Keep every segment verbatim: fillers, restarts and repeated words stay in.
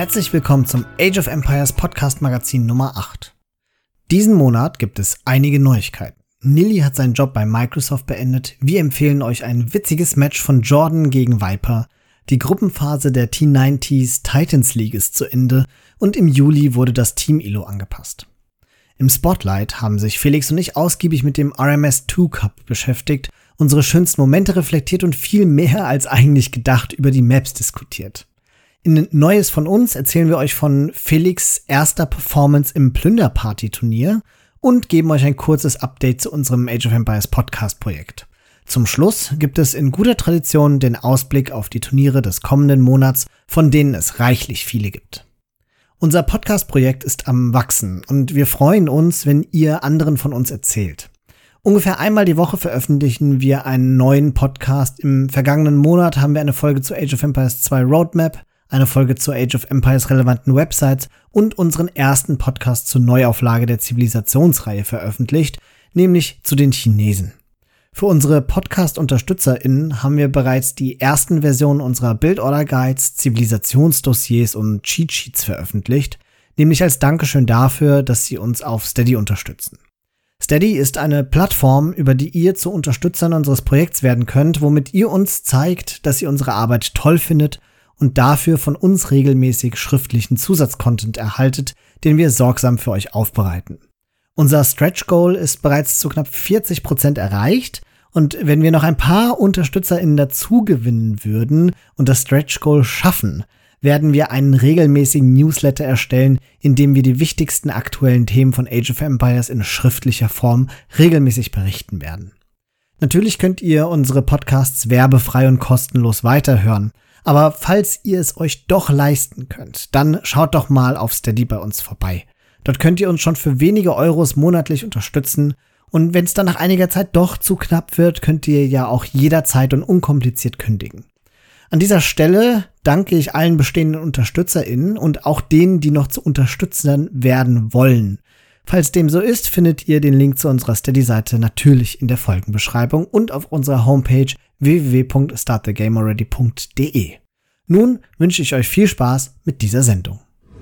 Herzlich willkommen zum Age of Empires Podcast Magazin Nummer acht. Diesen Monat gibt es einige Neuigkeiten. Nilly hat seinen Job bei Microsoft beendet. Wir empfehlen euch ein witziges Match von Jordan gegen Viper. Die Gruppenphase der T neunzig Titans League ist zu Ende und im Juli wurde das Team-E L O angepasst. Im Spotlight haben sich Felix und ich ausgiebig mit dem R M S zwei Cup beschäftigt, unsere schönsten Momente reflektiert und viel mehr als eigentlich gedacht über die Maps diskutiert. In Neues von uns erzählen wir euch von Felix' erster Performance im Plünderparty-Turnier und geben euch ein kurzes Update zu unserem Age of Empires Podcast-Projekt. Zum Schluss gibt es in guter Tradition den Ausblick auf die Turniere des kommenden Monats, von denen es reichlich viele gibt. Unser Podcast-Projekt ist am Wachsen und wir freuen uns, wenn ihr anderen von uns erzählt. Ungefähr einmal die Woche veröffentlichen wir einen neuen Podcast. Im vergangenen Monat haben wir eine Folge zu Age of Empires zwei Roadmap, eine Folge zur Age of Empires relevanten Websites und unseren ersten Podcast zur Neuauflage der Zivilisationsreihe veröffentlicht, nämlich zu den Chinesen. Für unsere Podcast-UnterstützerInnen haben wir bereits die ersten Versionen unserer Build-Order-Guides, Zivilisationsdossiers und Cheat-Sheets veröffentlicht, nämlich als Dankeschön dafür, dass sie uns auf Steady unterstützen. Steady ist eine Plattform, über die ihr zu Unterstützern unseres Projekts werden könnt, womit ihr uns zeigt, dass ihr unsere Arbeit toll findet und dafür von uns regelmäßig schriftlichen Zusatzcontent erhaltet, den wir sorgsam für euch aufbereiten. Unser Stretch-Goal ist bereits zu knapp vierzig Prozent erreicht und wenn wir noch ein paar UnterstützerInnen dazu gewinnen würden und das Stretch-Goal schaffen, werden wir einen regelmäßigen Newsletter erstellen, in dem wir die wichtigsten aktuellen Themen von Age of Empires in schriftlicher Form regelmäßig berichten werden. Natürlich könnt ihr unsere Podcasts werbefrei und kostenlos weiterhören. Aber falls ihr es euch doch leisten könnt, dann schaut doch mal auf Steady bei uns vorbei. Dort könnt ihr uns schon für wenige Euros monatlich unterstützen und wenn es dann nach einiger Zeit doch zu knapp wird, könnt ihr ja auch jederzeit und unkompliziert kündigen. An dieser Stelle danke ich allen bestehenden UnterstützerInnen und auch denen, die noch zu Unterstützern werden wollen. Falls dem so ist, findet ihr den Link zu unserer Steady-Seite natürlich in der Folgenbeschreibung und auf unserer Homepage w w w punkt start the game already punkt d e. Nun wünsche ich euch viel Spaß mit dieser Sendung.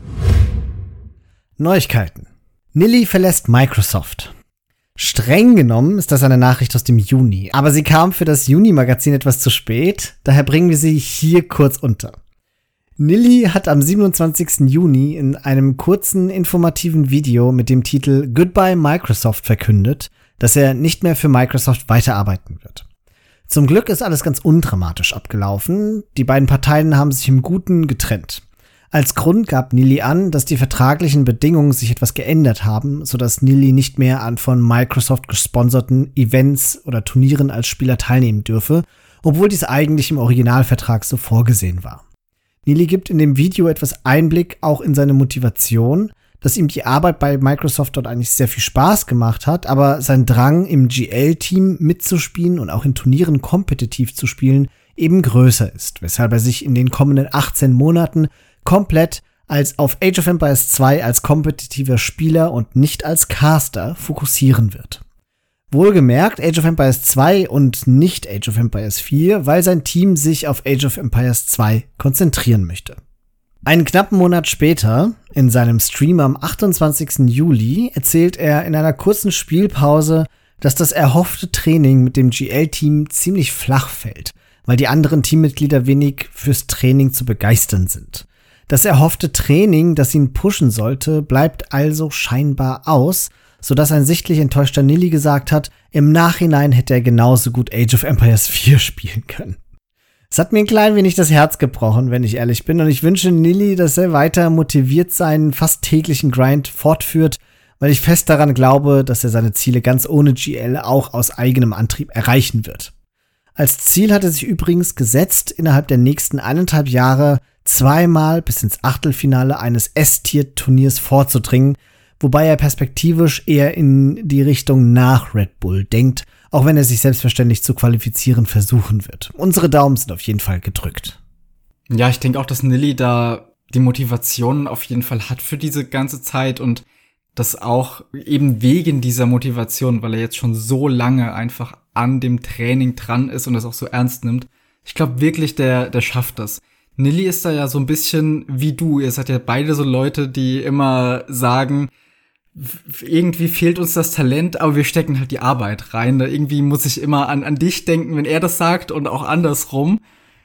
Neuigkeiten. Nilly verlässt Microsoft. Streng genommen ist das eine Nachricht aus dem Juni, aber sie kam für das Juni-Magazin etwas zu spät, daher bringen wir sie hier kurz unter. Nilly hat am siebenundzwanzigsten Juni in einem kurzen informativen Video mit dem Titel Goodbye Microsoft verkündet, dass er nicht mehr für Microsoft weiterarbeiten wird. Zum Glück ist alles ganz undramatisch abgelaufen. Die beiden Parteien haben sich im Guten getrennt. Als Grund gab Nilly an, dass die vertraglichen Bedingungen sich etwas geändert haben, sodass Nilly nicht mehr an von Microsoft gesponserten Events oder Turnieren als Spieler teilnehmen dürfe, obwohl dies eigentlich im Originalvertrag so vorgesehen war. Nilly gibt in dem Video etwas Einblick auch in seine Motivation, dass ihm die Arbeit bei Microsoft dort eigentlich sehr viel Spaß gemacht hat, aber sein Drang im G L-Team mitzuspielen und auch in Turnieren kompetitiv zu spielen eben größer ist, weshalb er sich in den kommenden achtzehn Monaten komplett als auf Age of Empires zwei als kompetitiver Spieler und nicht als Caster fokussieren wird. Wohlgemerkt Age of Empires zwei und nicht Age of Empires vier, weil sein Team sich auf Age of Empires zwei konzentrieren möchte. Einen knappen Monat später, in seinem Stream am achtundzwanzigsten Juli, erzählt er in einer kurzen Spielpause, dass das erhoffte Training mit dem G L-Team ziemlich flach fällt, weil die anderen Teammitglieder wenig fürs Training zu begeistern sind. Das erhoffte Training, das ihn pushen sollte, bleibt also scheinbar aus, sodass ein sichtlich enttäuschter Nilly gesagt hat, im Nachhinein hätte er genauso gut Age of Empires vier spielen können. Es hat mir ein klein wenig das Herz gebrochen, wenn ich ehrlich bin, und ich wünsche Nilly, dass er weiter motiviert seinen fast täglichen Grind fortführt, weil ich fest daran glaube, dass er seine Ziele ganz ohne G L auch aus eigenem Antrieb erreichen wird. Als Ziel hat er sich übrigens gesetzt, innerhalb der nächsten eineinhalb Jahre zweimal bis ins Achtelfinale eines S-Tier-Turniers vorzudringen, wobei er perspektivisch eher in die Richtung nach Red Bull denkt, auch wenn er sich selbstverständlich zu qualifizieren versuchen wird. Unsere Daumen sind auf jeden Fall gedrückt. Ja, ich denke auch, dass Nilly da die Motivation auf jeden Fall hat für diese ganze Zeit und das auch eben wegen dieser Motivation, weil er jetzt schon so lange einfach an dem Training dran ist und das auch so ernst nimmt. Ich glaube wirklich, der der schafft das. Nilly ist da ja so ein bisschen wie du. Ihr seid ja beide so Leute, die immer sagen, irgendwie fehlt uns das Talent, aber wir stecken halt die Arbeit rein. Da irgendwie muss ich immer an, an dich denken, wenn er das sagt und auch andersrum.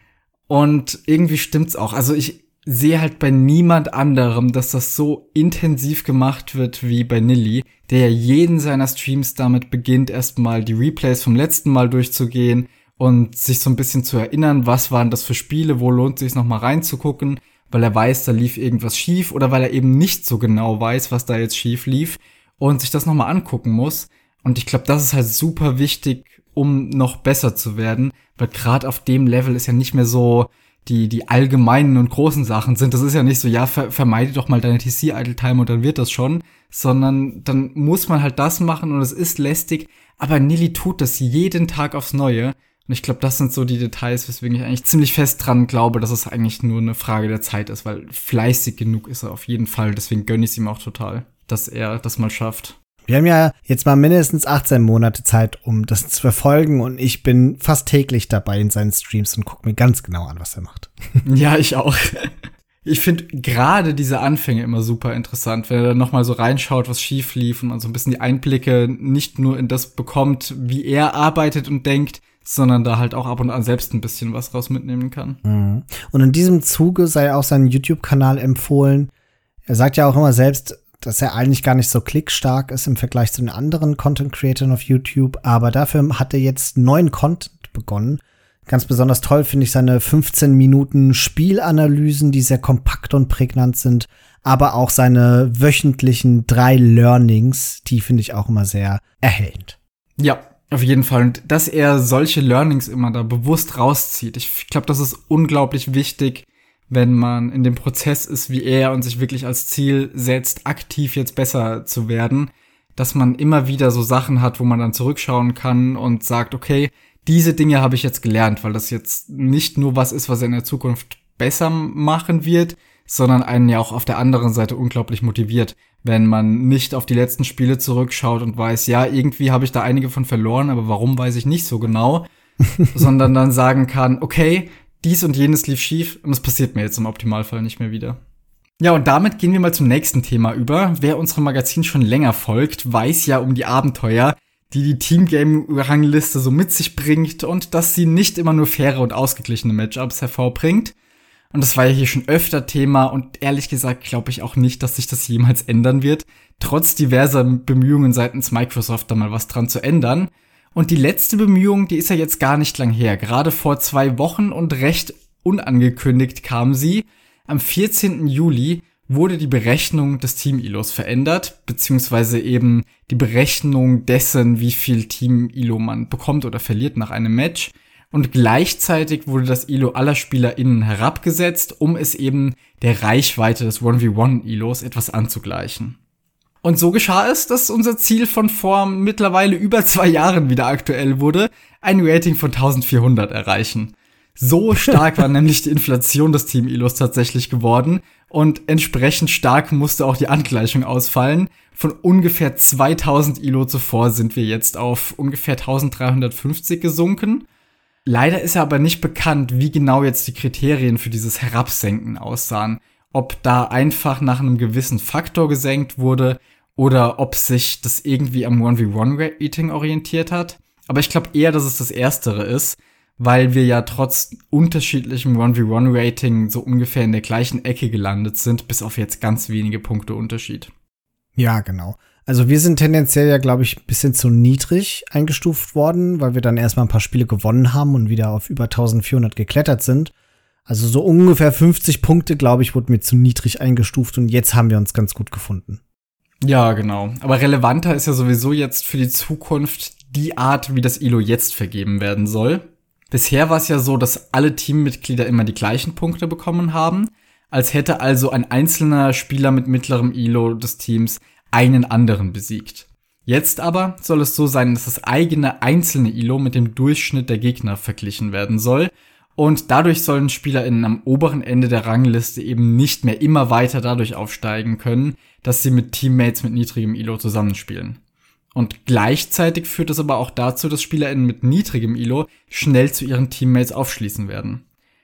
Und irgendwie stimmt's auch. Also ich sehe halt bei niemand anderem, dass das so intensiv gemacht wird wie bei Nilly, der ja jeden seiner Streams damit beginnt, erstmal die Replays vom letzten Mal durchzugehen und sich so ein bisschen zu erinnern, was waren das für Spiele, wo lohnt es sich noch mal reinzugucken, weil er weiß, da lief irgendwas schief oder weil er eben nicht so genau weiß, was da jetzt schief lief und sich das noch mal angucken muss. Und ich glaube, das ist halt super wichtig, um noch besser zu werden, weil gerade auf dem Level ist ja nicht mehr so die die allgemeinen und großen Sachen sind. Das ist ja nicht so, ja, ver- vermeide doch mal deine T C-Idle-Time und dann wird das schon, sondern dann muss man halt das machen und es ist lästig, aber Nilly tut das jeden Tag aufs Neue. Und ich glaube, das sind so die Details, weswegen ich eigentlich ziemlich fest dran glaube, dass es eigentlich nur eine Frage der Zeit ist, weil fleißig genug ist er auf jeden Fall. Deswegen gönne ich es ihm auch total, dass er das mal schafft. Wir haben ja jetzt mal mindestens achtzehn Monate Zeit, um das zu verfolgen und ich bin fast täglich dabei in seinen Streams und gucke mir ganz genau an, was er macht. Ja, ich auch. Ich finde gerade diese Anfänge immer super interessant, wenn er dann nochmal so reinschaut, was schief lief und man so ein bisschen die Einblicke nicht nur in das bekommt, wie er arbeitet und denkt, sondern da halt auch ab und an selbst ein bisschen was raus mitnehmen kann. Mhm. Und in diesem Zuge sei auch sein YouTube-Kanal empfohlen. Er sagt ja auch immer selbst, dass er eigentlich gar nicht so klickstark ist im Vergleich zu den anderen Content-Creatoren auf YouTube, aber dafür hat er jetzt neuen Content begonnen. Ganz besonders toll finde ich seine fünfzehn Minuten Spielanalysen, die sehr kompakt und prägnant sind, aber auch seine wöchentlichen drei Learnings, die finde ich auch immer sehr erhellend. Ja, auf jeden Fall. Und dass er solche Learnings immer da bewusst rauszieht. Ich glaube, das ist unglaublich wichtig, wenn man in dem Prozess ist wie er und sich wirklich als Ziel setzt, aktiv jetzt besser zu werden, dass man immer wieder so Sachen hat, wo man dann zurückschauen kann und sagt, okay, diese Dinge habe ich jetzt gelernt, weil das jetzt nicht nur was ist, was er in der Zukunft besser machen wird, sondern einen ja auch auf der anderen Seite unglaublich motiviert, wenn man nicht auf die letzten Spiele zurückschaut und weiß, ja, irgendwie habe ich da einige von verloren, aber warum, weiß ich nicht so genau, sondern dann sagen kann, okay, dies und jenes lief schief und es passiert mir jetzt im Optimalfall nicht mehr wieder. Ja, und damit gehen wir mal zum nächsten Thema über. Wer unserem Magazin schon länger folgt, weiß ja um die Abenteuer, die die Teamgame-Rangliste so mit sich bringt und dass sie nicht immer nur faire und ausgeglichene Matchups hervorbringt. Und das war ja hier schon öfter Thema und ehrlich gesagt glaube ich auch nicht, dass sich das jemals ändern wird, trotz diverser Bemühungen seitens Microsoft da mal was dran zu ändern. Und die letzte Bemühung, die ist ja jetzt gar nicht lang her. Gerade vor zwei Wochen und recht unangekündigt kam sie. Am vierzehnten Juli wurde die Berechnung des Team-I L Os verändert, beziehungsweise eben die Berechnung dessen, wie viel Team-I L O man bekommt oder verliert nach einem Match. Und gleichzeitig wurde das I L O aller SpielerInnen herabgesetzt, um es eben der Reichweite des eins gegen eins I L Os etwas anzugleichen. Und so geschah es, dass unser Ziel von vor mittlerweile über zwei Jahren wieder aktuell wurde, ein Rating von eintausendvierhundert erreichen. So stark war nämlich die Inflation des Team-I L Os tatsächlich geworden und entsprechend stark musste auch die Angleichung ausfallen. Von ungefähr zweitausend I L O zuvor sind wir jetzt auf ungefähr eintausenddreihundertfünfzig gesunken. Leider ist aber nicht bekannt, wie genau jetzt die Kriterien für dieses Herabsenken aussahen. Ob da einfach nach einem gewissen Faktor gesenkt wurde oder ob sich das irgendwie am eins gegen eins Rating orientiert hat. Aber ich glaube eher, dass es das Erstere ist, weil wir ja trotz unterschiedlichem eins gegen eins Rating so ungefähr in der gleichen Ecke gelandet sind, bis auf jetzt ganz wenige Punkte Unterschied. Ja, genau. Also wir sind tendenziell ja, glaube ich, ein bisschen zu niedrig eingestuft worden, weil wir dann erstmal ein paar Spiele gewonnen haben und wieder auf über eintausendvierhundert geklettert sind. Also so ungefähr fünfzig Punkte, glaube ich, wurden mir zu niedrig eingestuft und jetzt haben wir uns ganz gut gefunden. Ja, genau. Aber relevanter ist ja sowieso jetzt für die Zukunft die Art, wie das I L O jetzt vergeben werden soll. Bisher war es ja so, dass alle Teammitglieder immer die gleichen Punkte bekommen haben, als hätte also ein einzelner Spieler mit mittlerem I L O des Teams einen anderen besiegt. Jetzt aber soll es so sein, dass das eigene einzelne I L O mit dem Durchschnitt der Gegner verglichen werden soll. Und dadurch sollen SpielerInnen am oberen Ende der Rangliste eben nicht mehr immer weiter dadurch aufsteigen können, dass sie mit Teammates mit niedrigem I L O zusammenspielen. Und gleichzeitig führt es aber auch dazu, dass SpielerInnen mit niedrigem I L O schnell zu ihren Teammates aufschließen werden.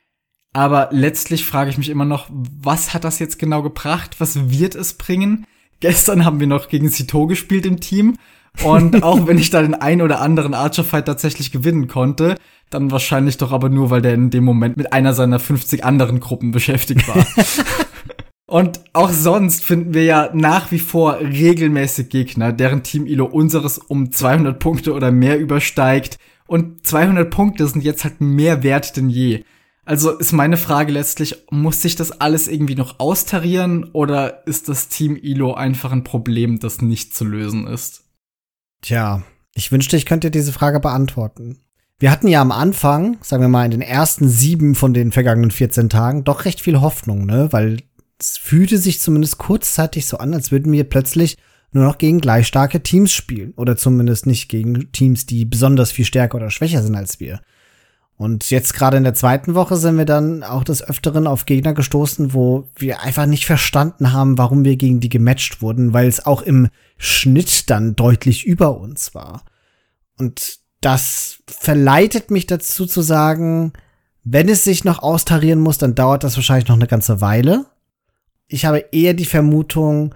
Aber letztlich frage ich mich immer noch, was hat das jetzt genau gebracht? Was wird es bringen? Gestern haben wir noch gegen Sito gespielt im Team. Und auch wenn ich da den ein oder anderen Archer-Fight tatsächlich gewinnen konnte, dann wahrscheinlich doch aber nur, weil der in dem Moment mit einer seiner fünfzig anderen Gruppen beschäftigt war. Und auch sonst finden wir ja nach wie vor regelmäßig Gegner, deren Team-Elo unseres um zweihundert Punkte oder mehr übersteigt. Und zweihundert Punkte sind jetzt halt mehr wert denn je. Also ist meine Frage letztlich, muss sich das alles irgendwie noch austarieren oder ist das Team-Elo einfach ein Problem, das nicht zu lösen ist? Tja, ich wünschte, ich könnte diese Frage beantworten. Wir hatten ja am Anfang, sagen wir mal in den ersten sieben von den vergangenen vierzehn Tagen, doch recht viel Hoffnung, ne? Weil es fühlte sich zumindest kurzzeitig so an, als würden wir plötzlich nur noch gegen gleich starke Teams spielen. Oder zumindest nicht gegen Teams, die besonders viel stärker oder schwächer sind als wir. Und jetzt gerade in der zweiten Woche sind wir dann auch des Öfteren auf Gegner gestoßen, wo wir einfach nicht verstanden haben, warum wir gegen die gematcht wurden, weil es auch im Schnitt dann deutlich über uns war. Und das verleitet mich dazu zu sagen, wenn es sich noch austarieren muss, dann dauert das wahrscheinlich noch eine ganze Weile. Ich habe eher die Vermutung,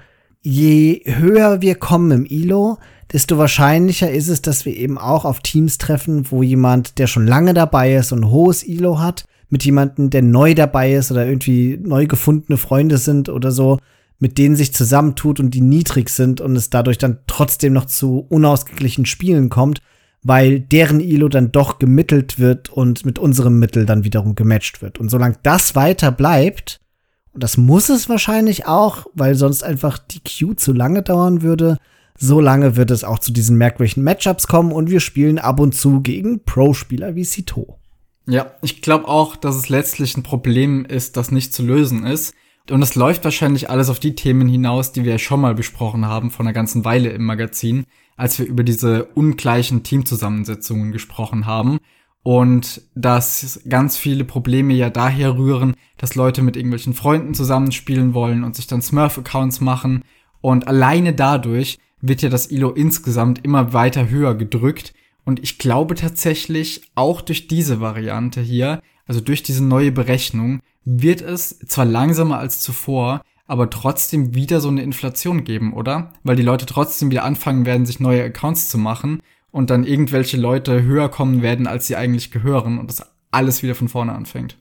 je höher wir kommen im Elo, desto wahrscheinlicher ist es, dass wir eben auch auf Teams treffen, wo jemand, der schon lange dabei ist und ein hohes Elo hat, mit jemandem, der neu dabei ist oder irgendwie neu gefundene Freunde sind oder so, mit denen sich zusammentut und die niedrig sind und es dadurch dann trotzdem noch zu unausgeglichenen Spielen kommt, weil deren Elo dann doch gemittelt wird und mit unserem Mittel dann wiederum gematcht wird. Und solange das weiter bleibt, und das muss es wahrscheinlich auch, weil sonst einfach die Queue zu lange dauern würde, so lange wird es auch zu diesen merkwürdigen Matchups kommen und wir spielen ab und zu gegen Pro-Spieler wie Sito. Ja, ich glaube auch, dass es letztlich ein Problem ist, das nicht zu lösen ist. Und es läuft wahrscheinlich alles auf die Themen hinaus, die wir ja schon mal besprochen haben vor einer ganzen Weile im Magazin, als wir über diese ungleichen Teamzusammensetzungen gesprochen haben. Und dass ganz viele Probleme ja daher rühren, dass Leute mit irgendwelchen Freunden zusammenspielen wollen und sich dann Smurf-Accounts machen. Und alleine dadurch wird ja das Elo insgesamt immer weiter höher gedrückt. Und ich glaube tatsächlich, auch durch diese Variante hier, also durch diese neue Berechnung, wird es zwar langsamer als zuvor, aber trotzdem wieder so eine Inflation geben, oder? Weil die Leute trotzdem wieder anfangen werden, sich neue Accounts zu machen und dann irgendwelche Leute höher kommen werden, als sie eigentlich gehören und das alles wieder von vorne anfängt.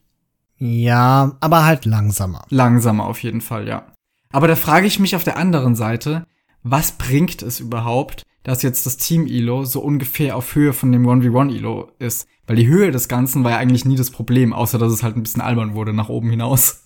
Ja, aber halt langsamer. Langsamer auf jeden Fall, ja. Aber da frage ich mich auf der anderen Seite, was bringt es überhaupt, dass jetzt das Team-Elo so ungefähr auf Höhe von dem eins gegen eins Elo ist? Weil die Höhe des Ganzen war ja eigentlich nie das Problem, außer dass es halt ein bisschen albern wurde nach oben hinaus.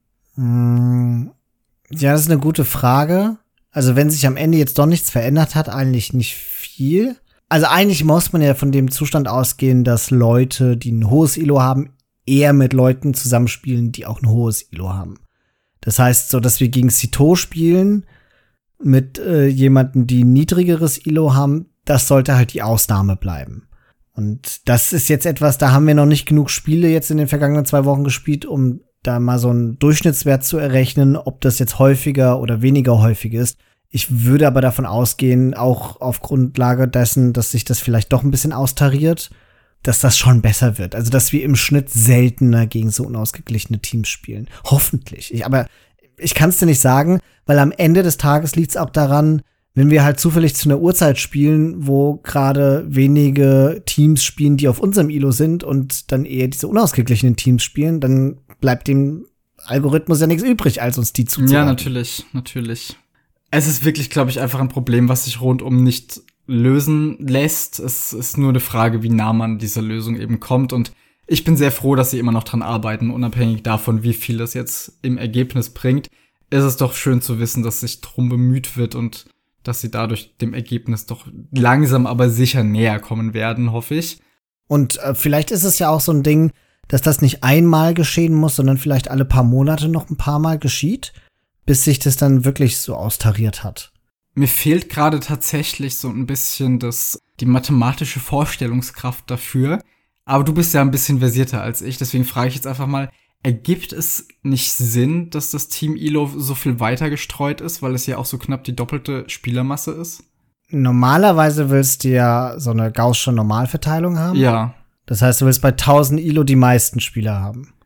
Mm, ja, das ist eine gute Frage. Also wenn sich am Ende jetzt doch nichts verändert hat, eigentlich nicht viel. Also eigentlich muss man ja von dem Zustand ausgehen, dass Leute, die ein hohes Elo haben, eher mit Leuten zusammenspielen, die auch ein hohes Elo haben. Das heißt, so dass wir gegen Sito spielen mit äh, jemanden, die ein niedrigeres Elo haben, das sollte halt die Ausnahme bleiben. Und das ist jetzt etwas, da haben wir noch nicht genug Spiele jetzt in den vergangenen zwei Wochen gespielt, um da mal so einen Durchschnittswert zu errechnen, ob das jetzt häufiger oder weniger häufig ist. Ich würde aber davon ausgehen, auch auf Grundlage dessen, dass sich das vielleicht doch ein bisschen austariert, dass das schon besser wird. Also, dass wir im Schnitt seltener gegen so unausgeglichene Teams spielen. Hoffentlich. Ich, aber ich kann es dir nicht sagen, weil am Ende des Tages liegt es auch daran, wenn wir halt zufällig zu einer Uhrzeit spielen, wo gerade wenige Teams spielen, die auf unserem Elo sind und dann eher diese unausgeglichenen Teams spielen, dann bleibt dem Algorithmus ja nichts übrig, als uns die zuzuordnen. Ja, natürlich, natürlich. Es ist wirklich, glaube ich, einfach ein Problem, was sich rundum nicht lösen lässt. Es ist nur eine Frage, wie nah man dieser Lösung eben kommt. Und ich bin sehr froh, dass sie immer noch dran arbeiten, unabhängig davon, wie viel das jetzt im Ergebnis bringt. Es ist doch schön zu wissen, dass sich drum bemüht wird und dass sie dadurch dem Ergebnis doch langsam, aber sicher näher kommen werden, hoffe ich. Und äh, vielleicht ist es ja auch so ein Ding, dass das nicht einmal geschehen muss, sondern vielleicht alle paar Monate noch ein paar Mal geschieht, bis sich das dann wirklich so austariert hat. Mir fehlt gerade tatsächlich so ein bisschen das, die mathematische Vorstellungskraft dafür. Aber du bist ja ein bisschen versierter als ich, deswegen frage ich jetzt einfach mal, ergibt es nicht Sinn, dass das Team Elo so viel weiter gestreut ist, weil es ja auch so knapp die doppelte Spielermasse ist? Normalerweise willst du ja so eine gaußsche Normalverteilung haben. Ja. Das heißt, du willst bei tausend Elo die meisten Spieler haben.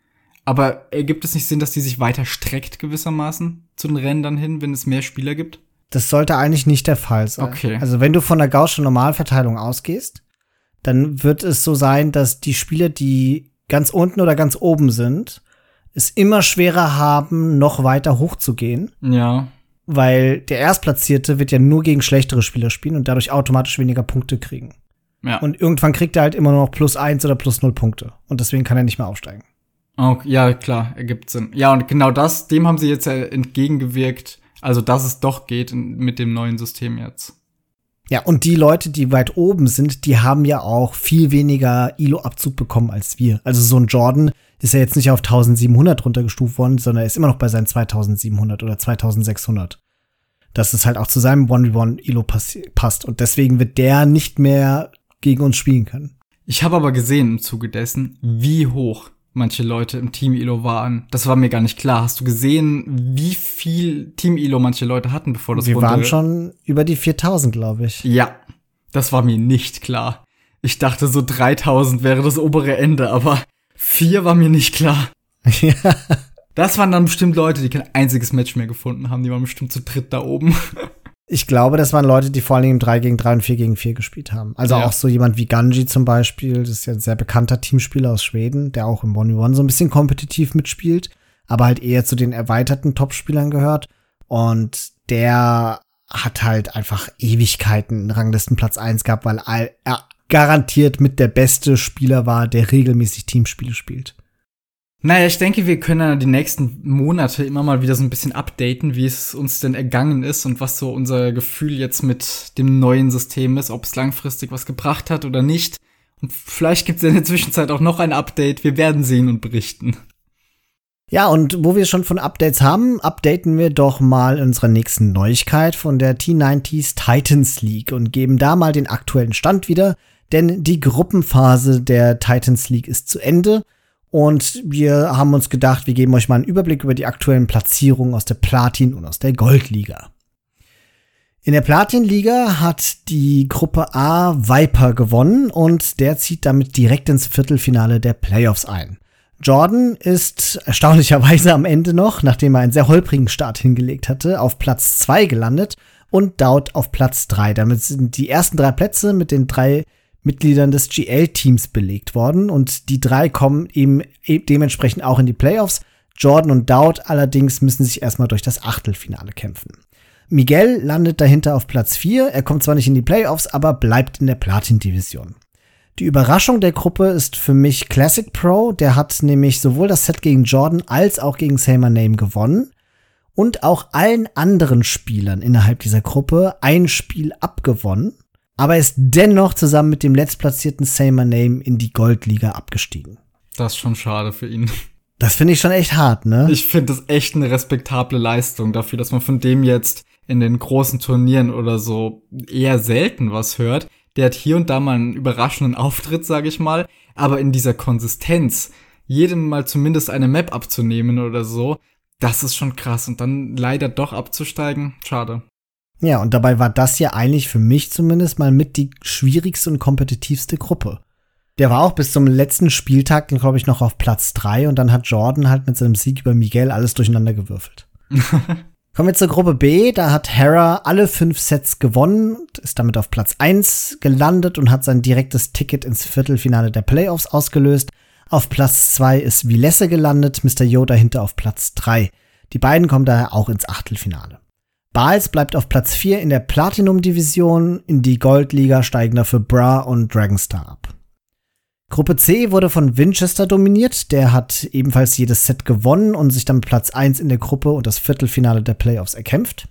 Aber ergibt es nicht Sinn, dass die sich weiter streckt gewissermaßen zu den Rennen dann hin, wenn es mehr Spieler gibt? Das sollte eigentlich nicht der Fall sein. Okay. Also wenn du von der Gaußschen Normalverteilung ausgehst, dann wird es so sein, dass die Spieler, die ganz unten oder ganz oben sind, es immer schwerer haben, noch weiter hochzugehen. Ja. Weil der Erstplatzierte wird ja nur gegen schlechtere Spieler spielen und dadurch automatisch weniger Punkte kriegen. Ja. Und irgendwann kriegt er halt immer nur noch plus eins oder plus null Punkte. Und deswegen kann er nicht mehr aufsteigen. Okay, ja, klar, ergibt Sinn. Ja, und genau das, dem haben sie jetzt entgegengewirkt, also dass es doch geht mit dem neuen System jetzt. Ja, und die Leute, die weit oben sind, die haben ja auch viel weniger I L O-Abzug bekommen als wir. Also so ein Jordan ist ja jetzt nicht auf eintausendsiebenhundert runtergestuft worden, sondern er ist immer noch bei seinen zweitausendsiebenhundert oder zweitausendsechshundert. Dass es halt auch zu seinem eins gegen eins I L O passi- passt. Und deswegen wird der nicht mehr gegen uns spielen können. Ich habe aber gesehen im Zuge dessen, wie hoch manche Leute im Team-I L O waren. Das war mir gar nicht klar. Hast du gesehen, wie viel Team-I L O manche Leute hatten, bevor das Wir runter- waren schon über die viertausend, glaube ich. Ja, das war mir nicht klar. Ich dachte, so dreitausend wäre das obere Ende, aber vier war mir nicht klar. Ja. Das waren dann bestimmt Leute, die kein einziges Match mehr gefunden haben. Die waren bestimmt zu dritt da oben. Ich glaube, das waren Leute, die vor allen Dingen im drei gegen drei und vier gegen vier gespielt haben. Also Ja. auch so jemand wie Ganji zum Beispiel, das ist ja ein sehr bekannter Teamspieler aus Schweden, der auch im eins gegen eins so ein bisschen kompetitiv mitspielt, aber halt eher zu den erweiterten Topspielern gehört. Und der hat halt einfach Ewigkeiten in Ranglistenplatz eins gehabt, weil er garantiert mit der beste Spieler war, der regelmäßig Teamspiele spielt. Naja, ich denke, wir können dann die nächsten Monate immer mal wieder so ein bisschen updaten, wie es uns denn ergangen ist und was so unser Gefühl jetzt mit dem neuen System ist, ob es langfristig was gebracht hat oder nicht. Und vielleicht gibt es in der Zwischenzeit auch noch ein Update. Wir werden sehen und berichten. Ja, und wo wir schon von Updates haben, updaten wir doch mal unsere nächsten Neuigkeit von der T neunzig Titans League und geben da mal den aktuellen Stand wieder, denn die Gruppenphase der Titans League ist zu Ende. Und wir haben uns gedacht, wir geben euch mal einen Überblick über die aktuellen Platzierungen aus der Platin- und aus der Goldliga. In der Platin-Liga hat die Gruppe A Viper gewonnen und der zieht damit direkt ins Viertelfinale der Playoffs ein. Jordan ist erstaunlicherweise am Ende noch, nachdem er einen sehr holprigen Start hingelegt hatte, auf Platz zwei gelandet und Daud auf Platz drei. Damit sind die ersten drei Plätze mit den drei Mitgliedern des G L-Teams belegt worden und die drei kommen eben dementsprechend auch in die Playoffs. Jordan und Daud allerdings müssen sich erstmal durch das Achtelfinale kämpfen. Miguel landet dahinter auf Platz vier. Er kommt zwar nicht in die Playoffs, aber bleibt in der Platin-Division. Die Überraschung der Gruppe ist für mich Classic Pro. Der hat nämlich sowohl das Set gegen Jordan als auch gegen Say My Name gewonnen und auch allen anderen Spielern innerhalb dieser Gruppe ein Spiel abgewonnen. Aber ist dennoch zusammen mit dem letztplatzierten Say My Name in die Goldliga abgestiegen. Das ist schon schade für ihn. Das finde ich schon echt hart, ne? Ich finde das echt eine respektable Leistung dafür, dass man von dem jetzt in den großen Turnieren oder so eher selten was hört. Der hat hier und da mal einen überraschenden Auftritt, sage ich mal. Aber in dieser Konsistenz, jedem mal zumindest eine Map abzunehmen oder so, das ist schon krass. Und dann leider doch abzusteigen, schade. Ja, und dabei war das ja eigentlich für mich zumindest mal mit die schwierigste und kompetitivste Gruppe. Der war auch bis zum letzten Spieltag, glaube ich, noch auf Platz drei und dann hat Jordan halt mit seinem Sieg über Miguel alles durcheinander gewürfelt. Kommen wir zur Gruppe B, da hat Hera alle fünf Sets gewonnen, ist damit auf Platz eins gelandet und hat sein direktes Ticket ins Viertelfinale der Playoffs ausgelöst. Auf Platz zwei ist Vilesse gelandet, Mister Yo dahinter auf Platz drei. Die beiden kommen daher auch ins Achtelfinale. Bals bleibt auf Platz vier in der Platinum-Division, in die Goldliga steigen dafür Bra und Dragonstar ab. Gruppe C wurde von Winchester dominiert, der hat ebenfalls jedes Set gewonnen und sich dann Platz eins in der Gruppe und das Viertelfinale der Playoffs erkämpft.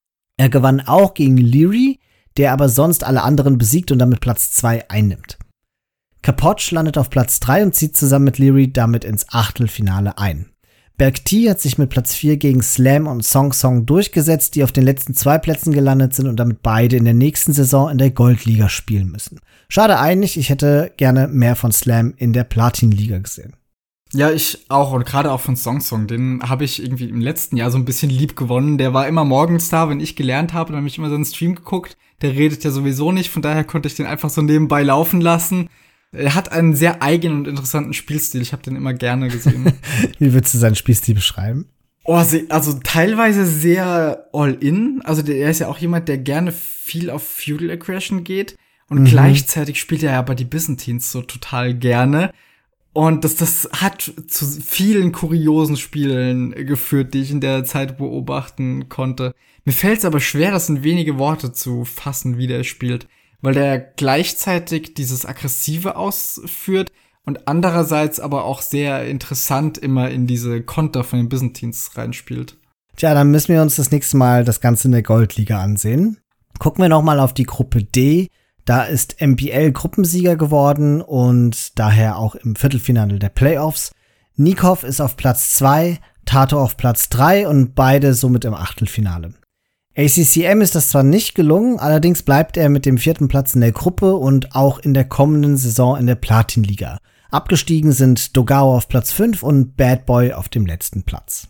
Er gewann auch gegen Leary, der aber sonst alle anderen besiegt und damit Platz zwei einnimmt. Kapotsch landet auf Platz drei und zieht zusammen mit Leary damit ins Achtelfinale ein. Berg-T hat sich mit Platz vier gegen Slam und Song Song durchgesetzt, die auf den letzten zwei Plätzen gelandet sind und damit beide in der nächsten Saison in der Goldliga spielen müssen. Schade eigentlich, ich hätte gerne mehr von Slam in der Platin-Liga gesehen. Ja, ich auch und gerade auch von Song Song, den habe ich irgendwie im letzten Jahr so ein bisschen lieb gewonnen. Der war immer morgens da, wenn ich gelernt habe, dann habe ich immer seinen Stream geguckt. Der redet ja sowieso nicht, von daher konnte ich den einfach so nebenbei laufen lassen. Er hat einen sehr eigenen und interessanten Spielstil. Ich habe den immer gerne gesehen. Wie würdest du seinen Spielstil beschreiben? Oh, also teilweise sehr all-in. Also der ist ja auch jemand, der gerne viel auf Feudal Aggression geht. Und mhm. gleichzeitig spielt er aber die Byzantines so total gerne. Und das, das hat zu vielen kuriosen Spielen geführt, die ich in der Zeit beobachten konnte. Mir fällt es aber schwer, das in wenige Worte zu fassen, wie der spielt. Weil der gleichzeitig dieses Aggressive ausführt und andererseits aber auch sehr interessant immer in diese Konter von den Byzantines reinspielt. Tja, dann müssen wir uns das nächste Mal das Ganze in der Goldliga ansehen. Gucken wir noch mal auf die Gruppe D. Da ist M P L-Gruppensieger geworden und daher auch im Viertelfinale der Playoffs. Nikov ist auf Platz zwei, Tato auf Platz drei und beide somit im Achtelfinale. A C C M ist das zwar nicht gelungen, allerdings bleibt er mit dem vierten Platz in der Gruppe und auch in der kommenden Saison in der Platin-Liga. Abgestiegen sind Dogao auf Platz fünf und Bad Boy auf dem letzten Platz.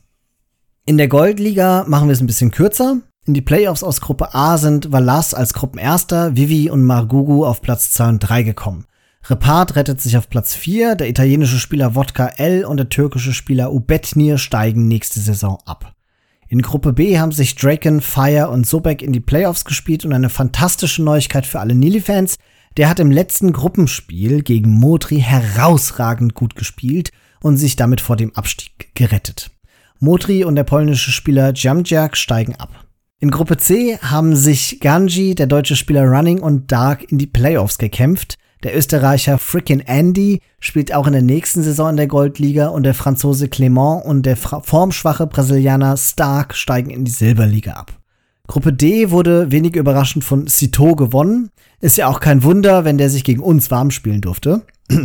In der Goldliga machen wir es ein bisschen kürzer. In die Playoffs aus Gruppe A sind Valas als Gruppenerster, Vivi und Margugu auf Platz zwei und drei gekommen. Repart rettet sich auf Platz vier, der italienische Spieler Wodka L und der türkische Spieler Ubetnir steigen nächste Saison ab. In Gruppe B haben sich Draken, Fire und Sobek in die Playoffs gespielt und eine fantastische Neuigkeit für alle Nili-Fans, der hat im letzten Gruppenspiel gegen Motri herausragend gut gespielt und sich damit vor dem Abstieg gerettet. Motri und der polnische Spieler Jamjak steigen ab. In Gruppe C haben sich Ganji, der deutsche Spieler Running und Dark in die Playoffs gekämpft. Der Österreicher Frickin' Andy spielt auch in der nächsten Saison in der Goldliga und der Franzose Clement und der fra- formschwache Brasilianer Stark steigen in die Silberliga ab. Gruppe D wurde wenig überraschend von Citeaux gewonnen. Ist ja auch kein Wunder, wenn der sich gegen uns warm spielen durfte.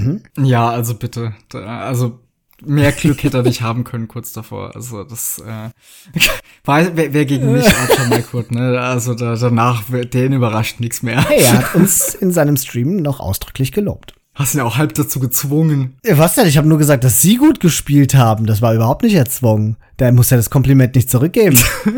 Ja, also bitte. Also mehr Glück hätte er nicht haben können kurz davor. Also das äh, war wer, wer gegen mich Archer Malkurt, ne? Also da, danach den überrascht nichts mehr. Hey, er hat uns in seinem Stream noch ausdrücklich gelobt. Hast ihn ja auch halb dazu gezwungen. Was denn? Ich habe nur gesagt, dass sie gut gespielt haben. Das war überhaupt nicht erzwungen. Der muss ja das Kompliment nicht zurückgeben.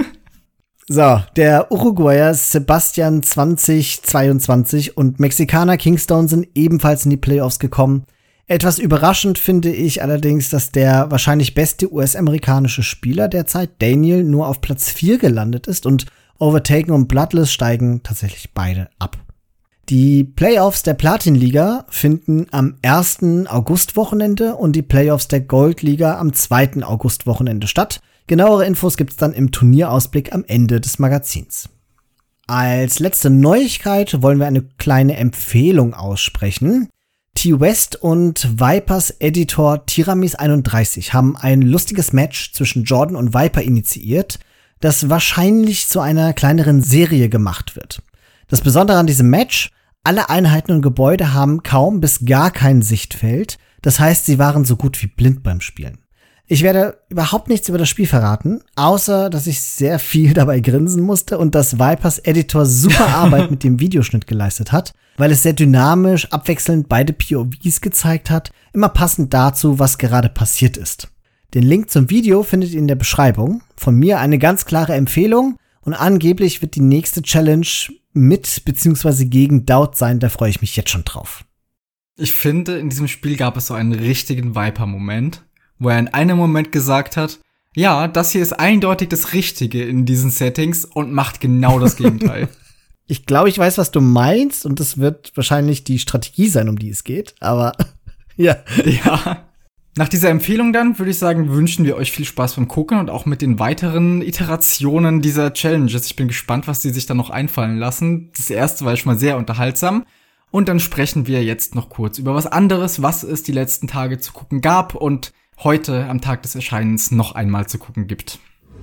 So, der Uruguayer Sebastian zwanzig zweiundzwanzig und Mexikaner Kingstone sind ebenfalls in die Playoffs gekommen. Etwas überraschend finde ich allerdings, dass der wahrscheinlich beste U S-amerikanische Spieler derzeit, Daniel, nur auf Platz vier gelandet ist und Overtaken und Bloodless steigen tatsächlich beide ab. Die Playoffs der Platin-Liga finden am ersten August-Wochenende und die Playoffs der Gold-Liga am zweiten August-Wochenende statt. Genauere Infos gibt's dann im Turnierausblick am Ende des Magazins. Als letzte Neuigkeit wollen wir eine kleine Empfehlung aussprechen. T-West und Vipers Editor Tiramis einunddreißig haben ein lustiges Match zwischen Jordan und Viper initiiert, das wahrscheinlich zu einer kleineren Serie gemacht wird. Das Besondere an diesem Match: alle Einheiten und Gebäude haben kaum bis gar kein Sichtfeld, das heißt, sie waren so gut wie blind beim Spielen. Ich werde überhaupt nichts über das Spiel verraten, außer dass ich sehr viel dabei grinsen musste und dass Vipers Editor super Arbeit mit dem Videoschnitt geleistet hat, weil es sehr dynamisch, abwechselnd beide P O Vs gezeigt hat, immer passend dazu, was gerade passiert ist. Den Link zum Video findet ihr in der Beschreibung. Von mir eine ganz klare Empfehlung und angeblich wird die nächste Challenge mit bzw. gegen Doubt sein, da freue ich mich jetzt schon drauf. Ich finde, in diesem Spiel gab es so einen richtigen Viper-Moment, wo er in einem Moment gesagt hat, ja, das hier ist eindeutig das Richtige in diesen Settings und macht genau das Gegenteil. Ich glaube, ich weiß, was du meinst und das wird wahrscheinlich die Strategie sein, um die es geht, aber ja. Ja. Nach dieser Empfehlung dann, würde ich sagen, wünschen wir euch viel Spaß beim Gucken und auch mit den weiteren Iterationen dieser Challenges. Ich bin gespannt, was die sich dann noch einfallen lassen. Das erste war schon mal sehr unterhaltsam. Und dann sprechen wir jetzt noch kurz über was anderes, was es die letzten Tage zu gucken gab und heute am Tag des Erscheinens noch einmal zu gucken gibt.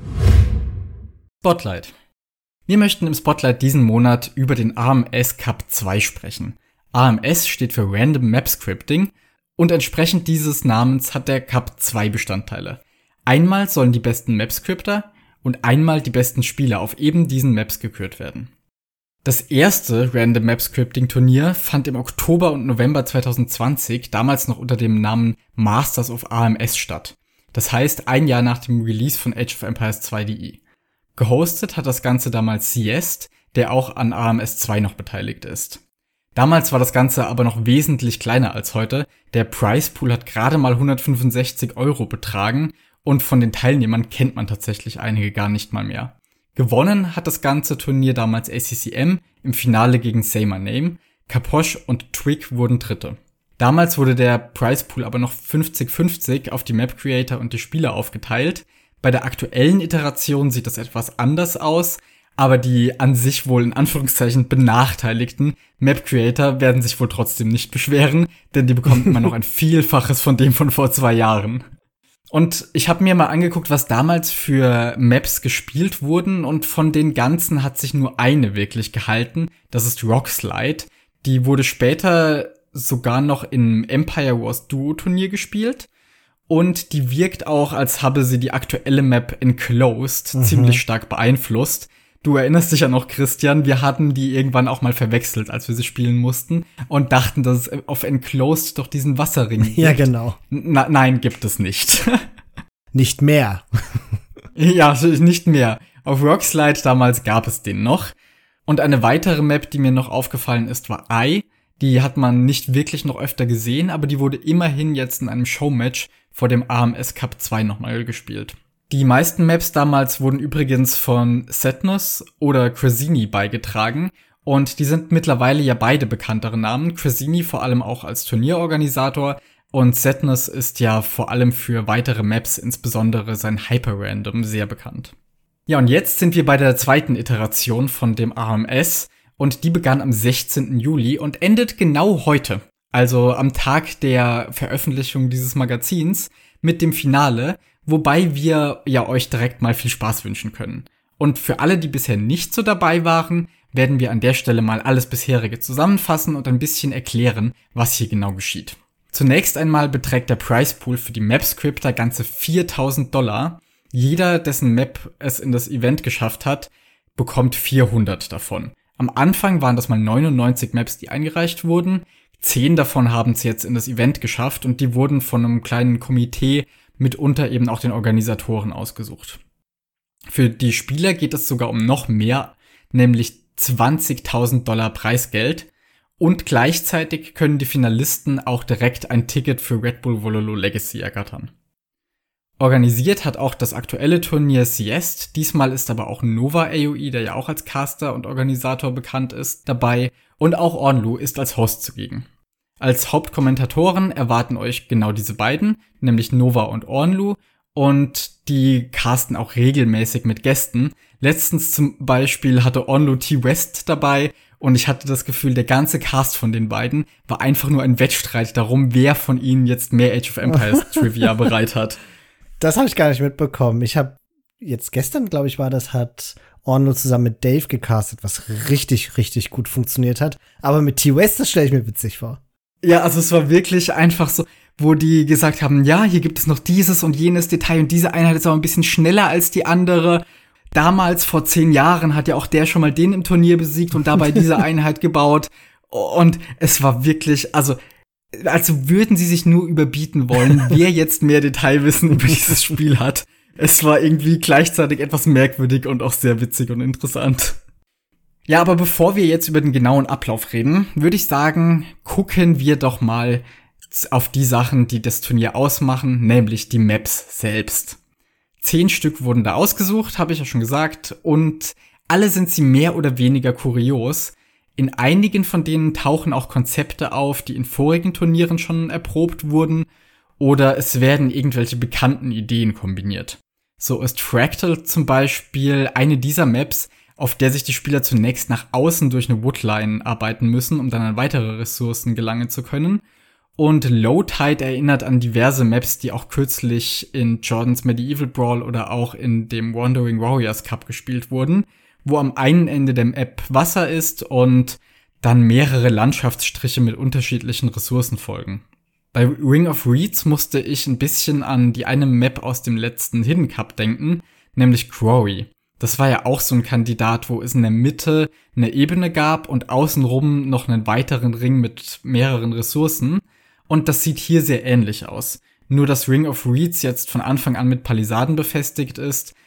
Spotlight. Wir möchten im Spotlight diesen Monat über den A M S Cup zwei sprechen. A M S steht für Random Map Scripting und entsprechend dieses Namens hat der Cup zwei Bestandteile. Einmal sollen die besten Map-Scripter und einmal die besten Spieler auf eben diesen Maps gekürt werden. Das erste Random Map Scripting Turnier fand im Oktober und November zwanzig zwanzig, damals noch unter dem Namen Masters of A M S statt. Das heißt, ein Jahr nach dem Release von Age of Empires zwei Punkt de. Gehostet hat das Ganze damals Siest, der auch an A M S zwei noch beteiligt ist. Damals war das Ganze aber noch wesentlich kleiner als heute. Der Prize Pool hat gerade mal hundertfünfundsechzig Euro betragen und von den Teilnehmern kennt man tatsächlich einige gar nicht mal mehr. Gewonnen hat das ganze Turnier damals A C C M im Finale gegen Say My Name. Kaposh und Twig wurden Dritte. Damals wurde der Prize Pool aber noch fünfzig fünfzig auf die Map Creator und die Spieler aufgeteilt. Bei der aktuellen Iteration sieht das etwas anders aus, aber die an sich wohl in Anführungszeichen benachteiligten Map Creator werden sich wohl trotzdem nicht beschweren, denn die bekommt immer noch ein Vielfaches von dem von vor zwei Jahren. Und ich habe mir mal angeguckt, was damals für Maps gespielt wurden, und von den ganzen hat sich nur eine wirklich gehalten. Das ist Rockslide. Die wurde später sogar noch im Empire Wars Duo Turnier gespielt. Und die wirkt auch, als habe sie die aktuelle Map Enclosed mhm. ziemlich stark beeinflusst. Du erinnerst dich ja noch, Christian, wir hatten die irgendwann auch mal verwechselt, als wir sie spielen mussten und dachten, dass es auf Enclosed doch diesen Wasserring gibt. Ja, genau. Na, nein, gibt es nicht. Nicht mehr. Ja, nicht mehr. Auf Rockslide damals gab es den noch. Und eine weitere Map, die mir noch aufgefallen ist, war Eye. Die hat man nicht wirklich noch öfter gesehen, aber die wurde immerhin jetzt in einem Showmatch vor dem A M S Cup zwei nochmal gespielt. Die meisten Maps damals wurden übrigens von Setnus oder Crazini beigetragen und die sind mittlerweile ja beide bekanntere Namen. Crazini vor allem auch als Turnierorganisator und Setnus ist ja vor allem für weitere Maps, insbesondere sein Hyper-Random, sehr bekannt. Ja, und jetzt sind wir bei der zweiten Iteration von dem A M S und die begann am sechzehnten Juli und endet genau heute, also am Tag der Veröffentlichung dieses Magazins, mit dem Finale, wobei wir ja euch direkt mal viel Spaß wünschen können. Und für alle, die bisher nicht so dabei waren, werden wir an der Stelle mal alles bisherige zusammenfassen und ein bisschen erklären, was hier genau geschieht. Zunächst einmal beträgt der Prize Pool für die Map-Scripter ganze viertausend Dollar. Jeder, dessen Map es in das Event geschafft hat, bekommt vierhundert davon. Am Anfang waren das mal neunundneunzig Maps, die eingereicht wurden. Zehn davon haben es jetzt in das Event geschafft und die wurden von einem kleinen Komitee mitunter eben auch den Organisatoren ausgesucht. Für die Spieler geht es sogar um noch mehr, nämlich zwanzigtausend Dollar Preisgeld. Und gleichzeitig können die Finalisten auch direkt ein Ticket für Red Bull Vololo Legacy ergattern. Organisiert hat auch das aktuelle Turnier Siest. Diesmal ist aber auch Nova A O E, der ja auch als Caster und Organisator bekannt ist, dabei. Und auch Ornlu ist als Host zugegen. Als Hauptkommentatoren erwarten euch genau diese beiden, nämlich Nova und Ornlu, und die casten auch regelmäßig mit Gästen. Letztens zum Beispiel hatte Ornlu T-West dabei und ich hatte das Gefühl, der ganze Cast von den beiden war einfach nur ein Wettstreit darum, wer von ihnen jetzt mehr Age of Empires Trivia bereit hat. Das habe ich gar nicht mitbekommen. Ich habe jetzt gestern, glaube ich, war das, hat Ornlu zusammen mit Dave gecastet, was richtig, richtig gut funktioniert hat. Aber mit T-West, das stelle ich mir witzig vor. Ja, also es war wirklich einfach so, wo die gesagt haben, ja, hier gibt es noch dieses und jenes Detail und diese Einheit ist auch ein bisschen schneller als die andere. Damals, vor zehn Jahren, hat ja auch der schon mal den im Turnier besiegt und dabei diese Einheit gebaut. Und es war wirklich, also, also würden sie sich nur überbieten wollen, wer jetzt mehr Detailwissen über dieses Spiel hat. Es war irgendwie gleichzeitig etwas merkwürdig und auch sehr witzig und interessant. Ja, aber bevor wir jetzt über den genauen Ablauf reden, würde ich sagen, gucken wir doch mal auf die Sachen, die das Turnier ausmachen, nämlich die Maps selbst. Zehn Stück wurden da ausgesucht, habe ich ja schon gesagt, und alle sind sie mehr oder weniger kurios. In einigen von denen tauchen auch Konzepte auf, die in vorigen Turnieren schon erprobt wurden, oder es werden irgendwelche bekannten Ideen kombiniert. So ist Fractal zum Beispiel eine dieser Maps, auf der sich die Spieler zunächst nach außen durch eine Woodline arbeiten müssen, um dann an weitere Ressourcen gelangen zu können. Und Low Tide erinnert an diverse Maps, die auch kürzlich in Jordans Medieval Brawl oder auch in dem Wandering Warriors Cup gespielt wurden, wo am einen Ende der Map Wasser ist und dann mehrere Landschaftsstriche mit unterschiedlichen Ressourcen folgen. Bei Ring of Reeds musste ich ein bisschen an die eine Map aus dem letzten Hidden Cup denken, nämlich Quarry. Das war ja auch so ein Kandidat, wo es in der Mitte eine Ebene gab und außenrum noch einen weiteren Ring mit mehreren Ressourcen. Und das sieht hier sehr ähnlich aus. Nur dass Ring of Reeds jetzt von Anfang an mit Palisaden befestigt ist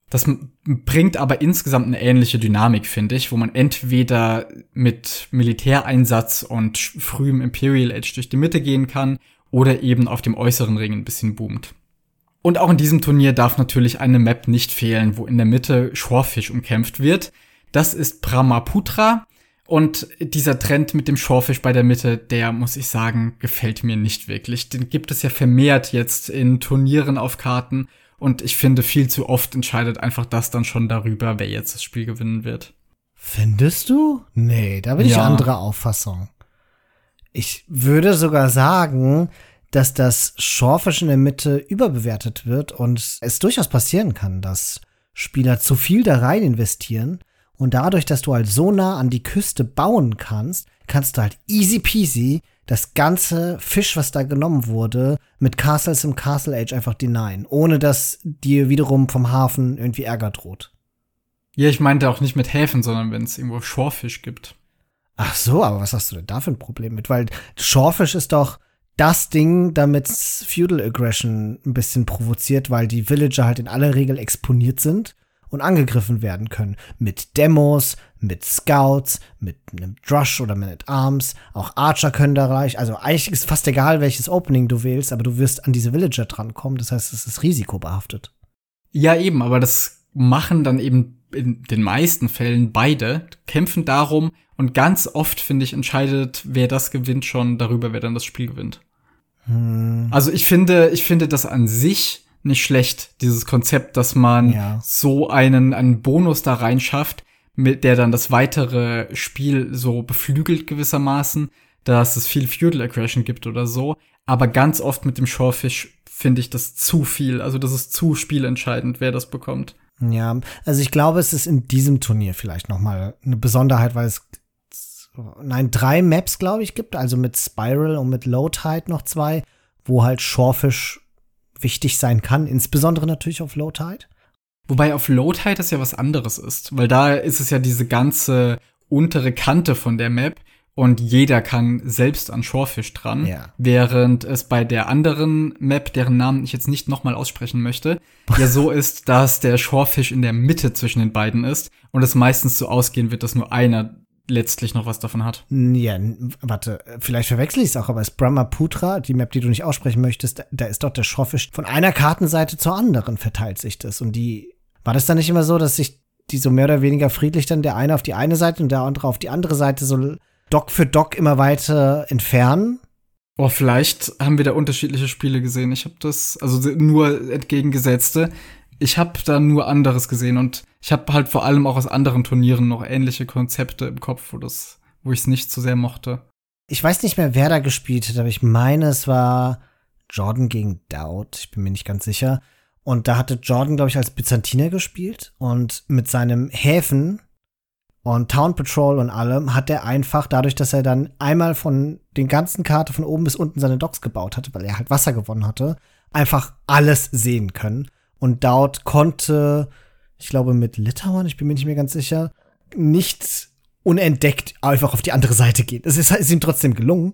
Das m- bringt aber insgesamt eine ähnliche Dynamik, finde ich, wo man entweder mit Militäreinsatz und sch- frühem Imperial Age durch die Mitte gehen kann oder eben auf dem äußeren Ring ein bisschen boomt. Und auch in diesem Turnier darf natürlich eine Map nicht fehlen, wo in der Mitte Shorefish umkämpft wird. Das ist Brahmaputra. Und dieser Trend mit dem Shorefish bei der Mitte, der, muss ich sagen, gefällt mir nicht wirklich. Den gibt es ja vermehrt jetzt in Turnieren auf Karten. Und ich finde, viel zu oft entscheidet einfach das dann schon darüber, wer jetzt das Spiel gewinnen wird. Findest du? Nee, da bin ich Ja. anderer Auffassung. Ich würde sogar sagen, dass das Shorefish in der Mitte überbewertet wird und es durchaus passieren kann, dass Spieler zu viel da rein investieren und dadurch, dass du halt so nah an die Küste bauen kannst, kannst du halt easy peasy das ganze Fisch, was da genommen wurde, mit Castles im Castle Age einfach denyen, ohne dass dir wiederum vom Hafen irgendwie Ärger droht. Ja, ich meinte auch nicht mit Häfen, sondern wenn es irgendwo Shorefish gibt. Ach so, aber was hast du denn da für ein Problem mit? Weil Shorefish ist doch das Ding, damit Feudal Aggression ein bisschen provoziert, weil die Villager halt in aller Regel exponiert sind und angegriffen werden können. Mit Demos, mit Scouts, mit einem Drush oder Man at Arms. Auch Archer können da reich. Also eigentlich ist fast egal, welches Opening du wählst, aber du wirst an diese Villager drankommen. Das heißt, es ist risikobehaftet. Ja, eben, aber das machen dann eben in den meisten Fällen beide, kämpfen darum und ganz oft, finde ich, entscheidet, wer das gewinnt, schon darüber, wer dann das Spiel gewinnt. Hm. Also ich finde, ich finde das an sich nicht schlecht, dieses Konzept, dass man Ja. so einen, einen Bonus da reinschafft, mit der dann das weitere Spiel so beflügelt gewissermaßen, dass es viel Feudal Aggression gibt oder so. Aber ganz oft mit dem Shorefish finde ich das zu viel. Also das ist zu spielentscheidend, wer das bekommt. Ja, also ich glaube, es ist in diesem Turnier vielleicht noch mal eine Besonderheit, weil es nein, drei Maps, glaube ich, gibt, also mit Spiral und mit Low Tide noch zwei, wo halt Shorefish wichtig sein kann, insbesondere natürlich auf Low Tide. Wobei auf Low Tide das ja was anderes ist, weil da ist es ja diese ganze untere Kante von der Map und jeder kann selbst an Shorefish dran, Ja. während es bei der anderen Map, deren Namen ich jetzt nicht nochmal aussprechen möchte, ja so ist, dass der Shorefish in der Mitte zwischen den beiden ist und es meistens so ausgehen wird, dass nur einer letztlich noch was davon hat. Ja, n- warte, vielleicht verwechsel ich es auch, aber es ist Brahmaputra, die Map, die du nicht aussprechen möchtest, da, da ist doch der Shorefish von einer Kartenseite zur anderen verteilt sich das. Und die, war das dann nicht immer so, dass sich die so mehr oder weniger friedlich dann der eine auf die eine Seite und der andere auf die andere Seite so Dock für Dock immer weiter entfernen? Oh, vielleicht haben wir da unterschiedliche Spiele gesehen. Ich habe das, also nur entgegengesetzte. Ich habe da nur anderes gesehen und ich habe halt vor allem auch aus anderen Turnieren noch ähnliche Konzepte im Kopf, wo das, wo ich es nicht so sehr mochte. Ich weiß nicht mehr, wer da gespielt hat, aber ich meine, es war Jordan gegen Dowd. Ich bin mir nicht ganz sicher. Und da hatte Jordan, glaube ich, als Byzantiner gespielt. Und mit seinem Häfen und Town Patrol und allem hat er einfach, dadurch, dass er dann einmal von den ganzen Karte von oben bis unten seine Docks gebaut hatte, weil er halt Wasser gewonnen hatte, einfach alles sehen können. Und Dowd konnte, ich glaube, mit Litauen, ich bin mir nicht mehr ganz sicher, nicht unentdeckt einfach auf die andere Seite gehen. Es ist, ist ihm trotzdem gelungen.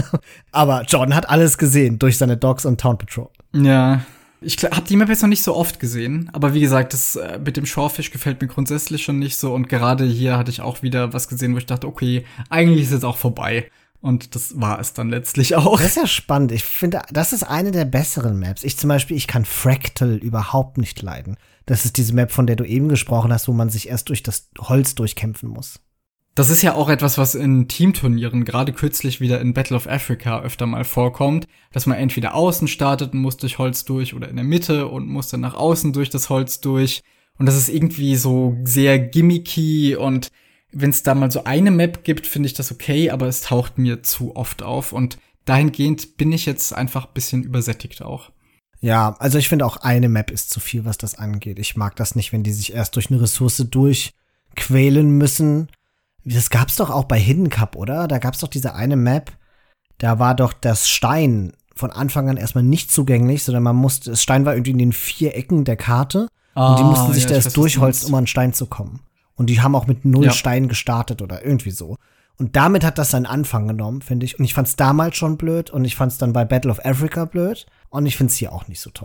Aber Jordan hat alles gesehen durch seine Dogs und Town Patrol. Ja, ich habe die Map jetzt noch nicht so oft gesehen, aber wie gesagt, das äh, mit dem Shorefish gefällt mir grundsätzlich schon nicht so und gerade hier hatte ich auch wieder was gesehen, wo ich dachte, okay, eigentlich ist es auch vorbei. Und das war es dann letztlich auch. Das ist ja spannend. Ich finde, das ist eine der besseren Maps. Ich zum Beispiel, ich kann Fractal überhaupt nicht leiden. Das ist diese Map, von der du eben gesprochen hast, wo man sich erst durch das Holz durchkämpfen muss. Das ist ja auch etwas, was in Teamturnieren, gerade kürzlich wieder in Battle of Africa öfter mal vorkommt, dass man entweder außen startet und muss durch Holz durch oder in der Mitte und muss dann nach außen durch das Holz durch. Und das ist irgendwie so sehr gimmicky und wenn es da mal so eine Map gibt, finde ich das okay, aber es taucht mir zu oft auf und dahingehend bin ich jetzt einfach ein bisschen übersättigt auch. Ja, also ich finde auch eine Map ist zu viel, was das angeht. Ich mag das nicht, wenn die sich erst durch eine Ressource durchquälen müssen. Das gab's doch auch bei Hidden Cup, oder? Da gab's doch diese eine Map, da war doch das Stein von Anfang an erstmal nicht zugänglich, sondern man musste, das Stein war irgendwie in den vier Ecken der Karte ah, und die mussten sich ja, da erst durchholzen, um an den Stein zu kommen. Und die haben auch mit null ja. Steinen gestartet oder irgendwie so. Und damit hat das seinen Anfang genommen, finde ich. Und ich fand's damals schon blöd und ich fand's dann bei Battle of Africa blöd und ich find's hier auch nicht so toll.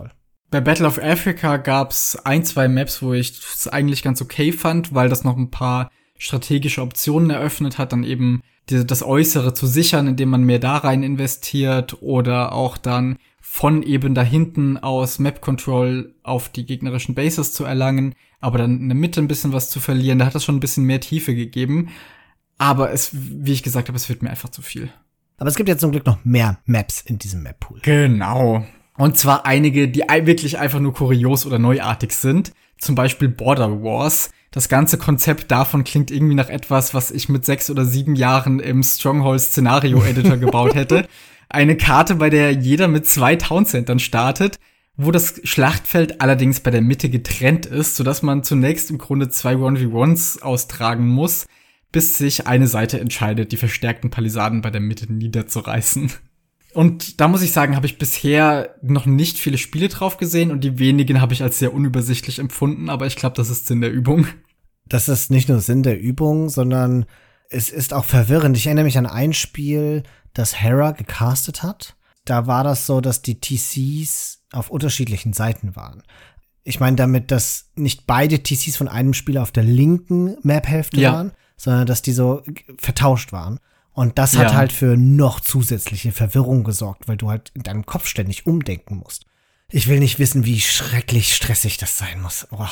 Bei Battle of Africa gab's ein, zwei Maps, wo ich es eigentlich ganz okay fand, weil das noch ein paar strategische Optionen eröffnet hat, dann eben die, das Äußere zu sichern, indem man mehr da rein investiert oder auch dann von eben da hinten aus Map Control auf die gegnerischen Bases zu erlangen, aber dann in der Mitte ein bisschen was zu verlieren. Da hat das schon ein bisschen mehr Tiefe gegeben. Aber es, wie ich gesagt habe, es wird mir einfach zu viel. Aber es gibt jetzt zum Glück noch mehr Maps in diesem Map-Pool. Genau. Und zwar einige, die wirklich einfach nur kurios oder neuartig sind. Zum Beispiel Border Wars. Das ganze Konzept davon klingt irgendwie nach etwas, was ich mit sechs oder sieben Jahren im Stronghold-Szenario-Editor gebaut hätte. Eine Karte, bei der jeder mit zwei Towncentern startet, wo das Schlachtfeld allerdings bei der Mitte getrennt ist, sodass man zunächst im Grunde zwei eins gegen eins austragen muss, bis sich eine Seite entscheidet, die verstärkten Palisaden bei der Mitte niederzureißen. Und da muss ich sagen, habe ich bisher noch nicht viele Spiele drauf gesehen und die wenigen habe ich als sehr unübersichtlich empfunden, aber ich glaube, das ist Sinn der Übung. Das ist nicht nur Sinn der Übung, sondern es ist auch verwirrend. Ich erinnere mich an ein Spiel, das Hera gecastet hat. Da war das so, dass die T Cs auf unterschiedlichen Seiten waren. Ich meine damit, dass nicht beide T Cs von einem Spieler auf der linken Map-Hälfte ja. waren, sondern dass die so vertauscht waren. Und das hat ja. halt für noch zusätzliche Verwirrung gesorgt, weil du halt in deinem Kopf ständig umdenken musst. Ich will nicht wissen, wie schrecklich stressig das sein muss. Oh.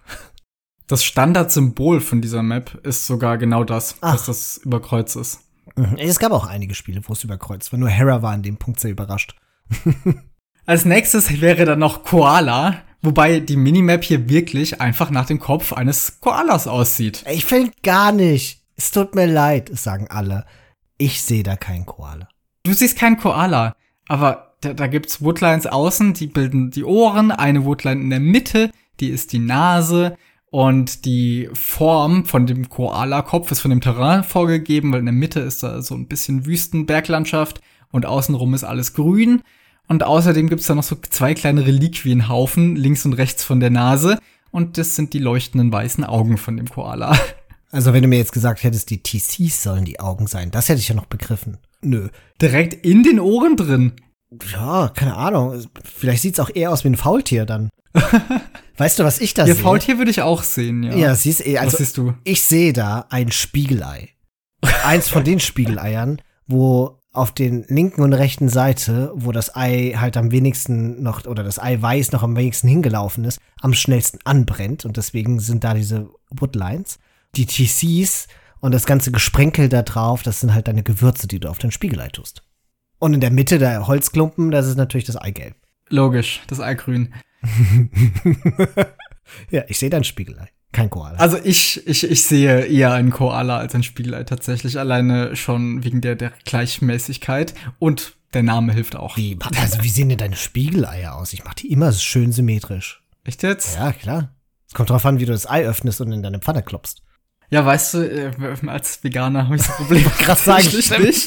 Das Standardsymbol von dieser Map ist sogar genau das, Ach. dass das überkreuzt ist. Es gab auch einige Spiele, wo es überkreuzt war. Nur Hera war an dem Punkt sehr überrascht. Als nächstes wäre dann noch Koala, wobei die Minimap hier wirklich einfach nach dem Kopf eines Koalas aussieht. Ich finde gar nicht. Es tut mir leid, sagen alle. Ich sehe da keinen Koala. Du siehst keinen Koala, aber da, da gibt's Woodlines außen, die bilden die Ohren, eine Woodline in der Mitte, die ist die Nase und die Form von dem Koala-Kopf ist von dem Terrain vorgegeben, weil in der Mitte ist da so ein bisschen Wüstenberglandschaft und außenrum ist alles grün. Und außerdem gibt's da noch so zwei kleine Reliquienhaufen links und rechts von der Nase und das sind die leuchtenden weißen Augen von dem Koala. Also wenn du mir jetzt gesagt hättest, die T Cs sollen die Augen sein, das hätte ich ja noch begriffen. Nö. Direkt in den Ohren drin. Ja, keine Ahnung. Vielleicht sieht's auch eher aus wie ein Faultier dann. Weißt du, was ich da ja, sehe? Ja, Faultier würde ich auch sehen, ja. Ja, siehst eh, also was siehst du? Ich sehe da ein Spiegelei. Eins von den Spiegeleiern, wo auf den linken und rechten Seite, wo das Ei halt am wenigsten noch, oder das Eiweiß noch am wenigsten hingelaufen ist, am schnellsten anbrennt. Und deswegen sind da diese Woodlines. Die T Cs und das ganze Gesprenkel da drauf, das sind halt deine Gewürze, die du auf dein Spiegelei tust. Und in der Mitte der Holzklumpen, das ist natürlich das Eigelb. Logisch, das Eigrün. Ja, ich sehe da ein Spiegelei, kein Koala. Also ich, ich, ich sehe eher einen Koala als ein Spiegelei tatsächlich, alleine schon wegen der, der Gleichmäßigkeit und der Name hilft auch. Wie, also wie sehen denn deine Spiegeleier aus? Ich mache die immer schön symmetrisch. Echt jetzt? Ja, klar. Es kommt drauf an, wie du das Ei öffnest und in deine Pfanne klopfst. Ja, weißt du, äh, als Veganer habe ich das Problem. Krass sagen, nicht.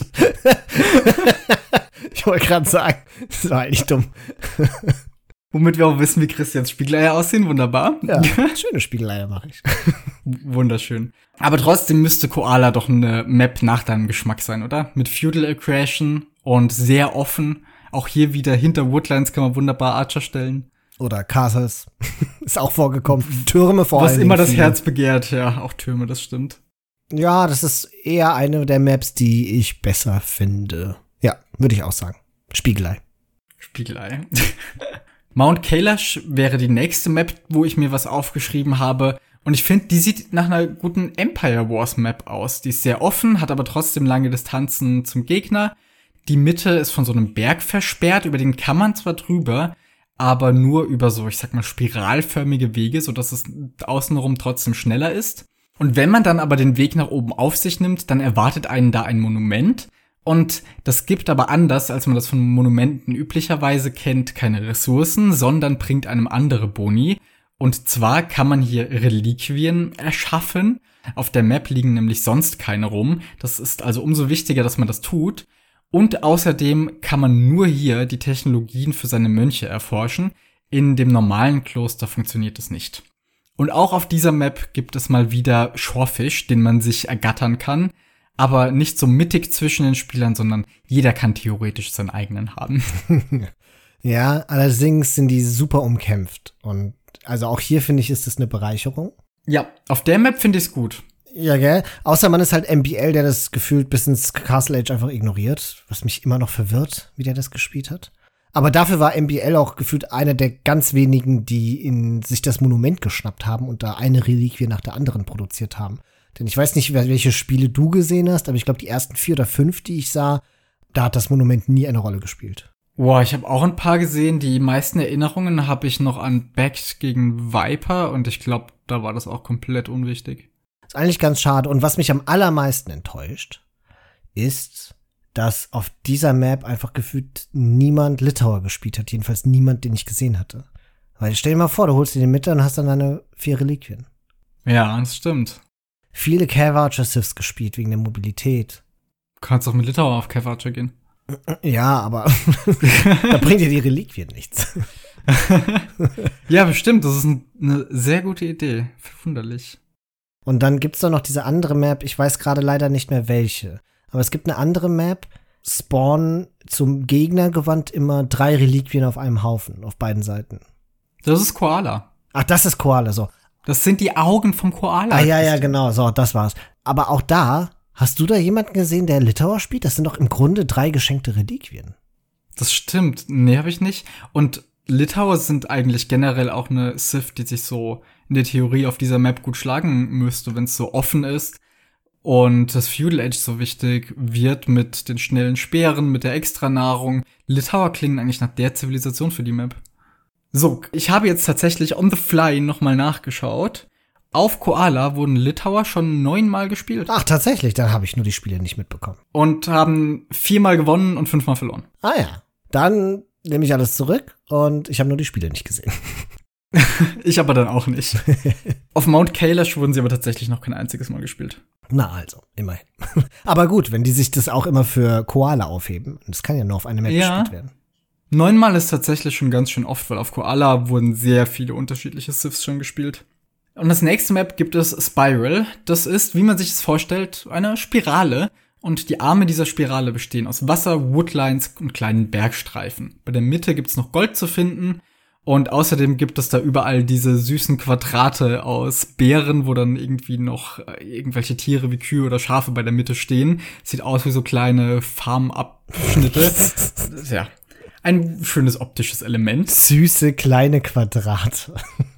Ich wollte gerade sagen, das war eigentlich dumm. Womit wir auch wissen, wie Christians Spiegeleier aussehen. Wunderbar. Ja, schöne Spiegeleier mache ich. Wunderschön. Aber trotzdem müsste Koala doch eine Map nach deinem Geschmack sein, oder? Mit Feudal Aggression und sehr offen. Auch hier wieder hinter Woodlines kann man wunderbar Archer stellen. Oder Castles. Ist auch vorgekommen. Türme vor allem. Was immer das Herz begehrt, ja, auch Türme, das stimmt. Ja, das ist eher eine der Maps, die ich besser finde. Ja, würde ich auch sagen. Spiegelei. Spiegelei. Mount Kailash wäre die nächste Map, wo ich mir was aufgeschrieben habe. Und ich finde, die sieht nach einer guten Empire Wars Map aus. Die ist sehr offen, hat aber trotzdem lange Distanzen zum Gegner. Die Mitte ist von so einem Berg versperrt, über den kann man zwar drüber, aber nur über so, ich sag mal, spiralförmige Wege, sodass es außenrum trotzdem schneller ist. Und wenn man dann aber den Weg nach oben auf sich nimmt, dann erwartet einen da ein Monument. Und das gibt aber anders, als man das von Monumenten üblicherweise kennt, keine Ressourcen, sondern bringt einem andere Boni. Und zwar kann man hier Reliquien erschaffen. Auf der Map liegen nämlich sonst keine rum. Das ist also umso wichtiger, dass man das tut. Und außerdem kann man nur hier die Technologien für seine Mönche erforschen. In dem normalen Kloster funktioniert es nicht. Und auch auf dieser Map gibt es mal wieder Shorefish, den man sich ergattern kann. Aber nicht so mittig zwischen den Spielern, sondern jeder kann theoretisch seinen eigenen haben. Ja, allerdings sind die super umkämpft. Und also auch hier, finde ich, ist es eine Bereicherung. Ja, auf der Map finde ich es gut. Ja, gell? Außer man ist halt M B L, der das gefühlt bis ins Castle Age einfach ignoriert, was mich immer noch verwirrt, wie der das gespielt hat. Aber dafür war M B L auch gefühlt einer der ganz wenigen, die in sich das Monument geschnappt haben und da eine Reliquie nach der anderen produziert haben. Denn ich weiß nicht, welche Spiele du gesehen hast, aber ich glaube, die ersten vier oder fünf, die ich sah, da hat das Monument nie eine Rolle gespielt. Boah, ich habe auch ein paar gesehen. Die meisten Erinnerungen habe ich noch an Backed gegen Viper und ich glaube, da war das auch komplett unwichtig. Ist eigentlich ganz schade. Und was mich am allermeisten enttäuscht, ist, dass auf dieser Map einfach gefühlt niemand Litauer gespielt hat. Jedenfalls niemand, den ich gesehen hatte. Weil stell dir mal vor, du holst dir den mit und hast dann deine vier Reliquien. Ja, das stimmt. Viele Cav-Archer-Siths gespielt wegen der Mobilität. Du kannst auch mit Litauer auf Cav-Archer gehen. Ja, aber da bringt dir die Reliquien nichts. Ja, bestimmt. Das ist ein, eine sehr gute Idee. Wunderlich. Und dann gibt's da noch diese andere Map. Ich weiß gerade leider nicht mehr welche. Aber es gibt eine andere Map. Spawn zum Gegner gewandt immer drei Reliquien auf einem Haufen, auf beiden Seiten. Das ist Koala. Ach, das ist Koala, so. Das sind die Augen vom Koala. Ah, ja, ja, genau, so, das war's. Aber auch da, hast du da jemanden gesehen, der Litauer spielt? Das sind doch im Grunde drei geschenkte Reliquien. Das stimmt. Nee, habe ich nicht. Und Litauer sind eigentlich generell auch eine Sith, die sich so in der Theorie auf dieser Map gut schlagen müsste, wenn es so offen ist. Und das Feudal Age so wichtig wird mit den schnellen Speeren, mit der Extranahrung. Litauer klingen eigentlich nach der Zivilisation für die Map. So, ich habe jetzt tatsächlich on the fly nochmal nachgeschaut. Auf Koala wurden Litauer schon neunmal gespielt. Ach, tatsächlich, da habe ich nur die Spiele nicht mitbekommen. Und haben viermal gewonnen und fünfmal verloren. Ah ja, dann nehme ich alles zurück und ich habe nur die Spiele nicht gesehen. Ich aber dann auch nicht. Auf Mount Kailash wurden sie aber tatsächlich noch kein einziges Mal gespielt. Na also, immerhin. Aber gut, wenn die sich das auch immer für Koala aufheben, das kann ja nur auf eine Map ja. gespielt werden. Neunmal ist tatsächlich schon ganz schön oft, weil auf Koala wurden sehr viele unterschiedliche Siths schon gespielt. Und das nächste Map gibt es Spiral. Das ist, wie man sich es vorstellt, eine Spirale. Und die Arme dieser Spirale bestehen aus Wasser, Woodlines und kleinen Bergstreifen. Bei der Mitte gibt's noch Gold zu finden. Und außerdem gibt es da überall diese süßen Quadrate aus Beeren, wo dann irgendwie noch irgendwelche Tiere wie Kühe oder Schafe bei der Mitte stehen. Sieht aus wie so kleine Farmabschnitte. Ja, ein schönes optisches Element. Süße kleine Quadrate.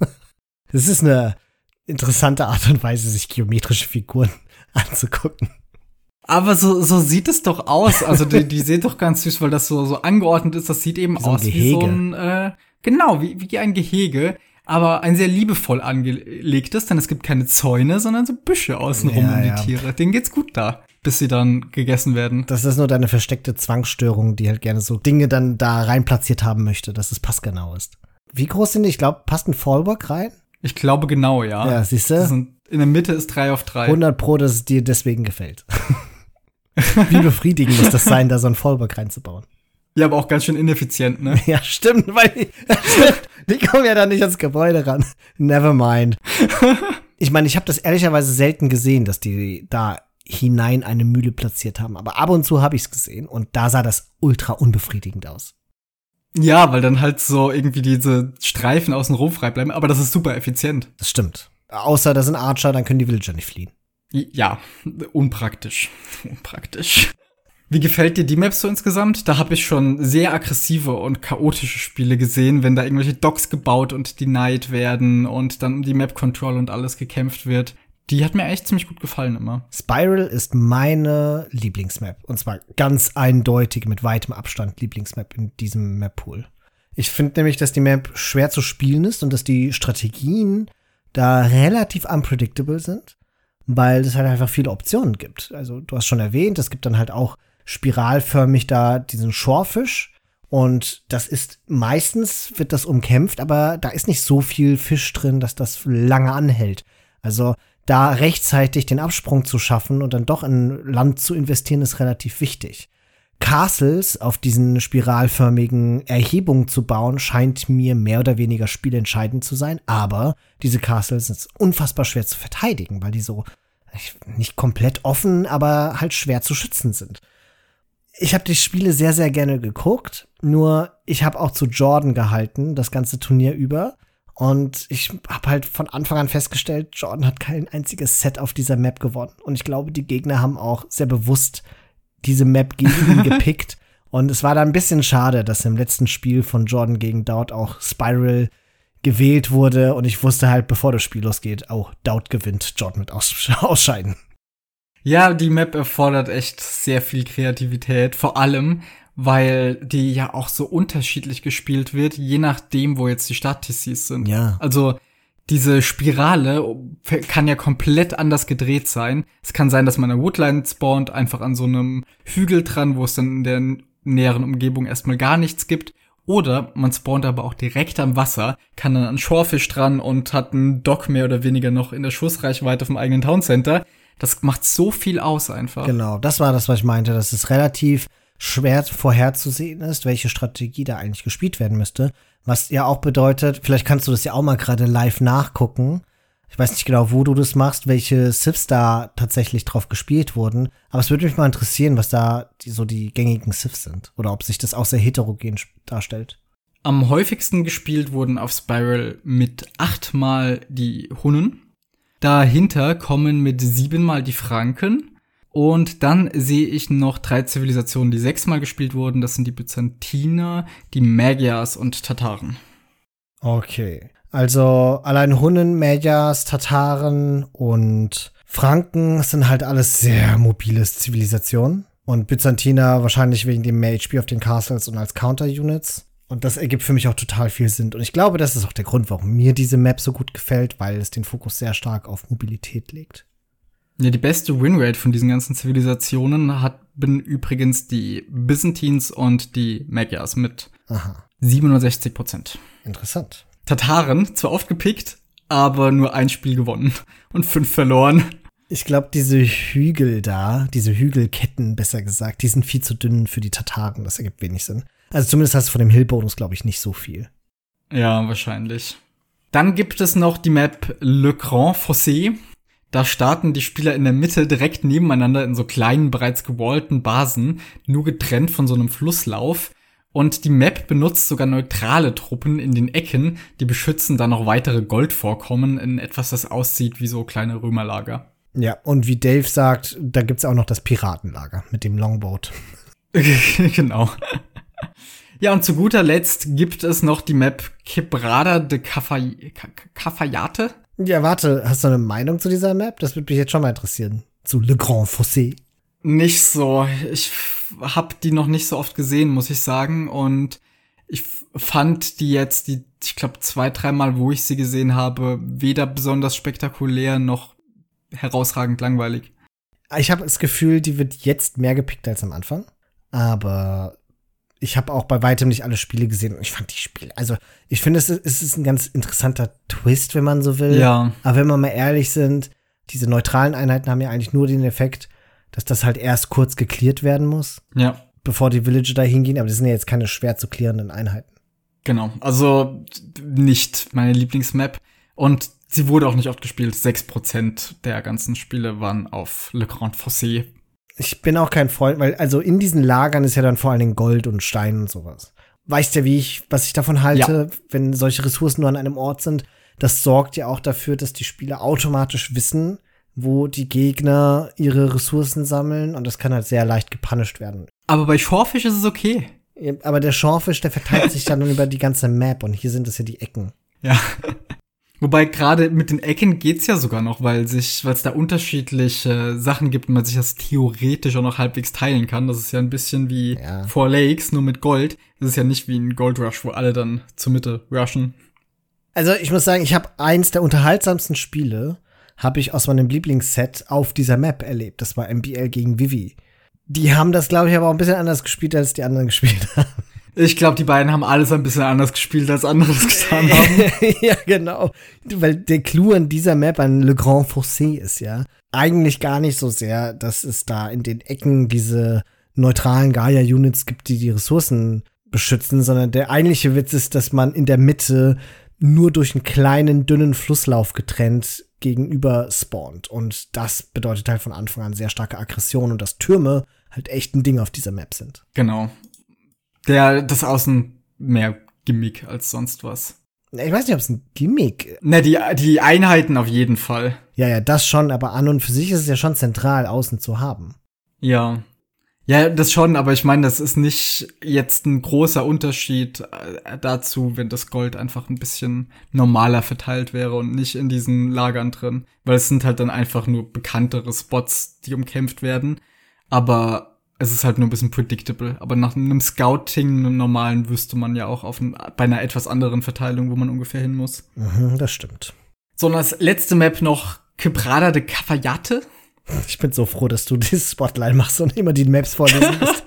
Das ist eine interessante Art und Weise, sich geometrische Figuren anzugucken. Aber so, so sieht es doch aus. Also die, die sehen doch ganz süß, weil das so, so angeordnet ist. Das sieht eben wie so aus wie so ein, äh, genau, wie, wie ein Gehege. Aber ein sehr liebevoll angelegtes, denn es gibt keine Zäune, sondern so Büsche außenrum ja, um die ja. Tiere. Denen geht's gut da, bis sie dann gegessen werden. Das ist nur deine versteckte Zwangsstörung, die halt gerne so Dinge dann da rein platziert haben möchte, dass es passgenau ist. Wie groß sind die? Ich glaube, passt ein Fallback rein? Ich glaube genau, ja. Ja, siehst du? In der Mitte ist drei auf drei. hundert Pro, dass es dir deswegen gefällt. Wie befriedigend muss das sein, da so ein Fallback reinzubauen? Ja, aber auch ganz schön ineffizient, ne? Ja, stimmt, weil die, die kommen ja dann nicht ans Gebäude ran. Never mind. Ich meine, ich habe das ehrlicherweise selten gesehen, dass die da hinein eine Mühle platziert haben. Aber ab und zu habe ich es gesehen und da sah das ultra unbefriedigend aus. Ja, weil dann halt so irgendwie diese Streifen außen rum frei bleiben. Aber das ist super effizient. Das stimmt. Außer da sind Archer, dann können die Villager nicht fliehen. Ja, unpraktisch. Unpraktisch. Wie gefällt dir die Map so insgesamt? Da habe ich schon sehr aggressive und chaotische Spiele gesehen, wenn da irgendwelche Docks gebaut und denied werden und dann um die Map-Control und alles gekämpft wird. Die hat mir echt ziemlich gut gefallen immer. Spiral ist meine Lieblingsmap. Und zwar ganz eindeutig mit weitem Abstand Lieblingsmap in diesem Map-Pool. Ich finde nämlich, dass die Map schwer zu spielen ist und dass die Strategien da relativ unpredictable sind, weil es halt einfach viele Optionen gibt. Also du hast schon erwähnt, es gibt dann halt auch spiralförmig da diesen Shorefish. Und das ist, meistens wird das umkämpft, aber da ist nicht so viel Fisch drin, dass das lange anhält. Also da rechtzeitig den Absprung zu schaffen und dann doch in Land zu investieren, ist relativ wichtig. Castles auf diesen spiralförmigen Erhebungen zu bauen, scheint mir mehr oder weniger spielentscheidend zu sein. Aber diese Castles sind unfassbar schwer zu verteidigen, weil die so nicht komplett offen, aber halt schwer zu schützen sind. Ich habe die Spiele sehr, sehr gerne geguckt, nur ich habe auch zu Jordan gehalten, das ganze Turnier über. Und ich habe halt von Anfang an festgestellt, Jordan hat kein einziges Set auf dieser Map gewonnen. Und ich glaube, die Gegner haben auch sehr bewusst diese Map gegen ihn gepickt. Und es war da ein bisschen schade, dass im letzten Spiel von Jordan gegen Dowd auch Spiral gewählt wurde. Und ich wusste halt, bevor das Spiel losgeht, auch Dowd gewinnt, Jordan wird aus- ausscheiden. Ja, die Map erfordert echt sehr viel Kreativität, vor allem, weil die ja auch so unterschiedlich gespielt wird, je nachdem, wo jetzt die Start-T Cs sind. Ja. Also diese Spirale kann ja komplett anders gedreht sein. Es kann sein, dass man eine Woodline spawnt, einfach an so einem Hügel dran, wo es dann in der näheren Umgebung erstmal gar nichts gibt. Oder man spawnt aber auch direkt am Wasser, kann dann an Shorefish dran und hat einen Dock mehr oder weniger noch in der Schussreichweite vom eigenen Towncenter. Das macht so viel aus einfach. Genau, das war das, was ich meinte, dass es relativ schwer vorherzusehen ist, welche Strategie da eigentlich gespielt werden müsste. Was ja auch bedeutet, vielleicht kannst du das ja auch mal gerade live nachgucken. Ich weiß nicht genau, wo du das machst, welche Civs da tatsächlich drauf gespielt wurden. Aber es würde mich mal interessieren, was da die, so die gängigen Civs sind. Oder ob sich das auch sehr heterogen darstellt. Am häufigsten gespielt wurden auf Spiral mit achtmal die Hunnen. Dahinter kommen mit siebenmal die Franken. Und dann sehe ich noch drei Zivilisationen, die sechsmal gespielt wurden. Das sind die Byzantiner, die Magyars und Tataren. Okay. Also allein Hunnen, Magyars, Tataren und Franken sind halt alles sehr mobile Zivilisationen. Und Byzantiner wahrscheinlich wegen dem mehr H P auf den Castles und als Counter-Units. Und das ergibt für mich auch total viel Sinn. Und ich glaube, das ist auch der Grund, warum mir diese Map so gut gefällt, weil es den Fokus sehr stark auf Mobilität legt. Ja, die beste Winrate von diesen ganzen Zivilisationen hatten übrigens die Byzantines und die Magyars mit Aha. siebenundsechzig Prozent. Interessant. Tataren, zwar oft gepickt, aber nur ein Spiel gewonnen und fünf verloren. Ich glaube, diese Hügel da, diese Hügelketten, besser gesagt, die sind viel zu dünn für die Tataren. Das ergibt wenig Sinn. Also zumindest hast du von dem Hill-Bonus, glaube ich, nicht so viel. Ja, wahrscheinlich. Dann gibt es noch die Map Le Grand Fossé. Da starten die Spieler in der Mitte direkt nebeneinander in so kleinen, bereits gewallten Basen, nur getrennt von so einem Flusslauf. Und die Map benutzt sogar neutrale Truppen in den Ecken, die beschützen dann noch weitere Goldvorkommen in etwas, das aussieht wie so kleine Römerlager. Ja, und wie Dave sagt, da gibt's auch noch das Piratenlager mit dem Longboat. Genau. Ja, und zu guter Letzt gibt es noch die Map Quebrada de Cafay- Cafayate. Ja, warte, hast du eine Meinung zu dieser Map? Das würde mich jetzt schon mal interessieren. Zu Le Grand Fossé. Nicht so. Ich hab die noch nicht so oft gesehen, muss ich sagen. Und ich fand die jetzt, die, ich glaube, zwei, dreimal, wo ich sie gesehen habe, weder besonders spektakulär noch herausragend langweilig. Ich habe das Gefühl, die wird jetzt mehr gepickt als am Anfang. Aber ich habe auch bei weitem nicht alle Spiele gesehen. Und ich fand die Spiele, also ich finde, es ist, es ist ein ganz interessanter Twist, wenn man so will. Ja. Aber wenn wir mal ehrlich sind, diese neutralen Einheiten haben ja eigentlich nur den Effekt, dass das halt erst kurz geklärt werden muss. Ja. Bevor die Villager da hingehen. Aber das sind ja jetzt keine schwer zu klärenden Einheiten. Genau. Also nicht meine Lieblingsmap. Und sie wurde auch nicht oft gespielt. Sechs Prozent der ganzen Spiele waren auf Le Grand Fossé. Ich bin auch kein Freund, weil also in diesen Lagern ist ja dann vor allen Dingen Gold und Stein und sowas. Weißt ja, wie ich, was ich davon halte, ja. Wenn solche Ressourcen nur an einem Ort sind. Das sorgt ja auch dafür, dass die Spieler automatisch wissen, wo die Gegner ihre Ressourcen sammeln. Und das kann halt sehr leicht gepunished werden. Aber bei Shorefish ist es okay. Ja, aber der Shorefish, der verteilt sich dann über die ganze Map. Und hier sind es ja die Ecken. Ja. Wobei gerade mit den Ecken geht's ja sogar noch, weil sich, weil es da unterschiedliche Sachen gibt und man sich das theoretisch auch noch halbwegs teilen kann. Das ist ja ein bisschen wie ja. Four Lakes, nur mit Gold. Das ist ja nicht wie ein Gold Rush, wo alle dann zur Mitte rushen. Also ich muss sagen, ich habe eins der unterhaltsamsten Spiele, habe ich aus meinem Lieblingsset auf dieser Map erlebt. Das war M B L gegen Vivi. Die haben das, glaube ich, aber auch ein bisschen anders gespielt, als die anderen gespielt haben. Ich glaube, die beiden haben alles ein bisschen anders gespielt, als andere es getan haben. Ja, genau. Weil der Clou an dieser Map, an Le Grand Fossé, ist ja eigentlich gar nicht so sehr, dass es da in den Ecken diese neutralen Gaia-Units gibt, die die Ressourcen beschützen, sondern der eigentliche Witz ist, dass man in der Mitte nur durch einen kleinen, dünnen Flusslauf getrennt gegenüber spawnt. Und das bedeutet halt von Anfang an sehr starke Aggression und dass Türme halt echt ein Ding auf dieser Map sind. Genau. Der, das Außen mehr Gimmick als sonst was. Ich weiß nicht, ob es ein Gimmick. Ne, die, die Einheiten auf jeden Fall. Ja, ja, das schon, aber an und für sich ist es ja schon zentral, außen zu haben. Ja. Ja, das schon, aber ich meine, das ist nicht jetzt ein großer Unterschied dazu, wenn das Gold einfach ein bisschen normaler verteilt wäre und nicht in diesen Lagern drin. Weil es sind halt dann einfach nur bekanntere Spots, die umkämpft werden. Aber es ist halt nur ein bisschen predictable. Aber nach einem Scouting, einem normalen, wüsste man ja auch auf ein, bei einer etwas anderen Verteilung, wo man ungefähr hin muss. Mhm, das stimmt. So, und als letzte Map noch Quebrada de Cafayate. Ich bin so froh, dass du dieses Spotlight machst und immer die Maps vorlesen musst.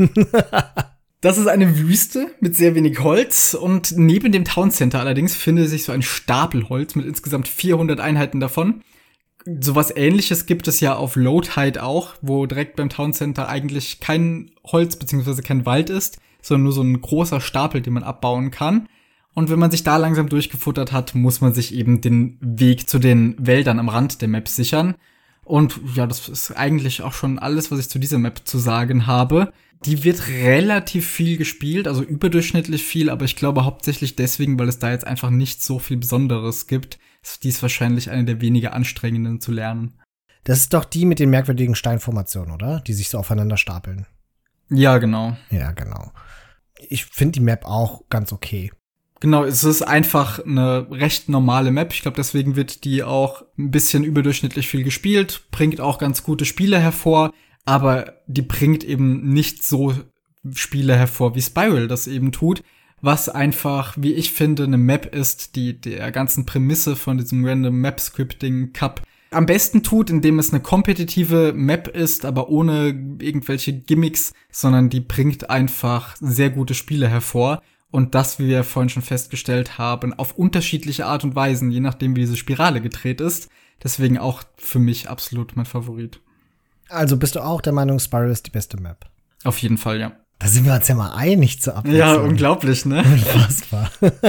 Das ist eine Wüste mit sehr wenig Holz und neben dem Town Center allerdings findet sich so ein Stapel Holz mit insgesamt vierhundert Einheiten davon. Sowas Ähnliches gibt es ja auf Loadhide auch, wo direkt beim Town Center eigentlich kein Holz bzw. kein Wald ist, sondern nur so ein großer Stapel, den man abbauen kann. Und wenn man sich da langsam durchgefuttert hat, muss man sich eben den Weg zu den Wäldern am Rand der Map sichern. Und ja, das ist eigentlich auch schon alles, was ich zu dieser Map zu sagen habe. Die wird relativ viel gespielt, also überdurchschnittlich viel, aber ich glaube hauptsächlich deswegen, weil es da jetzt einfach nicht so viel Besonderes gibt. Die ist wahrscheinlich eine der weniger anstrengenden zu lernen. Das ist doch die mit den merkwürdigen Steinformationen, oder? Die sich so aufeinander stapeln. Ja, genau. Ja, genau. Ich finde die Map auch ganz okay. Genau, es ist einfach eine recht normale Map. Ich glaube, deswegen wird die auch ein bisschen überdurchschnittlich viel gespielt, bringt auch ganz gute Spiele hervor, aber die bringt eben nicht so Spiele hervor, wie Spiral das eben tut, was einfach, wie ich finde, eine Map ist, die der ganzen Prämisse von diesem Random Map Scripting Cup am besten tut, indem es eine kompetitive Map ist, aber ohne irgendwelche Gimmicks, sondern die bringt einfach sehr gute Spiele hervor. Und das, wie wir vorhin schon festgestellt haben, auf unterschiedliche Art und Weisen, je nachdem, wie diese Spirale gedreht ist. Deswegen auch für mich absolut mein Favorit. Also bist du auch der Meinung, Spiral ist die beste Map? Auf jeden Fall, ja. Da sind wir uns ja mal einig zur Abwechslung. Ja, unglaublich, ne? Unfassbar.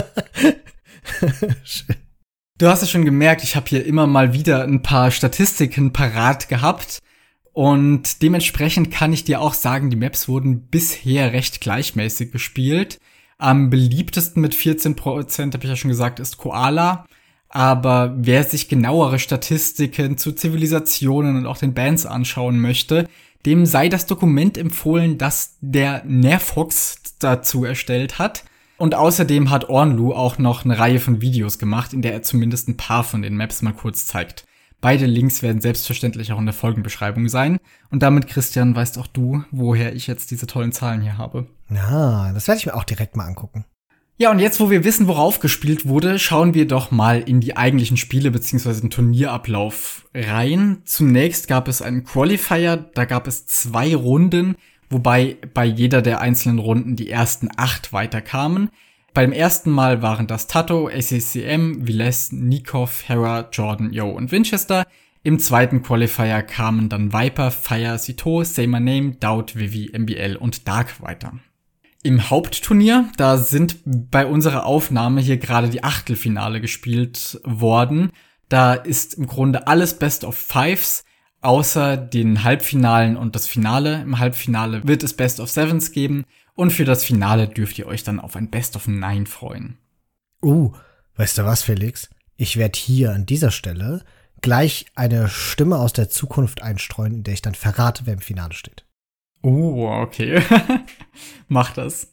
Schön. Du hast es schon gemerkt, ich habe hier immer mal wieder ein paar Statistiken parat gehabt. Und dementsprechend kann ich dir auch sagen, die Maps wurden bisher recht gleichmäßig gespielt. Am beliebtesten mit vierzehn Prozent, habe ich ja schon gesagt, ist Koala. Aber wer sich genauere Statistiken zu Zivilisationen und auch den Bands anschauen möchte, dem sei das Dokument empfohlen, das der Nerfox dazu erstellt hat. Und außerdem hat Ornlu auch noch eine Reihe von Videos gemacht, in der er zumindest ein paar von den Maps mal kurz zeigt. Beide Links werden selbstverständlich auch in der Folgenbeschreibung sein. Und damit, Christian, weißt auch du, woher ich jetzt diese tollen Zahlen hier habe. Ja, das werde ich mir auch direkt mal angucken. Ja, und jetzt, wo wir wissen, worauf gespielt wurde, schauen wir doch mal in die eigentlichen Spiele bzw. den Turnierablauf rein. Zunächst gab es einen Qualifier, da gab es zwei Runden, wobei bei jeder der einzelnen Runden die ersten acht weiterkamen. Beim ersten Mal waren das Tato, A C C M, Viles, Nikov, Hera, Jordan, Yo und Winchester. Im zweiten Qualifier kamen dann Viper, Fire, Sito, Say My Name, Doubt, Vivi, M B L und Dark weiter. Im Hauptturnier, da sind bei unserer Aufnahme hier gerade die Achtelfinale gespielt worden. Da ist im Grunde alles Best of Fives, außer den Halbfinalen und das Finale. Im Halbfinale wird es Best of Sevens geben. Und für das Finale dürft ihr euch dann auf ein Best of Nine freuen. Uh, weißt du was, Felix? Ich werde hier an dieser Stelle gleich eine Stimme aus der Zukunft einstreuen, in der ich dann verrate, wer im Finale steht. Oh, okay. Mach das.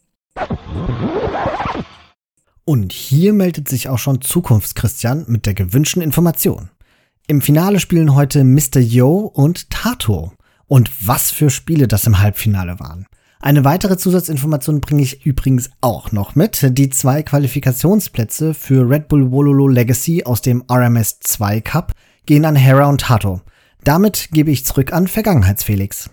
Und hier meldet sich auch schon Zukunftschristian mit der gewünschten Information. Im Finale spielen heute Mister Yo und Tato. Und was für Spiele das im Halbfinale waren. Eine weitere Zusatzinformation bringe ich übrigens auch noch mit. Die zwei Qualifikationsplätze für Red Bull Wololo Legacy aus dem R M S zwei Cup gehen an Hera und Tato. Damit gebe ich zurück an Vergangenheitsfelix.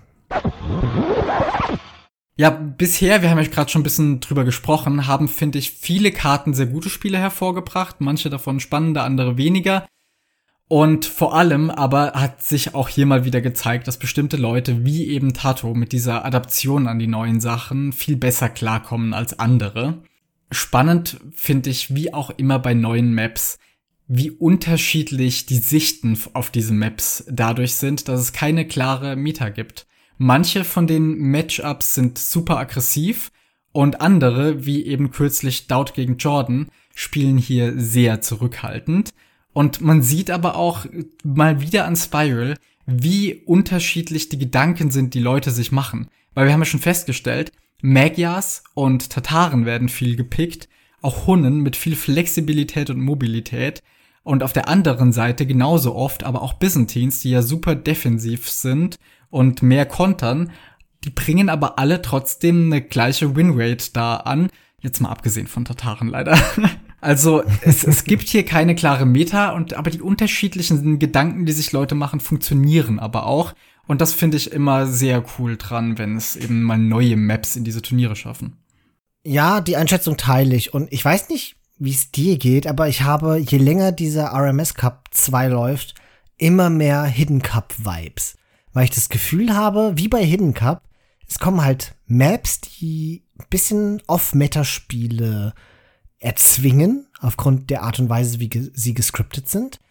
Ja, bisher, wir haben ja gerade schon ein bisschen drüber gesprochen, haben, finde ich, viele Karten sehr gute Spiele hervorgebracht. Manche davon spannender, andere weniger. Und vor allem aber hat sich auch hier mal wieder gezeigt, dass bestimmte Leute wie eben Tato mit dieser Adaption an die neuen Sachen viel besser klarkommen als andere. Spannend finde ich, wie auch immer bei neuen Maps, wie unterschiedlich die Sichten auf diese Maps dadurch sind, dass es keine klare Meta gibt. Manche von den Matchups sind super aggressiv und andere, wie eben kürzlich Dowd gegen Jordan, spielen hier sehr zurückhaltend. Und man sieht aber auch mal wieder an Spiral, wie unterschiedlich die Gedanken sind, die Leute sich machen. Weil wir haben ja schon festgestellt, Magyars und Tataren werden viel gepickt, auch Hunnen mit viel Flexibilität und Mobilität. Und auf der anderen Seite genauso oft, aber auch Byzantines, die ja super defensiv sind und mehr kontern, die bringen aber alle trotzdem eine gleiche Winrate da an. Jetzt mal abgesehen von Tataren leider. Also es, es gibt hier keine klare Meta, und aber die unterschiedlichen Gedanken, die sich Leute machen, funktionieren aber auch. Und das finde ich immer sehr cool dran, wenn es eben mal neue Maps in diese Turniere schaffen. Ja, die Einschätzung teile ich. Und ich weiß nicht, wie es dir geht, aber ich habe, je länger dieser R M S Cup zwei läuft, immer mehr Hidden Cup Vibes. Weil ich das Gefühl habe, wie bei Hidden Cup, es kommen halt Maps, die ein bisschen Off-Meta-Spiele erzwingen, aufgrund der Art und Weise, wie ge- sie gescriptet sind.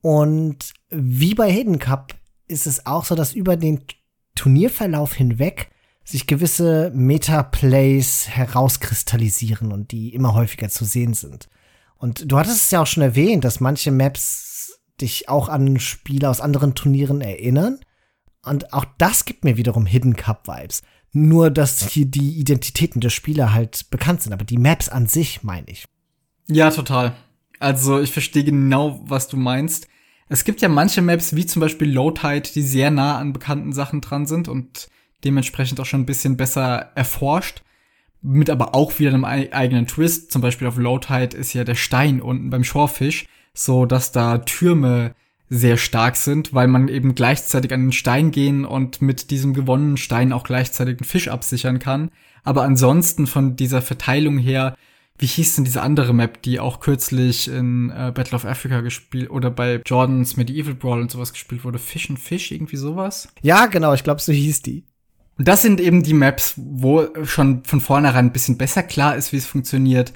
Und wie bei Hidden Cup ist es auch so, dass über den Turnierverlauf hinweg sich gewisse Meta-Plays herauskristallisieren und die immer häufiger zu sehen sind. Und du hattest es ja auch schon erwähnt, dass manche Maps dich auch an Spiele aus anderen Turnieren erinnern. Und auch das gibt mir wiederum Hidden Cup-Vibes. Nur, dass hier die Identitäten der Spieler halt bekannt sind. Aber die Maps an sich, meine ich. Ja, total. Also ich verstehe genau, was du meinst. Es gibt ja manche Maps, wie zum Beispiel Low Tide, die sehr nah an bekannten Sachen dran sind und dementsprechend auch schon ein bisschen besser erforscht. Mit aber auch wieder einem eigenen Twist. Zum Beispiel auf Low Tide ist ja der Stein unten beim Shorefish, so dass da Türme sehr stark sind, weil man eben gleichzeitig an den Stein gehen und mit diesem gewonnenen Stein auch gleichzeitig einen Fisch absichern kann. Aber ansonsten von dieser Verteilung her, wie hieß denn diese andere Map, die auch kürzlich in äh, Battle of Africa gespielt oder bei Jordans Medieval Brawl und sowas gespielt wurde? Fish and Fish, irgendwie sowas? Ja, genau, ich glaube, so hieß die. Und das sind eben die Maps, wo schon von vornherein ein bisschen besser klar ist, wie es funktioniert.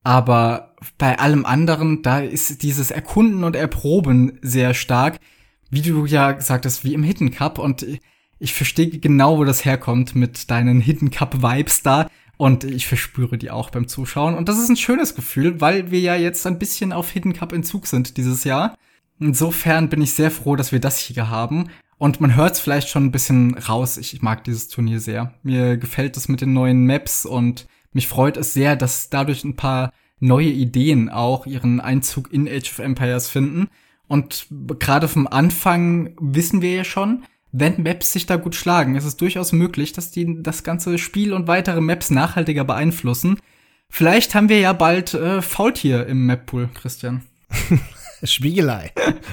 Aber bei allem anderen, da ist dieses Erkunden und Erproben sehr stark. Wie du ja gesagt hast, wie im Hidden Cup. Und ich verstehe genau, wo das herkommt mit deinen Hidden Cup-Vibes da. Und ich verspüre die auch beim Zuschauen. Und das ist ein schönes Gefühl, weil wir ja jetzt ein bisschen auf Hidden Cup-Entzug sind dieses Jahr. Insofern bin ich sehr froh, dass wir das hier haben. Und man hört es vielleicht schon ein bisschen raus. Ich mag dieses Turnier sehr. Mir gefällt es mit den neuen Maps und mich freut es sehr, dass dadurch ein paar neue Ideen auch ihren Einzug in Age of Empires finden. Und gerade vom Anfang wissen wir ja schon, wenn Maps sich da gut schlagen, ist es durchaus möglich, dass die das ganze Spiel und weitere Maps nachhaltiger beeinflussen. Vielleicht haben wir ja bald äh, Faultier im Mappool, Christian. Spiegelei.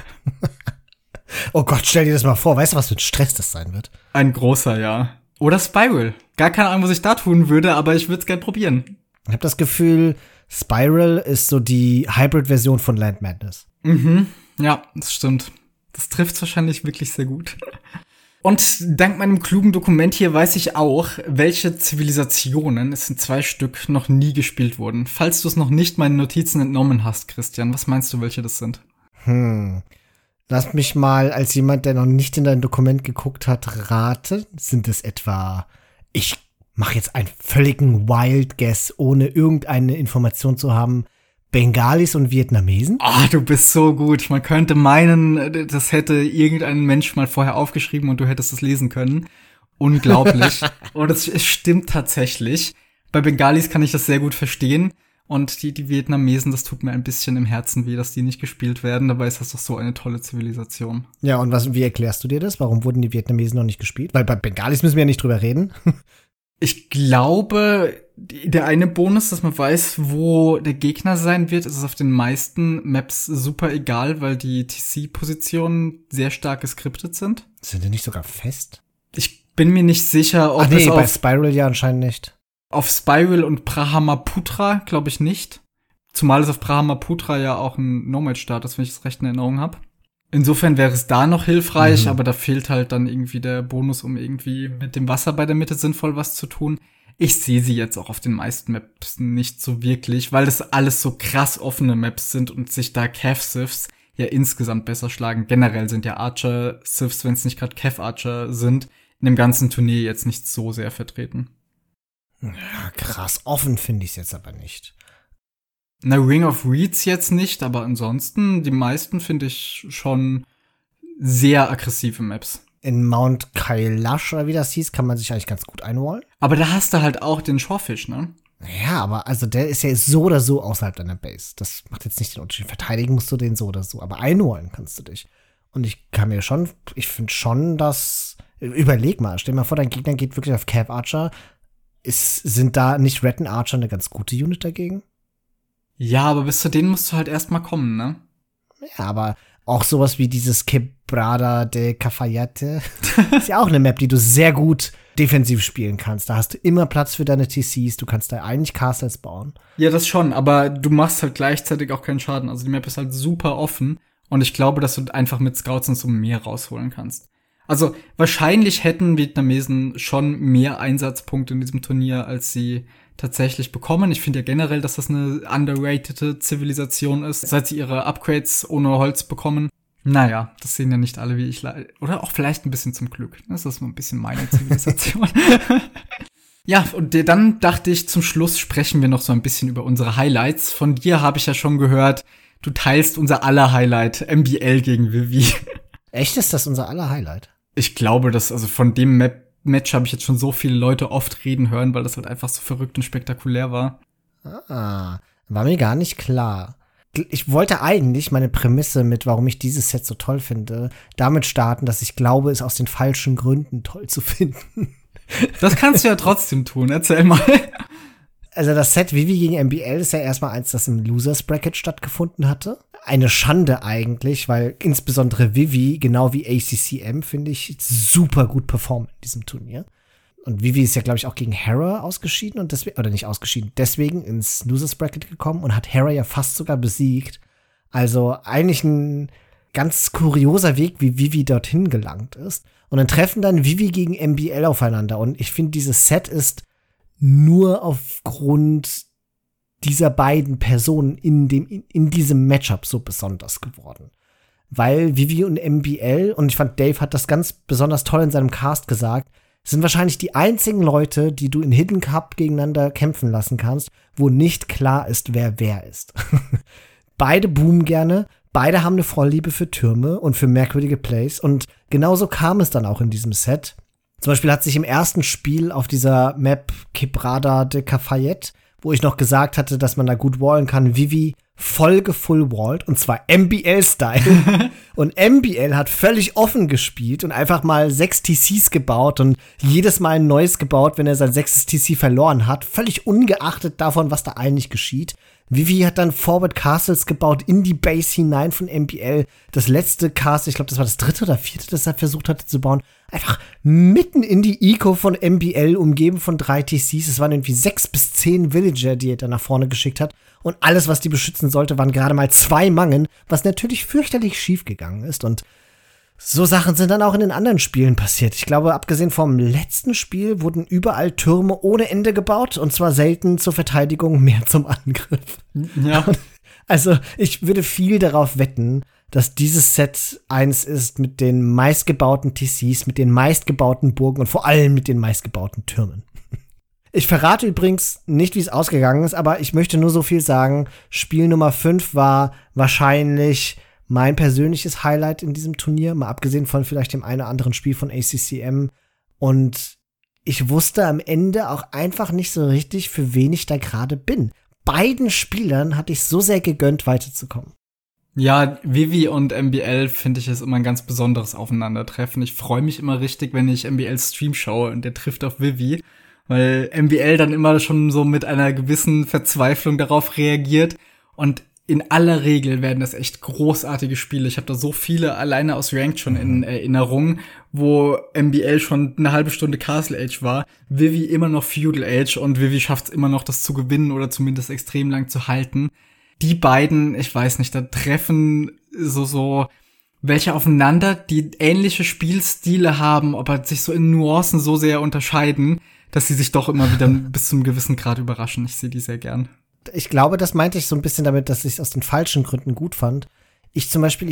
Oh Gott, stell dir das mal vor. Weißt du, was für ein Stress das sein wird? Ein großer, ja. Oder Spiral. Gar keine Ahnung, was ich da tun würde, aber ich würde es gern probieren. Ich habe das Gefühl, Spiral ist so die Hybrid-Version von Land Madness. Mhm, ja, das stimmt. Das trifft's wahrscheinlich wirklich sehr gut. Und dank meinem klugen Dokument hier weiß ich auch, welche Zivilisationen, es sind zwei Stück, noch nie gespielt wurden. Falls du es noch nicht meinen Notizen entnommen hast, Christian, was meinst du, welche das sind? Hm. Lass mich mal als jemand, der noch nicht in dein Dokument geguckt hat, raten. Sind es etwa, ich mache jetzt einen völligen Wild Guess, ohne irgendeine Information zu haben, Bengalis und Vietnamesen? Ah, oh, du bist so gut. Man könnte meinen, das hätte irgendein Mensch mal vorher aufgeschrieben und du hättest es lesen können. Unglaublich. Und es, es stimmt tatsächlich. Bei Bengalis kann ich das sehr gut verstehen. Und die, die Vietnamesen, das tut mir ein bisschen im Herzen weh, dass die nicht gespielt werden. Dabei ist das doch so eine tolle Zivilisation. Ja, und was, wie erklärst du dir das? Warum wurden die Vietnamesen noch nicht gespielt? Weil bei Bengalis müssen wir ja nicht drüber reden. Ich glaube, der eine Bonus, dass man weiß, wo der Gegner sein wird, ist es auf den meisten Maps super egal, weil die T C-Positionen sehr stark geskriptet sind. Sind die nicht sogar fest? Ich bin mir nicht sicher, ob Ach nee, es bei auf Spiral ja anscheinend nicht. Auf Spiral und Brahmaputra glaube ich nicht. Zumal es auf Brahmaputra ja auch ein Nomad-Start ist, wenn ich es recht in Erinnerung habe. Insofern wäre es da noch hilfreich, mhm. aber da fehlt halt dann irgendwie der Bonus, um irgendwie mit dem Wasser bei der Mitte sinnvoll was zu tun. Ich sehe sie jetzt auch auf den meisten Maps nicht so wirklich, weil das alles so krass offene Maps sind und sich da Cav-Siths ja insgesamt besser schlagen. Generell sind ja Archer-Siths, wenn es nicht gerade Cav-Archer sind, in dem ganzen Turnier jetzt nicht so sehr vertreten. Ja, krass. Offen finde ich es jetzt aber nicht. Na, Ring of Reeds jetzt nicht, aber ansonsten, die meisten finde ich schon sehr aggressive Maps. In Mount Kailash, oder wie das hieß, kann man sich eigentlich ganz gut einwallen. Aber da hast du halt auch den Shorefish, ne? Ja, aber also der ist ja so oder so außerhalb deiner Base. Das macht jetzt nicht den Unterschied. Verteidigen musst du den so oder so, aber einwallen kannst du dich. Und ich kann mir schon, ich finde schon, dass, überleg mal, stell dir mal vor, dein Gegner geht wirklich auf Cav Archer. Ist, sind da nicht Retin Archer eine ganz gute Unit dagegen? Ja, aber bis zu denen musst du halt erstmal kommen, ne? Ja, aber auch sowas wie dieses Quebrada de Cafayate ist ja auch eine Map, die du sehr gut defensiv spielen kannst. Da hast du immer Platz für deine T Cs, du kannst da eigentlich Castles bauen. Ja, das schon, aber du machst halt gleichzeitig auch keinen Schaden. Also die Map ist halt super offen und ich glaube, dass du einfach mit Scouts und so mehr rausholen kannst. Also wahrscheinlich hätten Vietnamesen schon mehr Einsatzpunkte in diesem Turnier, als sie tatsächlich bekommen. Ich finde ja generell, dass das eine underratede Zivilisation ist, seit sie ihre Upgrades ohne Holz bekommen. Naja, das sehen ja nicht alle wie ich. Oder auch vielleicht ein bisschen zum Glück. Das ist so ein bisschen meine Zivilisation. Ja, und dann dachte ich, zum Schluss sprechen wir noch so ein bisschen über unsere Highlights. Von dir habe ich ja schon gehört, du teilst unser aller Highlight, M B L gegen Vivi. Echt, ist das unser aller Highlight? Ich glaube, dass, also von dem Map Match habe ich jetzt schon so viele Leute oft reden hören, weil das halt einfach so verrückt und spektakulär war. Ah, war mir gar nicht klar. Ich wollte eigentlich meine Prämisse mit, warum ich dieses Set so toll finde, damit starten, dass ich glaube, es aus den falschen Gründen toll zu finden. Das kannst du ja trotzdem tun, erzähl mal. Also das Set Vivi gegen M B L ist ja erstmal eins, das im Losers Bracket stattgefunden hatte. Eine Schande eigentlich, weil insbesondere Vivi, genau wie A C C M, finde ich, super gut performt in diesem Turnier. Und Vivi ist ja, glaube ich, auch gegen Hera ausgeschieden und deswegen, oder nicht ausgeschieden, deswegen ins Losers Bracket gekommen und hat Hera ja fast sogar besiegt. Also eigentlich ein ganz kurioser Weg, wie Vivi dorthin gelangt ist. Und dann treffen dann Vivi gegen M B L aufeinander. Und ich finde, dieses Set ist nur aufgrund dieser beiden Personen in dem, in, in diesem Matchup so besonders geworden. Weil Vivi und M B L, und ich fand, Dave hat das ganz besonders toll in seinem Cast gesagt, sind wahrscheinlich die einzigen Leute, die du in Hidden Cup gegeneinander kämpfen lassen kannst, wo nicht klar ist, wer wer ist. Beide boomen gerne, beide haben eine Vorliebe für Türme und für merkwürdige Plays und genauso kam es dann auch in diesem Set. Zum Beispiel hat sich im ersten Spiel auf dieser Map Quebrada de Cafayate, wo ich noch gesagt hatte, dass man da gut wallen kann, Vivi voll gefullwalled, und zwar M B L-Style. Und M B L hat völlig offen gespielt und einfach mal sechs T Cs gebaut und jedes Mal ein neues gebaut, wenn er sein sechstes T C verloren hat, völlig ungeachtet davon, was da eigentlich geschieht. Vivi hat dann Forward Castles gebaut in die Base hinein von M B L. Das letzte Castle, ich glaube, das war das dritte oder vierte, das er versucht hatte zu bauen, einfach mitten in die Eco von M B L, umgeben von drei T Cs. Es waren irgendwie sechs bis zehn Villager, die er dann nach vorne geschickt hat. Und alles, was die beschützen sollte, waren gerade mal zwei Mangen, was natürlich fürchterlich schief gegangen ist. Und so Sachen sind dann auch in den anderen Spielen passiert. Ich glaube, abgesehen vom letzten Spiel wurden überall Türme ohne Ende gebaut. Und zwar selten zur Verteidigung, mehr zum Angriff. Ja. Also ich würde viel darauf wetten, dass dieses Set eins ist mit den meistgebauten T Cs, mit den meistgebauten Burgen und vor allem mit den meistgebauten Türmen. Ich verrate übrigens nicht, wie es ausgegangen ist, aber ich möchte nur so viel sagen. Spiel Nummer fünf war wahrscheinlich mein persönliches Highlight in diesem Turnier, mal abgesehen von vielleicht dem einen oder anderen Spiel von A C C M. Und ich wusste am Ende auch einfach nicht so richtig, für wen ich da gerade bin. Beiden Spielern hatte ich so sehr gegönnt, weiterzukommen. Ja, Vivi und M B L finde ich ist immer ein ganz besonderes Aufeinandertreffen. Ich freue mich immer richtig, wenn ich M B L Stream schaue und der trifft auf Vivi, weil M B L dann immer schon so mit einer gewissen Verzweiflung darauf reagiert. Und in aller Regel werden das echt großartige Spiele. Ich habe da so viele alleine aus Ranked schon in Erinnerung, wo M B L schon eine halbe Stunde Castle Age war, Vivi immer noch Feudal Age und Vivi schafft es immer noch, das zu gewinnen oder zumindest extrem lang zu halten. Die beiden, ich weiß nicht, da treffen so so welche aufeinander, die ähnliche Spielstile haben, aber sich so in Nuancen so sehr unterscheiden, dass sie sich doch immer wieder bis zum gewissen Grad überraschen. Ich sehe die sehr gern. Ich glaube, das meinte ich so ein bisschen damit, dass ich es aus den falschen Gründen gut fand. Ich zum Beispiel, ich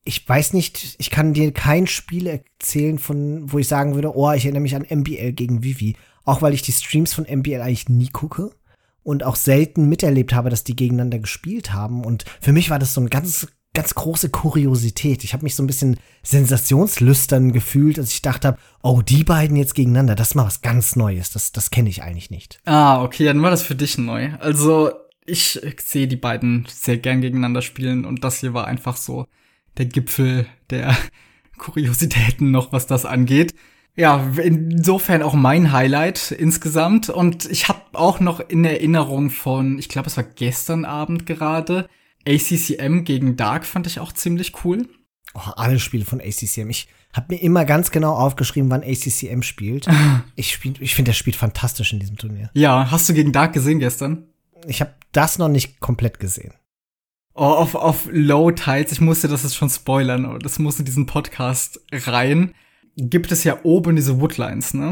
ich weiß nicht, ich kann dir kein Spiel erzählen, von wo ich sagen würde, oh, ich erinnere mich an M B L gegen Vivi. Auch weil ich die Streams von M B L eigentlich nie gucke und auch selten miterlebt habe, dass die gegeneinander gespielt haben. Und für mich war das so eine ganz, ganz große Kuriosität. Ich habe mich so ein bisschen sensationslüstern gefühlt, als ich dachte, oh, die beiden jetzt gegeneinander, das ist mal was ganz Neues. Das, das kenne ich eigentlich nicht. Ah, okay, dann war das für dich neu. Also ich sehe die beiden sehr gern gegeneinander spielen und das hier war einfach so der Gipfel der Kuriositäten noch, was das angeht. Ja, insofern auch mein Highlight insgesamt. Und ich habe auch noch in Erinnerung von, ich glaube, es war gestern Abend gerade, A C C M gegen Dark fand ich auch ziemlich cool. Oh, alle Spiele von A C C M. Ich habe mir immer ganz genau aufgeschrieben, wann A C C M spielt. ich spiel, ich finde, der spielt fantastisch in diesem Turnier. Ja, hast du gegen Dark gesehen gestern? Ich habe das noch nicht komplett gesehen. Oh, auf, auf Low Tides, ich musste das jetzt schon spoilern, aber das muss in diesen Podcast rein. Gibt es ja oben diese Woodlines, ne?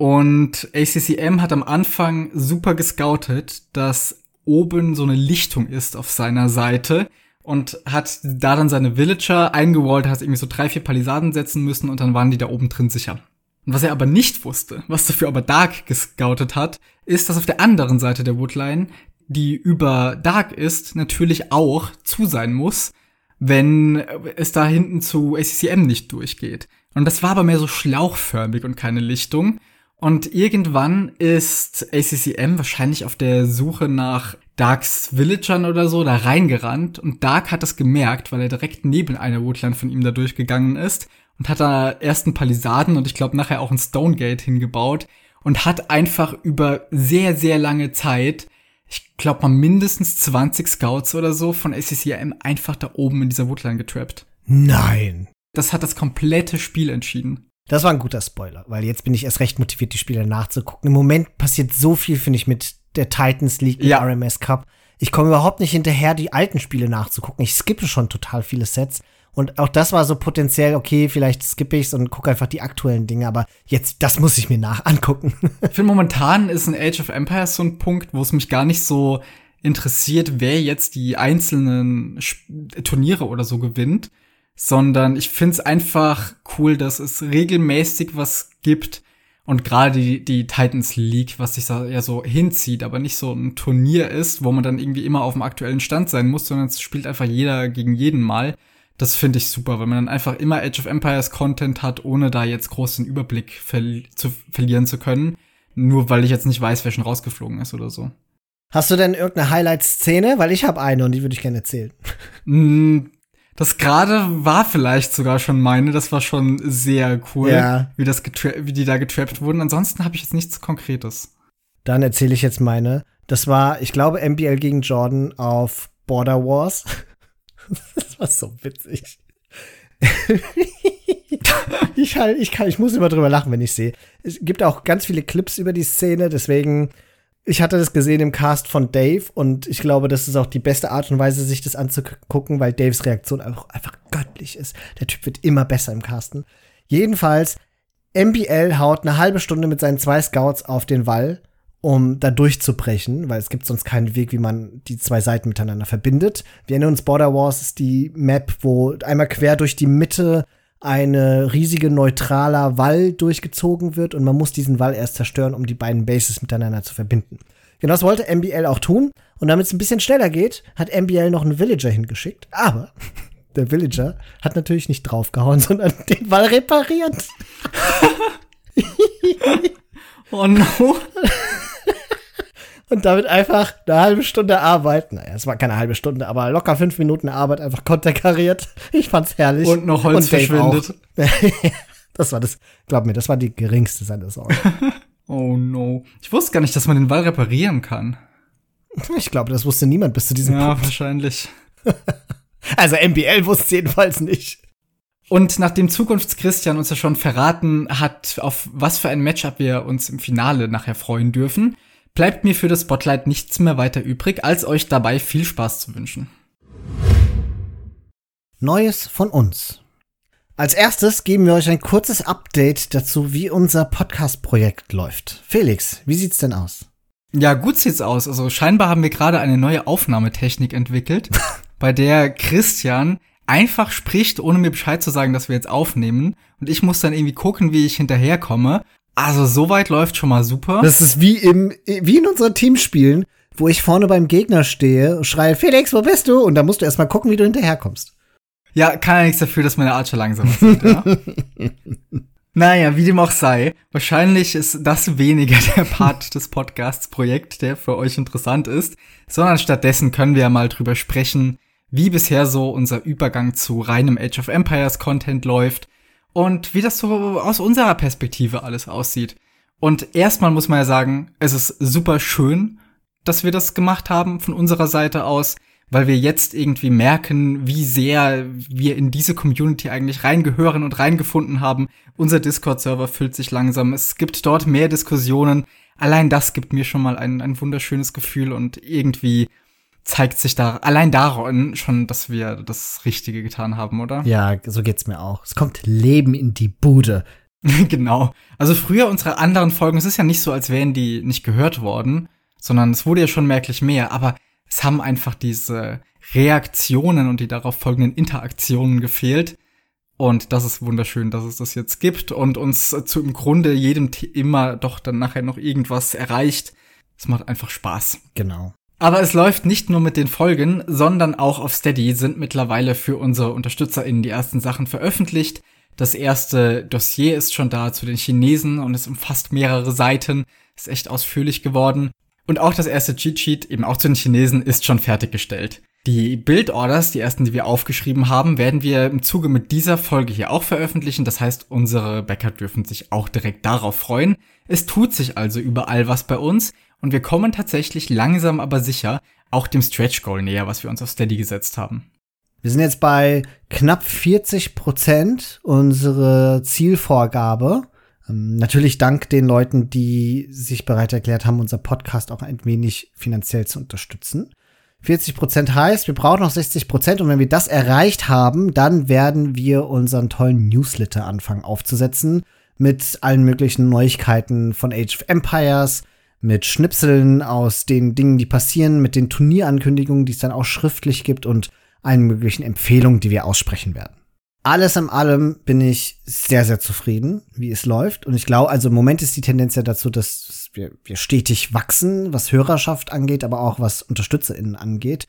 Und A C C M hat am Anfang super gescoutet, dass oben so eine Lichtung ist auf seiner Seite und hat da dann seine Villager eingewallt, hat irgendwie so drei, vier Palisaden setzen müssen und dann waren die da oben drin sicher. Und was er aber nicht wusste, was dafür aber Dark gescoutet hat, ist, dass auf der anderen Seite der Woodline, die über Dark ist, natürlich auch zu sein muss, wenn es da hinten zu A C C M nicht durchgeht. Und das war aber mehr so schlauchförmig und keine Lichtung. Und irgendwann ist A C C M wahrscheinlich auf der Suche nach Darks Villagern oder so da reingerannt. Und Dark hat das gemerkt, weil er direkt neben einer Woodline von ihm da durchgegangen ist. Und hat da erst einen Palisaden und ich glaube nachher auch ein Stonegate hingebaut. Und hat einfach über sehr, sehr lange Zeit, ich glaube mal mindestens zwanzig Scouts oder so von A C C M einfach da oben in dieser Woodline getrappt. Nein. Das hat das komplette Spiel entschieden. Das war ein guter Spoiler, weil jetzt bin ich erst recht motiviert, die Spiele nachzugucken. Im Moment passiert so viel, finde ich, mit der Titans League, ja. R M S Cup. Ich komme überhaupt nicht hinterher, die alten Spiele nachzugucken. Ich skippe schon total viele Sets. Und auch das war so potenziell, okay, vielleicht skippe ich's und gucke einfach die aktuellen Dinge. Aber jetzt, das muss ich mir nach angucken. Ich finde, momentan ist ein Age of Empires so ein Punkt, wo es mich gar nicht so interessiert, wer jetzt die einzelnen Sp- Turniere oder so gewinnt. Sondern ich find's einfach cool, dass es regelmäßig was gibt und gerade die, die Titans League, was sich da ja so hinzieht, aber nicht so ein Turnier ist, wo man dann irgendwie immer auf dem aktuellen Stand sein muss, sondern es spielt einfach jeder gegen jeden mal. Das finde ich super, weil man dann einfach immer Age of Empires Content hat, ohne da jetzt groß den Überblick verli- zu verlieren zu können, nur weil ich jetzt nicht weiß, wer schon rausgeflogen ist oder so. Hast du denn irgendeine Highlight-Szene? Weil ich habe eine und die würde ich gerne erzählen. Mm. Das gerade war vielleicht sogar schon meine, das war schon sehr cool, ja. wie das getra- wie die da getrappt wurden. Ansonsten habe ich jetzt nichts Konkretes. Dann erzähle ich jetzt meine. Das war, ich glaube, M B L gegen Jordan auf Border Wars. Das war so witzig. ich, halt, ich, kann, ich muss immer drüber lachen, wenn ich sehe. Es gibt auch ganz viele Clips über die Szene, deswegen ich hatte das gesehen im Cast von Dave und ich glaube, das ist auch die beste Art und Weise, sich das anzugucken, weil Daves Reaktion auch einfach göttlich ist. Der Typ wird immer besser im Casten. Jedenfalls, M B L haut eine halbe Stunde mit seinen zwei Scouts auf den Wall, um da durchzubrechen, weil es gibt sonst keinen Weg, wie man die zwei Seiten miteinander verbindet. Wir erinnern uns, Border Wars ist die Map, wo einmal quer durch die Mitte eine riesige neutraler Wall durchgezogen wird und man muss diesen Wall erst zerstören, um die beiden Bases miteinander zu verbinden. Genau das wollte M B L auch tun und damit es ein bisschen schneller geht, hat M B L noch einen Villager hingeschickt, aber der Villager hat natürlich nicht draufgehauen, sondern den Wall repariert. Oh no. Und damit einfach eine halbe Stunde Arbeit, naja, es war keine halbe Stunde, aber locker fünf Minuten Arbeit einfach konterkariert. Ich fand's herrlich. Und noch Holz Und Dave verschwindet. Auch. Das war das, glaub mir, das war die geringste seiner Sorgen. Oh no. Ich wusste gar nicht, dass man den Wall reparieren kann. Ich glaube, das wusste niemand bis zu diesem ja, Punkt. Ja, wahrscheinlich. Also M B L wusste es jedenfalls nicht. Und nachdem Zukunftschristian uns ja schon verraten hat, auf was für ein Matchup wir uns im Finale nachher freuen dürfen, bleibt mir für das Spotlight nichts mehr weiter übrig, als euch dabei viel Spaß zu wünschen. Neues von uns. Als erstes geben wir euch ein kurzes Update dazu, wie unser Podcast-Projekt läuft. Felix, wie sieht's denn aus? Ja, gut sieht's aus. Also scheinbar haben wir gerade eine neue Aufnahmetechnik entwickelt, bei der Christian einfach spricht, ohne mir Bescheid zu sagen, dass wir jetzt aufnehmen. Und ich muss dann irgendwie gucken, wie ich hinterherkomme. Also soweit läuft schon mal super. Das ist wie im wie in unseren Teamspielen, wo ich vorne beim Gegner stehe und schreie, Felix, wo bist du? Und dann musst du erstmal gucken, wie du hinterherkommst. Ja, kann ja nichts dafür, dass meine Archer langsamer sind, ja. Naja, wie dem auch sei, wahrscheinlich ist das weniger der Part des Podcasts-Projekt, der für euch interessant ist, sondern stattdessen können wir ja mal drüber sprechen, wie bisher so unser Übergang zu reinem Age of Empires Content läuft und wie das so aus unserer Perspektive alles aussieht. Und erstmal muss man ja sagen, es ist super schön, dass wir das gemacht haben von unserer Seite aus, weil wir jetzt irgendwie merken, wie sehr wir in diese Community eigentlich reingehören und reingefunden haben. Unser Discord-Server füllt sich langsam, es gibt dort mehr Diskussionen. Allein das gibt mir schon mal ein, ein wunderschönes Gefühl und irgendwie zeigt sich da allein daran schon, dass wir das Richtige getan haben, oder? Ja, so geht's mir auch. Es kommt Leben in die Bude. Genau. Also früher unsere anderen Folgen, es ist ja nicht so, als wären die nicht gehört worden, sondern es wurde ja schon merklich mehr, aber es haben einfach diese Reaktionen und die darauf folgenden Interaktionen gefehlt. Und das ist wunderschön, dass es das jetzt gibt und uns zu im Grunde jedem immer doch dann nachher noch irgendwas erreicht. Es macht einfach Spaß. Genau. Aber es läuft nicht nur mit den Folgen, sondern auch auf Steady sind mittlerweile für unsere UnterstützerInnen die ersten Sachen veröffentlicht. Das erste Dossier ist schon da zu den Chinesen und es umfasst mehrere Seiten. Ist echt ausführlich geworden. Und auch das erste Cheat-Sheet, eben auch zu den Chinesen, ist schon fertiggestellt. Die Build-Orders, die ersten, die wir aufgeschrieben haben, werden wir im Zuge mit dieser Folge hier auch veröffentlichen. Das heißt, unsere Bäcker dürfen sich auch direkt darauf freuen. Es tut sich also überall was bei uns. Und wir kommen tatsächlich langsam aber sicher auch dem Stretch-Goal näher, was wir uns auf Steady gesetzt haben. Wir sind jetzt bei knapp vierzig Prozent unsere Zielvorgabe. Ähm, natürlich dank den Leuten, die sich bereit erklärt haben, unser Podcast auch ein wenig finanziell zu unterstützen. vierzig Prozent heißt, wir brauchen noch sechzig Prozent und wenn wir das erreicht haben, dann werden wir unseren tollen Newsletter anfangen aufzusetzen mit allen möglichen Neuigkeiten von Age of Empires, mit Schnipseln aus den Dingen, die passieren, mit den Turnierankündigungen, die es dann auch schriftlich gibt und allen möglichen Empfehlungen, die wir aussprechen werden. Alles in allem bin ich sehr, sehr zufrieden, wie es läuft. Und ich glaube, also im Moment ist die Tendenz ja dazu, dass wir, wir stetig wachsen, was Hörerschaft angeht, aber auch was UnterstützerInnen angeht.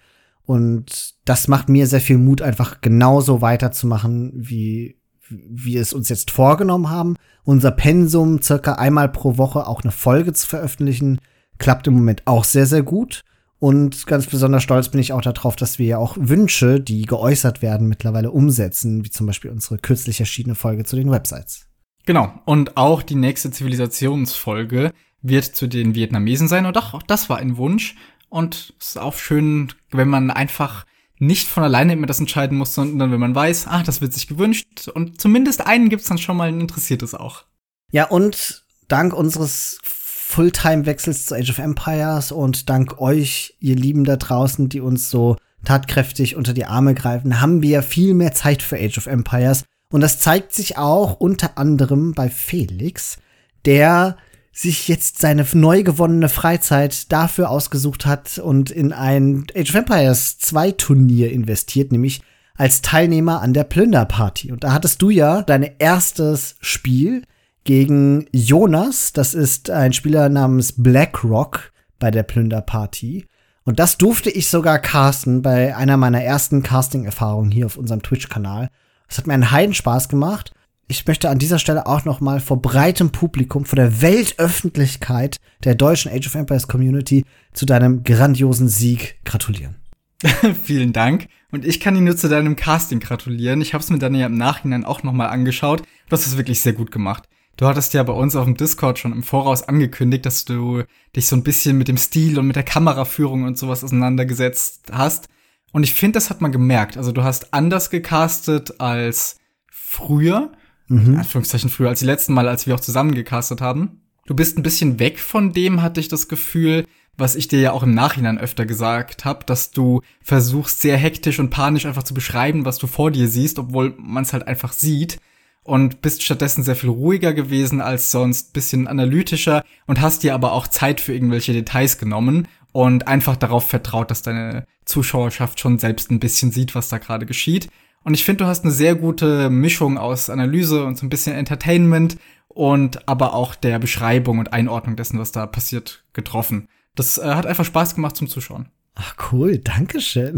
Und das macht mir sehr viel Mut, einfach genauso weiterzumachen, wie wir es uns jetzt vorgenommen haben. Unser Pensum, circa einmal pro Woche auch eine Folge zu veröffentlichen, klappt im Moment auch sehr, sehr gut. Und ganz besonders stolz bin ich auch darauf, dass wir ja auch Wünsche, die geäußert werden, mittlerweile umsetzen, wie zum Beispiel unsere kürzlich erschienene Folge zu den Websites. Genau, und auch die nächste Zivilisationsfolge wird zu den Vietnamesen sein. Und auch das war ein Wunsch. Und es ist auch schön, wenn man einfach nicht von alleine immer das entscheiden muss, sondern wenn man weiß, ah, das wird sich gewünscht. Und zumindest einen gibt's dann schon mal, ein Interessiertes auch. Ja, und dank unseres Fulltime-Wechsels zu Age of Empires und dank euch, ihr Lieben da draußen, die uns so tatkräftig unter die Arme greifen, haben wir viel mehr Zeit für Age of Empires. Und das zeigt sich auch unter anderem bei Felix, der sich jetzt seine neu gewonnene Freizeit dafür ausgesucht hat und in ein Age of Empires zwei Turnier investiert, nämlich als Teilnehmer an der Plünderparty. Und da hattest du ja dein erstes Spiel gegen Jonas. Das ist ein Spieler namens BlackRock bei der Plünderparty. Und das durfte ich sogar casten bei einer meiner ersten Casting-Erfahrungen hier auf unserem Twitch-Kanal. Das hat mir einen Heidenspaß gemacht. Ich möchte an dieser Stelle auch noch mal vor breitem Publikum, vor der Weltöffentlichkeit der deutschen Age of Empires Community zu deinem grandiosen Sieg gratulieren. Vielen Dank. Und ich kann dir nur zu deinem Casting gratulieren. Ich habe es mir dann ja im Nachhinein auch noch mal angeschaut. Du hast es wirklich sehr gut gemacht. Du hattest ja bei uns auf dem Discord schon im Voraus angekündigt, dass du dich so ein bisschen mit dem Stil und mit der Kameraführung und sowas auseinandergesetzt hast. Und ich finde, das hat man gemerkt. Also du hast anders gecastet als früher. In Anführungszeichen früher, als die letzten Mal, als wir auch zusammen gecastet haben. Du bist ein bisschen weg von dem, hatte ich das Gefühl, was ich dir ja auch im Nachhinein öfter gesagt habe, dass du versuchst, sehr hektisch und panisch einfach zu beschreiben, was du vor dir siehst, obwohl man es halt einfach sieht. Und bist stattdessen sehr viel ruhiger gewesen als sonst, bisschen analytischer und hast dir aber auch Zeit für irgendwelche Details genommen und einfach darauf vertraut, dass deine Zuschauerschaft schon selbst ein bisschen sieht, was da gerade geschieht. Und ich finde, du hast eine sehr gute Mischung aus Analyse und so ein bisschen Entertainment und aber auch der Beschreibung und Einordnung dessen, was da passiert, getroffen. Das äh, hat einfach Spaß gemacht zum Zuschauen. Ach cool, dankeschön.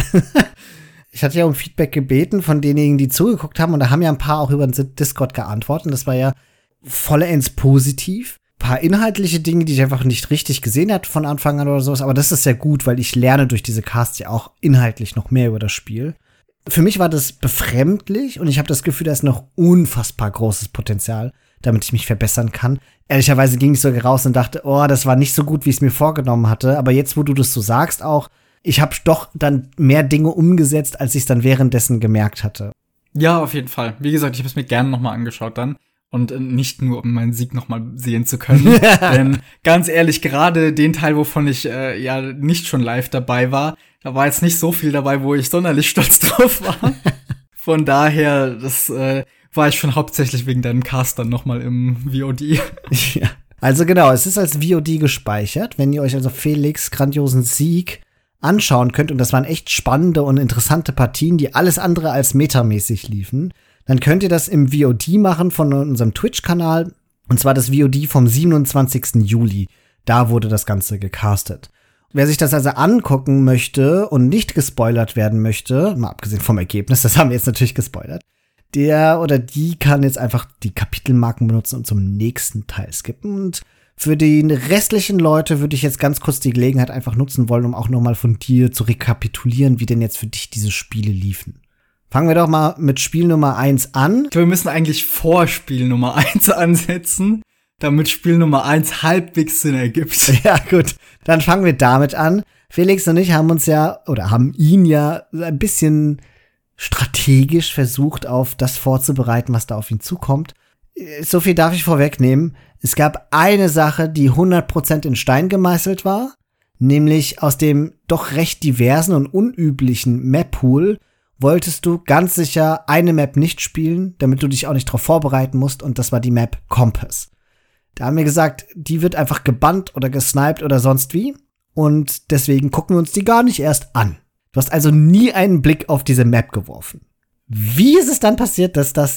Ich hatte ja um Feedback gebeten von denjenigen, die zugeguckt haben, und da haben ja ein paar auch über den Discord geantwortet. Und das war ja vollends positiv. Ein paar inhaltliche Dinge, die ich einfach nicht richtig gesehen hatte von Anfang an oder sowas. Aber das ist ja gut, weil ich lerne durch diese Casts ja auch inhaltlich noch mehr über das Spiel. Für mich war das befremdlich und ich habe das Gefühl, da ist noch unfassbar großes Potenzial, damit ich mich verbessern kann. Ehrlicherweise ging ich so raus und dachte, oh, das war nicht so gut, wie ich es mir vorgenommen hatte. Aber jetzt, wo du das so sagst auch, ich habe doch dann mehr Dinge umgesetzt, als ich es dann währenddessen gemerkt hatte. Ja, auf jeden Fall. Wie gesagt, ich habe es mir gerne nochmal angeschaut dann. Und nicht nur, um meinen Sieg nochmal sehen zu können. Denn ganz ehrlich, gerade den Teil, wovon ich äh, ja nicht schon live dabei war, da war jetzt nicht so viel dabei, wo ich sonderlich stolz drauf war. Von daher, das äh, war ich schon hauptsächlich wegen deinem Cast dann nochmal im V O D. Ja. Also genau, es ist als V O D gespeichert. Wenn ihr euch also Felix' grandiosen Sieg anschauen könnt, und das waren echt spannende und interessante Partien, die alles andere als metamäßig liefen, dann könnt ihr das im V O D machen von unserem Twitch-Kanal. Und zwar das V O D vom siebenundzwanzigsten Juli. Da wurde das Ganze gecastet. Wer sich das also angucken möchte und nicht gespoilert werden möchte, mal abgesehen vom Ergebnis, das haben wir jetzt natürlich gespoilert, der oder die kann jetzt einfach die Kapitelmarken benutzen und zum nächsten Teil skippen. Und für die restlichen Leute würde ich jetzt ganz kurz die Gelegenheit einfach nutzen wollen, um auch noch mal von dir zu rekapitulieren, wie denn jetzt für dich diese Spiele liefen. Fangen wir doch mal mit Spiel Nummer eins an. Wir müssen eigentlich vor Spiel Nummer eins ansetzen, damit Spiel Nummer eins halbwegs Sinn ergibt. Ja, gut. Dann fangen wir damit an. Felix und ich haben uns ja, oder haben ihn ja ein bisschen strategisch versucht, auf das vorzubereiten, was da auf ihn zukommt. So viel darf ich vorwegnehmen. Es gab eine Sache, die hundert Prozent in Stein gemeißelt war, nämlich aus dem doch recht diversen und unüblichen Map-Pool wolltest du ganz sicher eine Map nicht spielen, damit du dich auch nicht darauf vorbereiten musst, und das war die Map Compass. Da haben wir gesagt, die wird einfach gebannt oder gesniped oder sonst wie, und deswegen gucken wir uns die gar nicht erst an. Du hast also nie einen Blick auf diese Map geworfen. Wie ist es dann passiert, dass das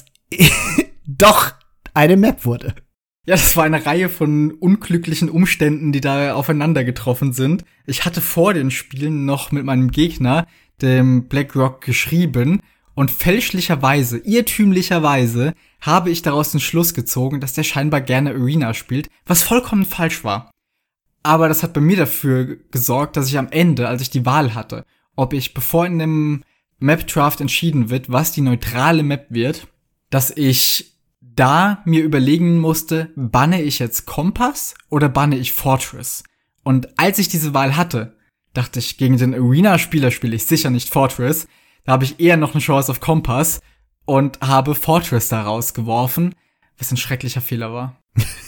doch eine Map wurde? Ja, das war eine Reihe von unglücklichen Umständen, die da aufeinander getroffen sind. Ich hatte vor den Spielen noch mit meinem Gegner, dem BlackRock, geschrieben, und fälschlicherweise, irrtümlicherweise, habe ich daraus den Schluss gezogen, dass der scheinbar gerne Arena spielt, was vollkommen falsch war. Aber das hat bei mir dafür gesorgt, dass ich am Ende, als ich die Wahl hatte, ob ich, bevor in dem Map-Draft entschieden wird, was die neutrale Map wird, dass ich da mir überlegen musste, banne ich jetzt Kompass oder banne ich Fortress? Und als ich diese Wahl hatte, dachte ich, gegen den Arena-Spieler spiele ich sicher nicht Fortress. Da habe ich eher noch eine Chance auf Kompass und habe Fortress da rausgeworfen, was ein schrecklicher Fehler war.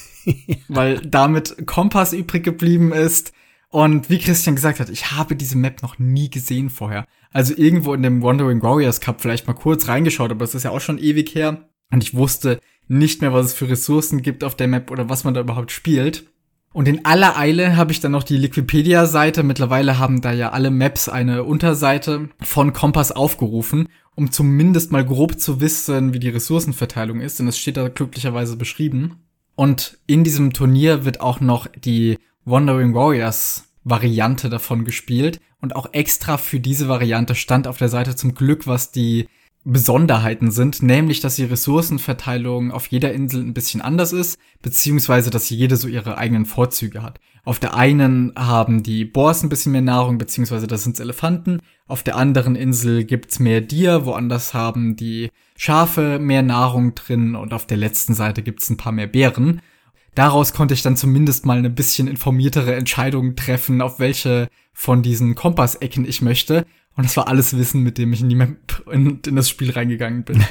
Weil damit Kompass übrig geblieben ist. Und wie Christian gesagt hat, ich habe diese Map noch nie gesehen vorher. Also irgendwo in dem Wandering Warriors Cup vielleicht mal kurz reingeschaut, aber das ist ja auch schon ewig her. Und ich wusste nicht mehr, was es für Ressourcen gibt auf der Map oder was man da überhaupt spielt. Und in aller Eile habe ich dann noch die Wikipedia-Seite. Mittlerweile haben da ja alle Maps eine Unterseite von Kompass aufgerufen, um zumindest mal grob zu wissen, wie die Ressourcenverteilung ist. Denn es steht da glücklicherweise beschrieben. Und in diesem Turnier wird auch noch die Wandering Warriors Variante davon gespielt. Und auch extra für diese Variante stand auf der Seite zum Glück, was die Besonderheiten sind, nämlich, dass die Ressourcenverteilung auf jeder Insel ein bisschen anders ist, beziehungsweise, dass jede so ihre eigenen Vorzüge hat. Auf der einen haben die Boars ein bisschen mehr Nahrung, beziehungsweise das sind Elefanten. Auf der anderen Insel gibt's mehr Deer, woanders haben die Schafe mehr Nahrung drin, und auf der letzten Seite gibt's ein paar mehr Bären. Daraus konnte ich dann zumindest mal eine bisschen informiertere Entscheidung treffen, auf welche von diesen Kompassecken ich möchte. Und das war alles Wissen, mit dem ich in die Map und in das Spiel reingegangen bin.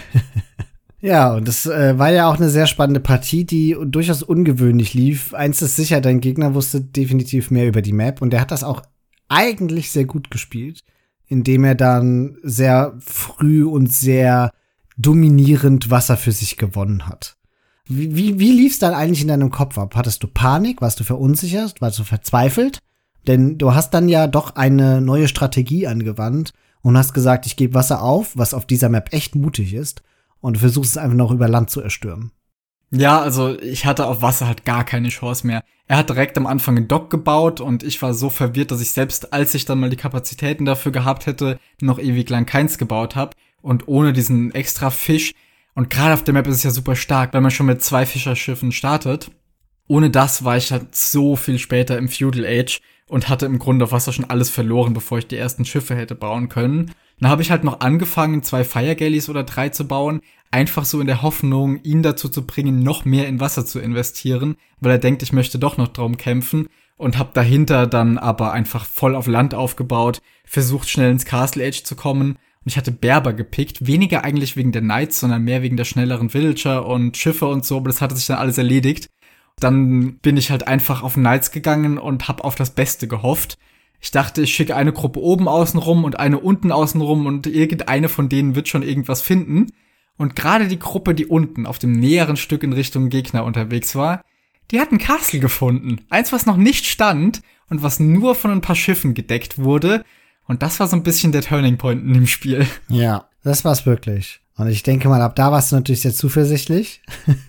Ja, und das äh, war ja auch eine sehr spannende Partie, die durchaus ungewöhnlich lief. Eins ist sicher, dein Gegner wusste definitiv mehr über die Map, und der hat das auch eigentlich sehr gut gespielt, indem er dann sehr früh und sehr dominierend Wasser für sich gewonnen hat. Wie, wie, wie lief's dann eigentlich in deinem Kopf ab? Hattest du Panik? Warst du verunsichert? Warst du verzweifelt? Denn du hast dann ja doch eine neue Strategie angewandt und hast gesagt, ich gebe Wasser auf, was auf dieser Map echt mutig ist, und du versuchst es einfach noch über Land zu erstürmen. Ja, also ich hatte auf Wasser halt gar keine Chance mehr. Er hat direkt am Anfang einen Dock gebaut und ich war so verwirrt, dass ich selbst, als ich dann mal die Kapazitäten dafür gehabt hätte, noch ewig lang keins gebaut habe. Und ohne diesen extra Fisch, und gerade auf der Map ist es ja super stark, weil man schon mit zwei Fischerschiffen startet. Ohne das war ich halt so viel später im Feudal Age und hatte im Grunde auf Wasser schon alles verloren, bevor ich die ersten Schiffe hätte bauen können. Dann habe ich halt noch angefangen, zwei Fire Galleys oder drei zu bauen, einfach so in der Hoffnung, ihn dazu zu bringen, noch mehr in Wasser zu investieren, weil er denkt, ich möchte doch noch drum kämpfen, und habe dahinter dann aber einfach voll auf Land aufgebaut, versucht schnell ins Castle Age zu kommen, und ich hatte Berber gepickt, weniger eigentlich wegen der Knights, sondern mehr wegen der schnelleren Villager und Schiffe und so, aber das hatte sich dann alles erledigt. Dann bin ich halt einfach auf Knights gegangen und hab auf das Beste gehofft. Ich dachte, ich schicke eine Gruppe oben außen rum und eine unten außen rum und irgendeine von denen wird schon irgendwas finden. Und gerade die Gruppe, die unten auf dem näheren Stück in Richtung Gegner unterwegs war, die hat ein Castle gefunden. Eins, was noch nicht stand und was nur von ein paar Schiffen gedeckt wurde. Und das war so ein bisschen der Turning Point in dem Spiel. Ja, das war's wirklich. Und ich denke mal, ab da warst du natürlich sehr zuversichtlich.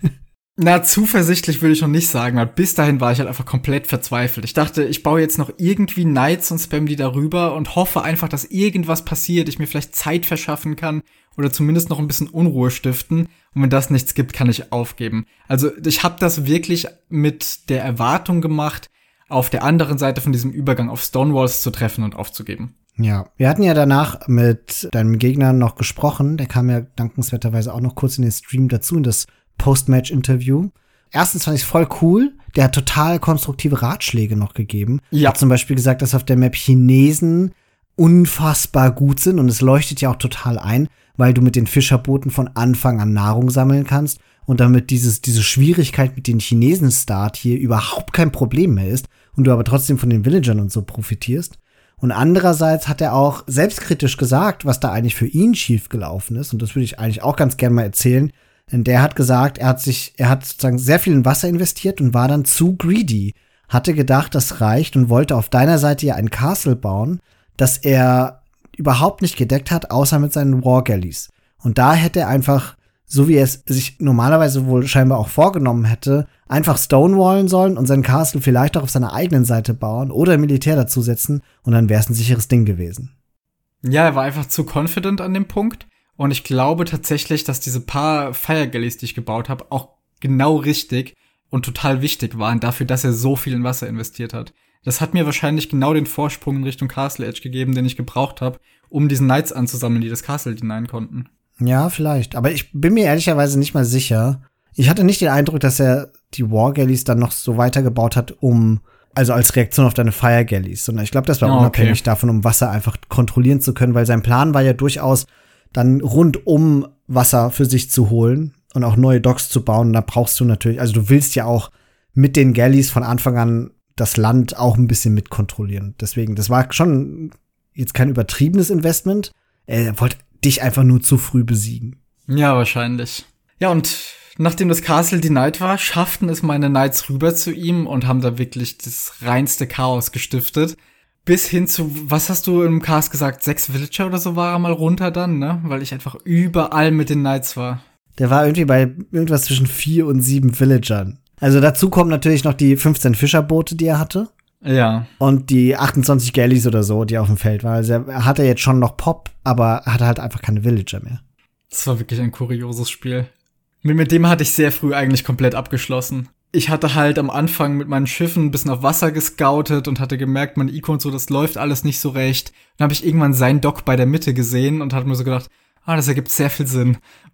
Na, zuversichtlich würde ich noch nicht sagen, weil bis dahin war ich halt einfach komplett verzweifelt. Ich dachte, ich baue jetzt noch irgendwie Knights und spam die darüber und hoffe einfach, dass irgendwas passiert, ich mir vielleicht Zeit verschaffen kann oder zumindest noch ein bisschen Unruhe stiften. Und wenn das nichts gibt, kann ich aufgeben. Also ich habe das wirklich mit der Erwartung gemacht, auf der anderen Seite von diesem Übergang auf Stonewalls zu treffen und aufzugeben. Ja, wir hatten ja danach mit deinem Gegner noch gesprochen. Der kam ja dankenswerterweise auch noch kurz in den Stream dazu, in das Post-Match-Interview. Erstens fand ich es voll cool. Der hat total konstruktive Ratschläge noch gegeben. Ja. Hat zum Beispiel gesagt, dass auf der Map Chinesen unfassbar gut sind. Und es leuchtet ja auch total ein, weil du mit den Fischerbooten von Anfang an Nahrung sammeln kannst. Und damit dieses, diese Schwierigkeit mit den Chinesen-Start hier überhaupt kein Problem mehr ist. Und du aber trotzdem von den Villagern und so profitierst. Und andererseits hat er auch selbstkritisch gesagt, was da eigentlich für ihn schief gelaufen ist. Und das würde ich eigentlich auch ganz gerne mal erzählen. Denn der hat gesagt, er hat sich, er hat sozusagen sehr viel in Wasser investiert und war dann zu greedy. Hatte gedacht, das reicht und wollte auf deiner Seite ja ein Castle bauen, das er überhaupt nicht gedeckt hat, außer mit seinen War Galleys. Und da hätte er einfach, so wie er es sich normalerweise wohl scheinbar auch vorgenommen hätte, einfach stonewallen sollen und sein Castle vielleicht auch auf seiner eigenen Seite bauen oder Militär dazusetzen und dann wäre es ein sicheres Ding gewesen. Ja, er war einfach zu confident an dem Punkt. Und ich glaube tatsächlich, dass diese paar Fire Galleys, die ich gebaut habe, auch genau richtig und total wichtig waren dafür, dass er so viel in Wasser investiert hat. Das hat mir wahrscheinlich genau den Vorsprung in Richtung Castle Edge gegeben, den ich gebraucht habe, um diesen Knights anzusammeln, die das Castle denyen konnten. Ja, vielleicht. Aber ich bin mir ehrlicherweise nicht mal sicher. Ich hatte nicht den Eindruck, dass er die War Galleys dann noch so weitergebaut hat, um, also als Reaktion auf deine Fire Galleys, sondern ich glaube, das war oh, unabhängig okay. davon, um Wasser einfach kontrollieren zu können, weil sein Plan war ja durchaus, dann rundum Wasser für sich zu holen und auch neue Docks zu bauen. Und da brauchst du natürlich, also du willst ja auch mit den Galleys von Anfang an das Land auch ein bisschen mitkontrollieren. Deswegen, das war schon jetzt kein übertriebenes Investment. Er wollte dich einfach nur zu früh besiegen. Ja, wahrscheinlich. Ja, und nachdem das Castle denied war, schafften es meine Knights rüber zu ihm und haben da wirklich das reinste Chaos gestiftet. Bis hin zu, was hast du im Cast gesagt, sechs Villager oder so war er mal runter dann, ne? Weil ich einfach überall mit den Knights war. Der war irgendwie bei irgendwas zwischen vier und sieben Villagern. Also dazu kommen natürlich noch die fünfzehn Fischerboote, die er hatte. Ja. Und die achtundzwanzig Galleys oder so, die auf dem Feld waren. Also er hatte jetzt schon noch Pop, aber hatte halt einfach keine Villager mehr. Das war wirklich ein kurioses Spiel. Mit, mit dem hatte ich sehr früh eigentlich komplett abgeschlossen. Ich hatte halt am Anfang mit meinen Schiffen ein bisschen auf Wasser gescoutet und hatte gemerkt, mein Eco und so, das läuft alles nicht so recht. Dann habe ich irgendwann sein Dock bei der Mitte gesehen und hatte mir so gedacht, ah, das ergibt sehr viel Sinn.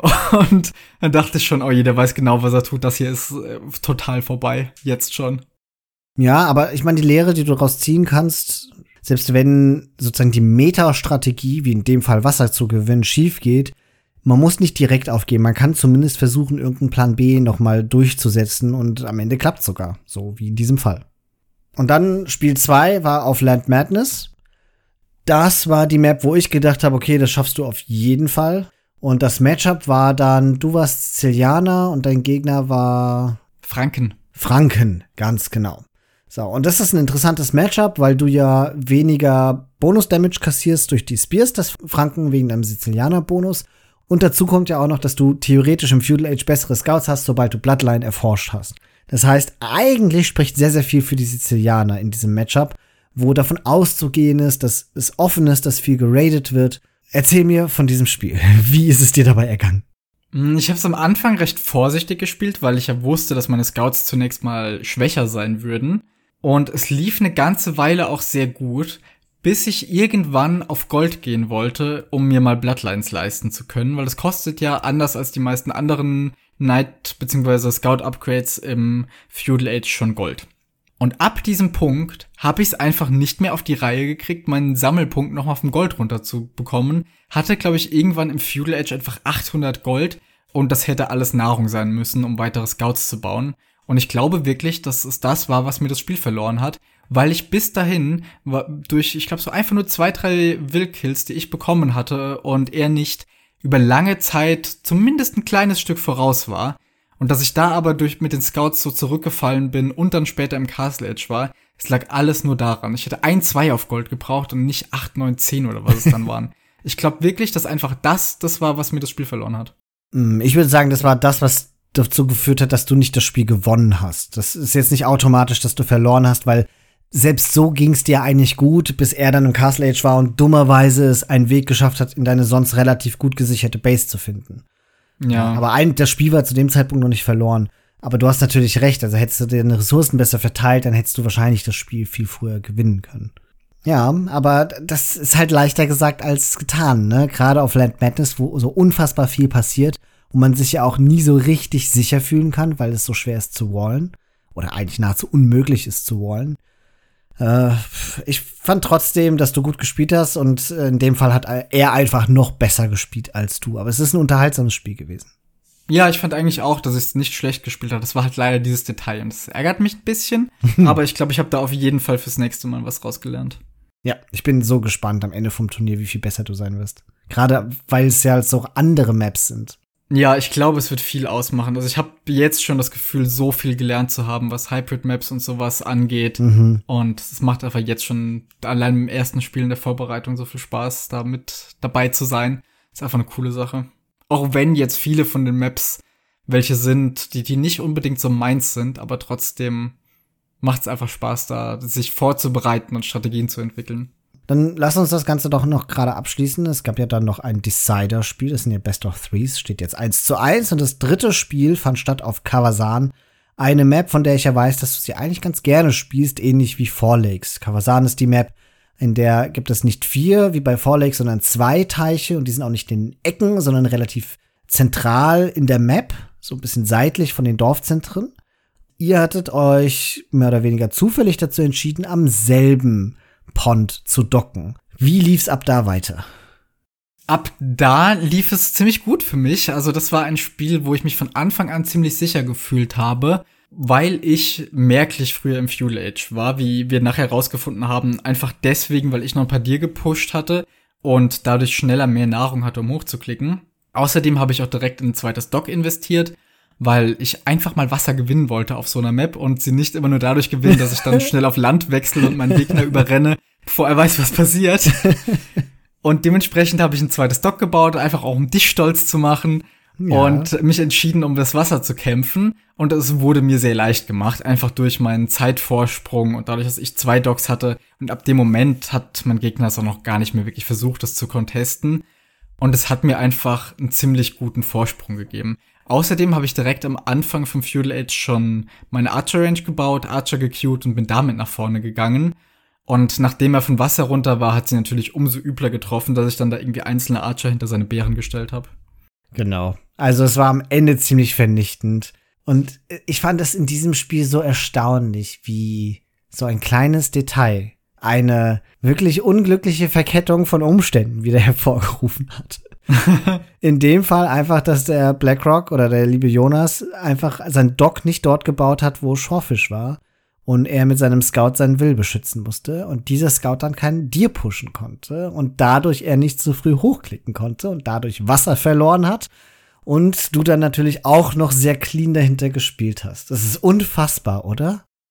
Und dann dachte ich schon, oh je, der weiß genau, was er tut. Das hier ist äh, total vorbei. Jetzt schon. Ja, aber ich meine, die Lehre, die du daraus ziehen kannst, selbst wenn sozusagen die Meta-Strategie, wie in dem Fall Wasser zu gewinnen, schief geht, man muss nicht direkt aufgeben. Man kann zumindest versuchen, irgendeinen Plan B noch mal durchzusetzen und am Ende klappt sogar. So wie in diesem Fall. Und dann Spiel zwei war auf Land Madness. Das war die Map, wo ich gedacht habe, okay, das schaffst du auf jeden Fall. Und das Matchup war dann, du warst Sizilianer und dein Gegner war Franken. Franken, ganz genau. So, und das ist ein interessantes Matchup, weil du ja weniger Bonus-Damage kassierst durch die Spears, das Franken wegen deinem Sizilianer-Bonus. Und dazu kommt ja auch noch, dass du theoretisch im Feudal Age bessere Scouts hast, sobald du Bloodline erforscht hast. Das heißt, eigentlich spricht sehr, sehr viel für die Sizilianer in diesem Matchup, wo davon auszugehen ist, dass es offen ist, dass viel geradet wird. Erzähl mir von diesem Spiel. Wie ist es dir dabei ergangen? Ich habe es am Anfang recht vorsichtig gespielt, weil ich ja wusste, dass meine Scouts zunächst mal schwächer sein würden. Und es lief eine ganze Weile auch sehr gut, bis ich irgendwann auf Gold gehen wollte, um mir mal Bloodlines leisten zu können, weil es kostet ja anders als die meisten anderen Knight- bzw. Scout-Upgrades im Feudal Age schon Gold. Und ab diesem Punkt habe ich es einfach nicht mehr auf die Reihe gekriegt, meinen Sammelpunkt noch mal vom Gold runter zu bekommen. Hatte, glaube ich, irgendwann im Feudal Age einfach achthundert Gold und das hätte alles Nahrung sein müssen, um weitere Scouts zu bauen. Und ich glaube wirklich, dass es das war, was mir das Spiel verloren hat, weil ich bis dahin war durch, ich glaube, so einfach nur zwei, drei Will-Kills, die ich bekommen hatte und er nicht über lange Zeit zumindest ein kleines Stück voraus war. Und dass ich da aber durch mit den Scouts so zurückgefallen bin und dann später im Castle Edge war, es lag alles nur daran. Ich hätte ein, zwei auf Gold gebraucht und nicht acht, neun, zehn oder was es dann waren. Ich glaube wirklich, dass einfach das das war, was mir das Spiel verloren hat. Ich würde sagen, das war das, was dazu geführt hat, dass du nicht das Spiel gewonnen hast. Das ist jetzt nicht automatisch, dass du verloren hast, weil selbst so ging's dir eigentlich gut, bis er dann im Castle Age war und dummerweise es einen Weg geschafft hat, in deine sonst relativ gut gesicherte Base zu finden. Ja. Aber ein, das Spiel war zu dem Zeitpunkt noch nicht verloren. Aber du hast natürlich recht, also hättest du deine Ressourcen besser verteilt, dann hättest du wahrscheinlich das Spiel viel früher gewinnen können. Ja, aber das ist halt leichter gesagt als getan, ne? Gerade auf Land Madness, wo so unfassbar viel passiert und man sich ja auch nie so richtig sicher fühlen kann, weil es so schwer ist zu wallen. Oder eigentlich nahezu unmöglich ist zu wallen. Äh, ich fand trotzdem, dass du gut gespielt hast und in dem Fall hat er einfach noch besser gespielt als du. Aber es ist ein unterhaltsames Spiel gewesen. Ja, ich fand eigentlich auch, dass ich es nicht schlecht gespielt habe. Das war halt leider dieses Detail und das ärgert mich ein bisschen. Aber ich glaube, ich habe da auf jeden Fall fürs nächste Mal was rausgelernt. Ja, ich bin so gespannt am Ende vom Turnier, wie viel besser du sein wirst. Gerade weil es ja so andere Maps sind. Ja, ich glaube, es wird viel ausmachen. Also ich habe jetzt schon das Gefühl, so viel gelernt zu haben, was Hybrid-Maps und sowas angeht. Mhm. Und es macht einfach jetzt schon allein im ersten Spiel in der Vorbereitung so viel Spaß, da mit dabei zu sein. Ist einfach eine coole Sache. Auch wenn jetzt viele von den Maps welche sind, die, die nicht unbedingt so meins sind, aber trotzdem macht es einfach Spaß, da sich vorzubereiten und Strategien zu entwickeln. Dann lass uns das Ganze doch noch gerade abschließen. Es gab ja dann noch ein Decider-Spiel, das sind ja Best of Threes, steht jetzt eins zu eins. Und das dritte Spiel fand statt auf Kawasan. Eine Map, von der ich ja weiß, dass du sie eigentlich ganz gerne spielst, ähnlich wie Four Lakes. Kawasan ist die Map, in der gibt es nicht vier, wie bei Four Lakes, sondern zwei Teiche. Und die sind auch nicht in den Ecken, sondern relativ zentral in der Map, so ein bisschen seitlich von den Dorfzentren. Ihr hattet euch mehr oder weniger zufällig dazu entschieden, am selben Pond zu docken. Wie lief's ab da weiter? Ab da lief es ziemlich gut für mich. Also das war ein Spiel, wo ich mich von Anfang an ziemlich sicher gefühlt habe, weil ich merklich früher im Feudal Age war, wie wir nachher rausgefunden haben. Einfach deswegen, weil ich noch ein paar Dir gepusht hatte und dadurch schneller mehr Nahrung hatte, um hochzuklicken. Außerdem habe ich auch direkt in ein zweites Dock investiert, weil ich einfach mal Wasser gewinnen wollte auf so einer Map und sie nicht immer nur dadurch gewinnen, dass ich dann schnell auf Land wechsle und meinen Gegner überrenne, bevor er weiß, was passiert. Und dementsprechend habe ich ein zweites Dock gebaut, einfach auch um dich stolz zu machen, ja. Und mich entschieden, um das Wasser zu kämpfen. Und es wurde mir sehr leicht gemacht, einfach durch meinen Zeitvorsprung und dadurch, dass ich zwei Docks hatte. Und ab dem Moment hat mein Gegner es auch noch gar nicht mehr wirklich versucht, das zu contesten. Und es hat mir einfach einen ziemlich guten Vorsprung gegeben. Außerdem habe ich direkt am Anfang vom Feudal Age schon meine Archer-Range gebaut, Archer gequeued und bin damit nach vorne gegangen. Und nachdem er von Wasser runter war, hat sie natürlich umso übler getroffen, dass ich dann da irgendwie einzelne Archer hinter seine Beeren gestellt habe. Genau. Also es war am Ende ziemlich vernichtend. Und ich fand es in diesem Spiel so erstaunlich, wie so ein kleines Detail eine wirklich unglückliche Verkettung von Umständen wieder hervorgerufen hat. In dem Fall einfach, dass der BlackRock oder der liebe Jonas einfach sein Dock nicht dort gebaut hat, wo Shorefish war und er mit seinem Scout seinen Will beschützen musste und dieser Scout dann keinen Deer pushen konnte und dadurch er nicht so früh hochklicken konnte und dadurch Wasser verloren hat und du dann natürlich auch noch sehr clean dahinter gespielt hast. Das ist unfassbar, oder?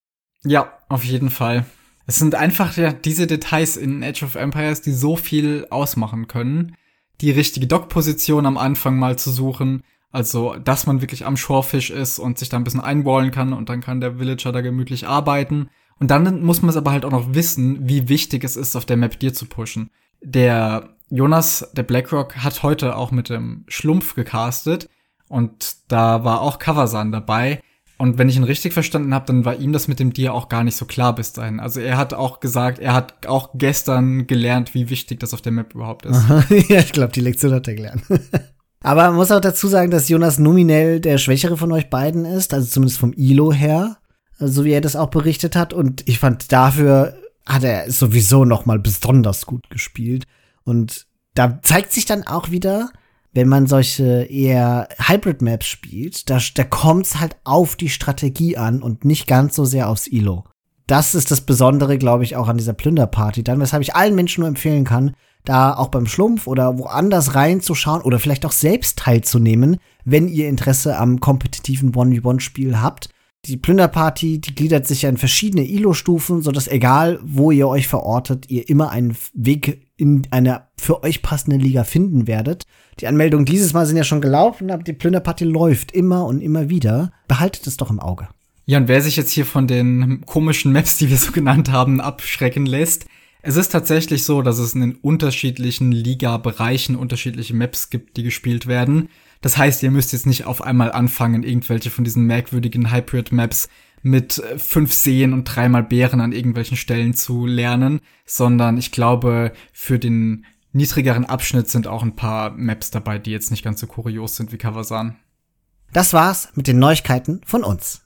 Ja, auf jeden Fall. Es sind einfach ja diese Details in Age of Empires, die so viel ausmachen können. Die richtige Dock-Position am Anfang mal zu suchen, also dass man wirklich am Shorefish ist und sich da ein bisschen einwallen kann und dann kann der Villager da gemütlich arbeiten. Und dann muss man es aber halt auch noch wissen, wie wichtig es ist, auf der Map dir zu pushen. Der Jonas, der Blackrock, hat heute auch mit dem Schlumpf gecastet und da war auch Kavasan dabei. Und wenn ich ihn richtig verstanden habe, dann war ihm das mit dem Dir auch gar nicht so klar bis dahin. Also er hat auch gesagt, er hat auch gestern gelernt, wie wichtig das auf der Map überhaupt ist. Aha, ja, ich glaube, die Lektion hat er gelernt. Aber man muss auch dazu sagen, dass Jonas nominell der Schwächere von euch beiden ist, also zumindest vom I L O her, so wie er das auch berichtet hat. Und ich fand, dafür hat er sowieso noch mal besonders gut gespielt. Und da zeigt sich dann auch wieder, wenn man solche eher Hybrid-Maps spielt, da, da kommt's halt auf die Strategie an und nicht ganz so sehr aufs I L O. Das ist das Besondere, glaube ich, auch an dieser Plünderparty dann, weshalb ich allen Menschen nur empfehlen kann, da auch beim Schlumpf oder woanders reinzuschauen oder vielleicht auch selbst teilzunehmen, wenn ihr Interesse am kompetitiven eins gegen eins Spiel habt. Die Plünderparty, die gliedert sich ja in verschiedene I L O-Stufen, sodass egal, wo ihr euch verortet, ihr immer einen Weg in eine für euch passende Liga finden werdet. Die Anmeldungen dieses Mal sind ja schon gelaufen, aber die Plünderparty läuft immer und immer wieder. Behaltet es doch im Auge. Ja, und wer sich jetzt hier von den komischen Maps, die wir so genannt haben, abschrecken lässt, es ist tatsächlich so, dass es in den unterschiedlichen Liga-Bereichen unterschiedliche Maps gibt, die gespielt werden. Das heißt, ihr müsst jetzt nicht auf einmal anfangen, irgendwelche von diesen merkwürdigen Hybrid-Maps mit fünf Seen und dreimal Bären an irgendwelchen Stellen zu lernen, sondern ich glaube, für den niedrigeren Abschnitt sind auch ein paar Maps dabei, die jetzt nicht ganz so kurios sind wie Kavasan. Das war's mit den Neuigkeiten von uns.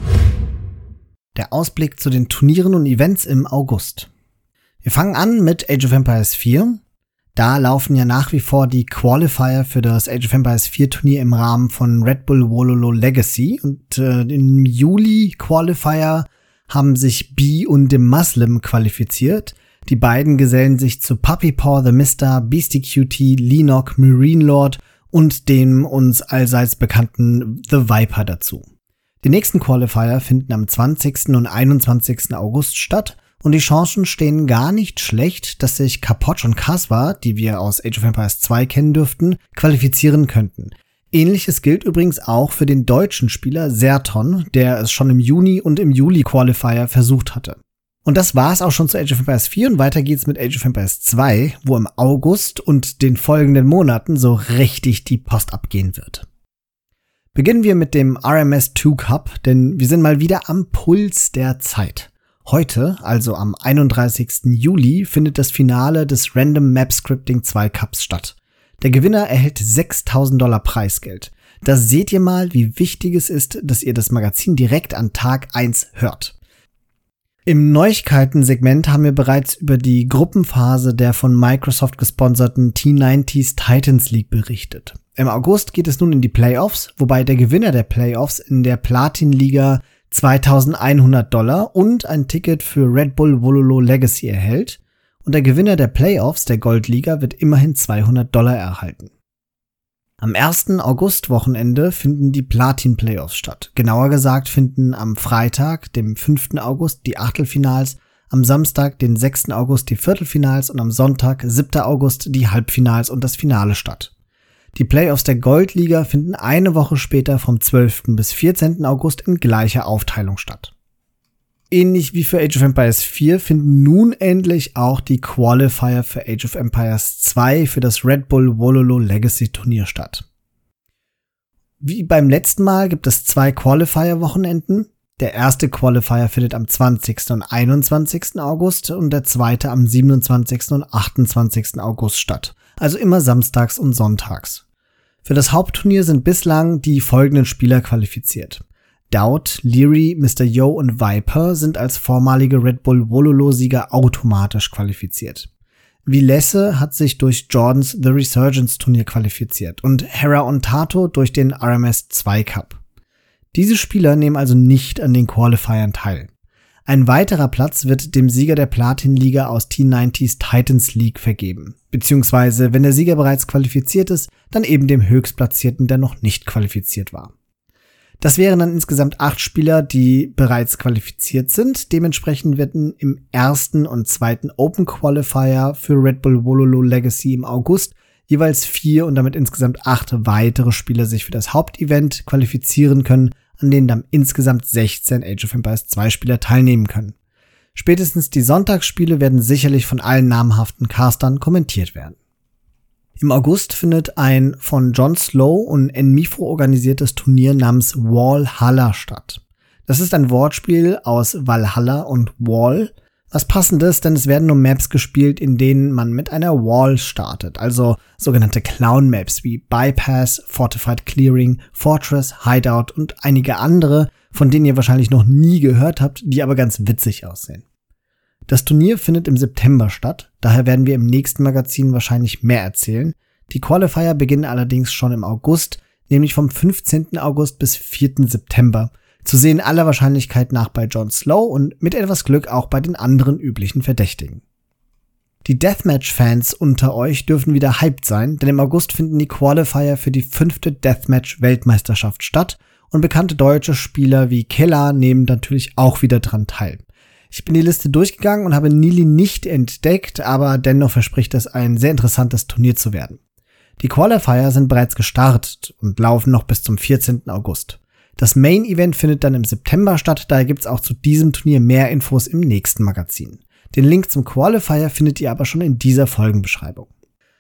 Der Ausblick zu den Turnieren und Events im August. Wir fangen an mit Age of Empires vier. Da laufen ja nach wie vor die Qualifier für das Age of Empires vier Turnier im Rahmen von Red Bull Wololo Legacy. Und äh, im Juli Qualifier haben sich B und The Muslim qualifiziert. Die beiden gesellen sich zu Puppy Paw the Mister, Beastie Cutie, Lenok, Marine Lord und dem uns allseits bekannten The Viper dazu. Die nächsten Qualifier finden am zwanzigsten und einundzwanzigsten August statt und die Chancen stehen gar nicht schlecht, dass sich Kapoch und Kaswa, die wir aus Age of Empires zwei kennen dürften, qualifizieren könnten. Ähnliches gilt übrigens auch für den deutschen Spieler Serton, der es schon im Juni und im Juli Qualifier versucht hatte. Und das war's auch schon zu Age of Empires vier und weiter geht's mit Age of Empires zwei, wo im August und den folgenden Monaten so richtig die Post abgehen wird. Beginnen wir mit dem R M S zwei Cup, denn wir sind mal wieder am Puls der Zeit. Heute, also am einunddreißigsten Juli, findet das Finale des Random Map Scripting zwei Cups statt. Der Gewinner erhält sechstausend Dollar Preisgeld. Da seht ihr mal, wie wichtig es ist, dass ihr das Magazin direkt an Tag eins hört. Im Neuigkeiten-Segment haben wir bereits über die Gruppenphase der von Microsoft gesponserten T neunzig Titans League berichtet. Im August geht es nun in die Playoffs, wobei der Gewinner der Playoffs in der Platin-Liga zweitausendeinhundert Dollar und ein Ticket für Red Bull Wololo Legacy erhält und der Gewinner der Playoffs der Goldliga wird immerhin zweihundert Dollar erhalten. Am ersten August-Wochenende finden die Platin-Playoffs statt. Genauer gesagt finden am Freitag, dem fünften August, die Achtelfinals, am Samstag, den sechsten August, die Viertelfinals und am Sonntag, siebten August, die Halbfinals und das Finale statt. Die Playoffs der Goldliga finden eine Woche später vom zwölften bis vierzehnten August in gleicher Aufteilung statt. Ähnlich wie für Age of Empires vier finden nun endlich auch die Qualifier für Age of Empires zwei für das Red Bull Wololo Legacy Turnier statt. Wie beim letzten Mal gibt es zwei Qualifier-Wochenenden. Der erste Qualifier findet am zwanzigsten und einundzwanzigsten August und der zweite am siebenundzwanzigsten und achtundzwanzigsten August statt. Also immer samstags und sonntags. Für das Hauptturnier sind bislang die folgenden Spieler qualifiziert. Dowd, Leary, Mister Yo und Viper sind als vormalige Red Bull Wololo-Sieger automatisch qualifiziert. Vilesse hat sich durch Jordans The Resurgence Turnier qualifiziert und Hera und Tato durch den R M S zwei Cup. Diese Spieler nehmen also nicht an den Qualifiern teil. Ein weiterer Platz wird dem Sieger der Platin-Liga aus T neunzig Titans League vergeben. Beziehungsweise, wenn der Sieger bereits qualifiziert ist, dann eben dem Höchstplatzierten, der noch nicht qualifiziert war. Das wären dann insgesamt acht Spieler, die bereits qualifiziert sind. Dementsprechend werden im ersten und zweiten Open Qualifier für Red Bull Wololo Legacy im August jeweils vier und damit insgesamt acht weitere Spieler sich für das Hauptevent qualifizieren können, an denen dann insgesamt sechzehn Age of Empires zwei Spieler teilnehmen können. Spätestens die Sonntagsspiele werden sicherlich von allen namhaften Castern kommentiert werden. Im August findet ein von John Slow und Enmifo organisiertes Turnier namens Walhalla statt. Das ist ein Wortspiel aus Valhalla und Wall. Was passendes, denn es werden nur Maps gespielt, in denen man mit einer Wall startet, also sogenannte Clown-Maps wie Bypass, Fortified Clearing, Fortress, Hideout und einige andere, von denen ihr wahrscheinlich noch nie gehört habt, die aber ganz witzig aussehen. Das Turnier findet im September statt, daher werden wir im nächsten Magazin wahrscheinlich mehr erzählen. Die Qualifier beginnen allerdings schon im August, nämlich vom fünfzehnten August bis vierten September. Zu sehen aller Wahrscheinlichkeit nach bei John Slow und mit etwas Glück auch bei den anderen üblichen Verdächtigen. Die Deathmatch-Fans unter euch dürfen wieder hyped sein, denn im August finden die Qualifier für die fünfte Deathmatch-Weltmeisterschaft statt und bekannte deutsche Spieler wie Keller nehmen natürlich auch wieder dran teil. Ich bin die Liste durchgegangen und habe Nili nicht entdeckt, aber dennoch verspricht es ein sehr interessantes Turnier zu werden. Die Qualifier sind bereits gestartet und laufen noch bis zum vierzehnten August. Das Main-Event findet dann im September statt, daher gibt's auch zu diesem Turnier mehr Infos im nächsten Magazin. Den Link zum Qualifier findet ihr aber schon in dieser Folgenbeschreibung.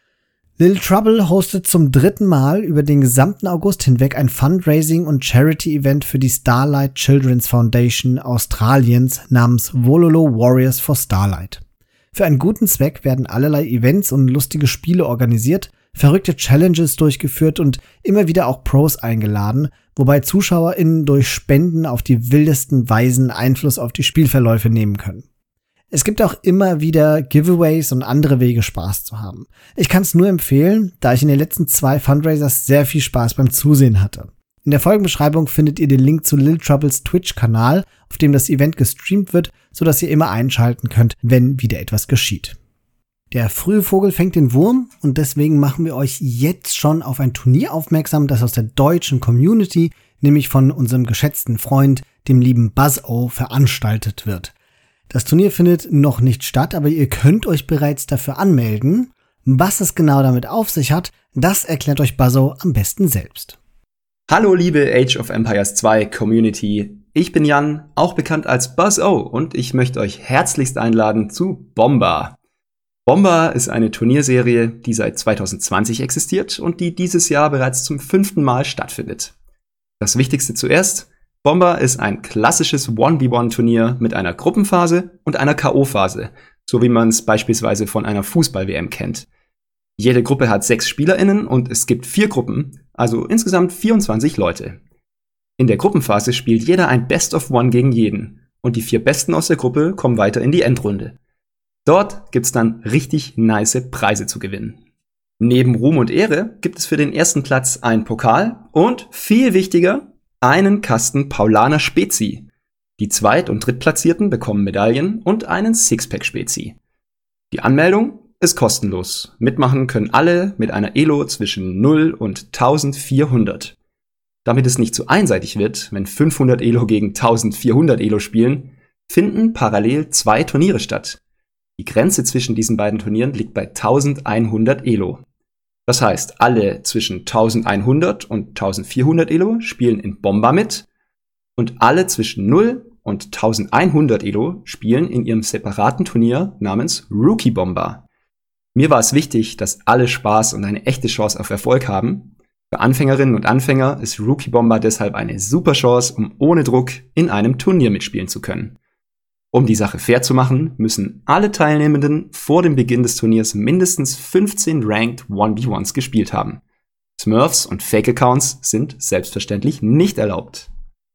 Little Trouble hostet zum dritten Mal über den gesamten August hinweg ein Fundraising- und Charity-Event für die Starlight Children's Foundation Australiens namens Wololo Warriors for Starlight. Für einen guten Zweck werden allerlei Events und lustige Spiele organisiert, verrückte Challenges durchgeführt und immer wieder auch Pros eingeladen, wobei ZuschauerInnen durch Spenden auf die wildesten Weisen Einfluss auf die Spielverläufe nehmen können. Es gibt auch immer wieder Giveaways und andere Wege, Spaß zu haben. Ich kann es nur empfehlen, da ich in den letzten zwei Fundraisers sehr viel Spaß beim Zusehen hatte. In der Folgenbeschreibung findet ihr den Link zu Little Troubles Twitch-Kanal, auf dem das Event gestreamt wird, sodass ihr immer einschalten könnt, wenn wieder etwas geschieht. Der frühe Vogel fängt den Wurm und deswegen machen wir euch jetzt schon auf ein Turnier aufmerksam, das aus der deutschen Community, nämlich von unserem geschätzten Freund, dem lieben Buzz-O, veranstaltet wird. Das Turnier findet noch nicht statt, aber ihr könnt euch bereits dafür anmelden. Was es genau damit auf sich hat, das erklärt euch Buzz-O am besten selbst. Hallo liebe Age of Empires zwei Community, ich bin Jan, auch bekannt als Buzz-O und ich möchte euch herzlichst einladen zu Bomba. Bomba ist eine Turnierserie, die seit zwanzig zwanzig existiert und die dieses Jahr bereits zum fünften Mal stattfindet. Das Wichtigste zuerst: Bomba ist ein klassisches eins gegen eins Turnier mit einer Gruppenphase und einer K O-Phase, so wie man es beispielsweise von einer Fußball-W M kennt. Jede Gruppe hat sechs SpielerInnen und es gibt vier Gruppen, also insgesamt vierundzwanzig Leute. In der Gruppenphase spielt jeder ein Best of One gegen jeden und die vier Besten aus der Gruppe kommen weiter in die Endrunde. Dort gibt's dann richtig nice Preise zu gewinnen. Neben Ruhm und Ehre gibt es für den ersten Platz einen Pokal und, viel wichtiger, einen Kasten Paulaner Spezi. Die Zweit- und Drittplatzierten bekommen Medaillen und einen Sixpack Spezi. Die Anmeldung ist kostenlos. Mitmachen können alle mit einer Elo zwischen null und eintausendvierhundert. Damit es nicht zu einseitig wird, wenn fünfhundert Elo gegen eintausendvierhundert Elo spielen, finden parallel zwei Turniere statt. Die Grenze zwischen diesen beiden Turnieren liegt bei eintausendeinhundert Elo. Das heißt, alle zwischen eintausendeinhundert und eintausendvierhundert Elo spielen in Bomba mit und alle zwischen null und eintausendeinhundert Elo spielen in ihrem separaten Turnier namens Rookie Bomba. Mir war es wichtig, dass alle Spaß und eine echte Chance auf Erfolg haben. Für Anfängerinnen und Anfänger ist Rookie Bomba deshalb eine super Chance, um ohne Druck in einem Turnier mitspielen zu können. Um die Sache fair zu machen, müssen alle Teilnehmenden vor dem Beginn des Turniers mindestens fünfzehn Ranked eins gegen eins gespielt haben. Smurfs und Fake-Accounts sind selbstverständlich nicht erlaubt.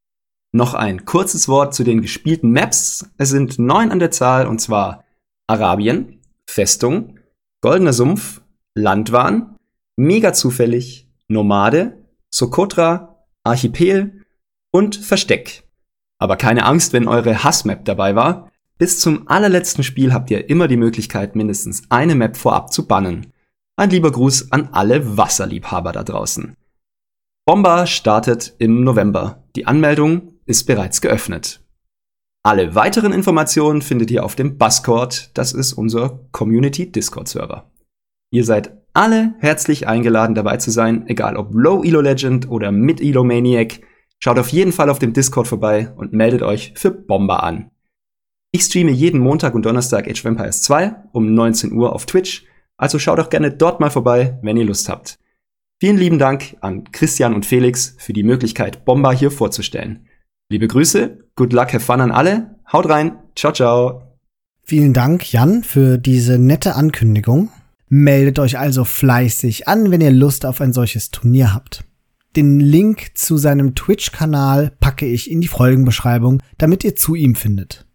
Noch ein kurzes Wort zu den gespielten Maps. Es sind neun an der Zahl, und zwar Arabien, Festung, Goldener Sumpf, Landwahn, Mega zufällig, Nomade, Sokotra, Archipel und Versteck. Aber keine Angst, wenn eure Hassmap dabei war. Bis zum allerletzten Spiel habt ihr immer die Möglichkeit, mindestens eine Map vorab zu bannen. Ein lieber Gruß an alle Wasserliebhaber da draußen. Bomba startet im November. Die Anmeldung ist bereits geöffnet. Alle weiteren Informationen findet ihr auf dem Buzzcord, das ist unser Community-Discord-Server. Ihr seid alle herzlich eingeladen, dabei zu sein, egal ob Low Elo Legend oder Mid Elo Maniac. Schaut auf jeden Fall auf dem Discord vorbei und meldet euch für Bomber an. Ich streame jeden Montag und Donnerstag Age of Empires zwei um neunzehn Uhr auf Twitch, also schaut auch gerne dort mal vorbei, wenn ihr Lust habt. Vielen lieben Dank an Christian und Felix für die Möglichkeit, Bomber hier vorzustellen. Liebe Grüße, good luck, have fun an alle, haut rein, ciao, ciao. Vielen Dank, Jan, für diese nette Ankündigung. Meldet euch also fleißig an, wenn ihr Lust auf ein solches Turnier habt. Den Link zu seinem Twitch-Kanal packe ich in die Folgenbeschreibung, damit ihr zu ihm findet.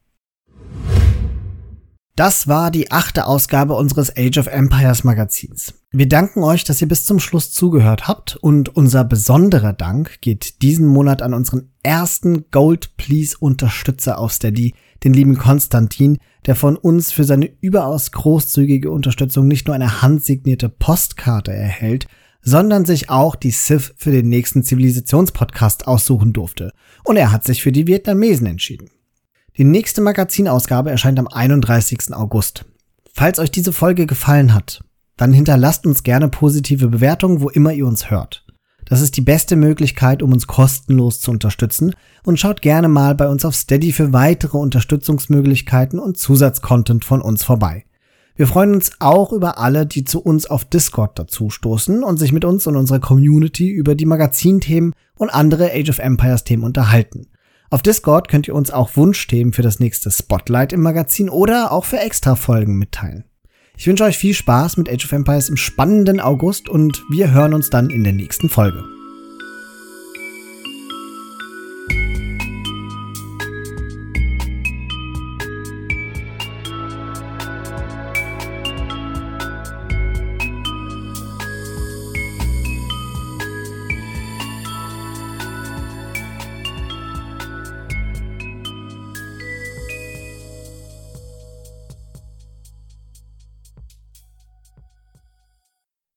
Das war die achte Ausgabe unseres Age of Empires Magazins. Wir danken euch, dass ihr bis zum Schluss zugehört habt, und unser besonderer Dank geht diesen Monat an unseren ersten Gold Please Unterstützer auf Steady, den lieben Konstantin, der von uns für seine überaus großzügige Unterstützung nicht nur eine handsignierte Postkarte erhält, sondern sich auch die Civ für den nächsten Zivilisationspodcast aussuchen durfte. Und er hat sich für die Vietnamesen entschieden. Die nächste Magazinausgabe erscheint am einunddreißigsten August. Falls euch diese Folge gefallen hat, dann hinterlasst uns gerne positive Bewertungen, wo immer ihr uns hört. Das ist die beste Möglichkeit, um uns kostenlos zu unterstützen, und schaut gerne mal bei uns auf Steady für weitere Unterstützungsmöglichkeiten und Zusatzcontent von uns vorbei. Wir freuen uns auch über alle, die zu uns auf Discord dazustoßen und sich mit uns und unserer Community über die Magazinthemen und andere Age of Empires Themen unterhalten. Auf Discord könnt ihr uns auch Wunschthemen für das nächste Spotlight im Magazin oder auch für Extra-Folgen mitteilen. Ich wünsche euch viel Spaß mit Age of Empires im spannenden August, und wir hören uns dann in der nächsten Folge.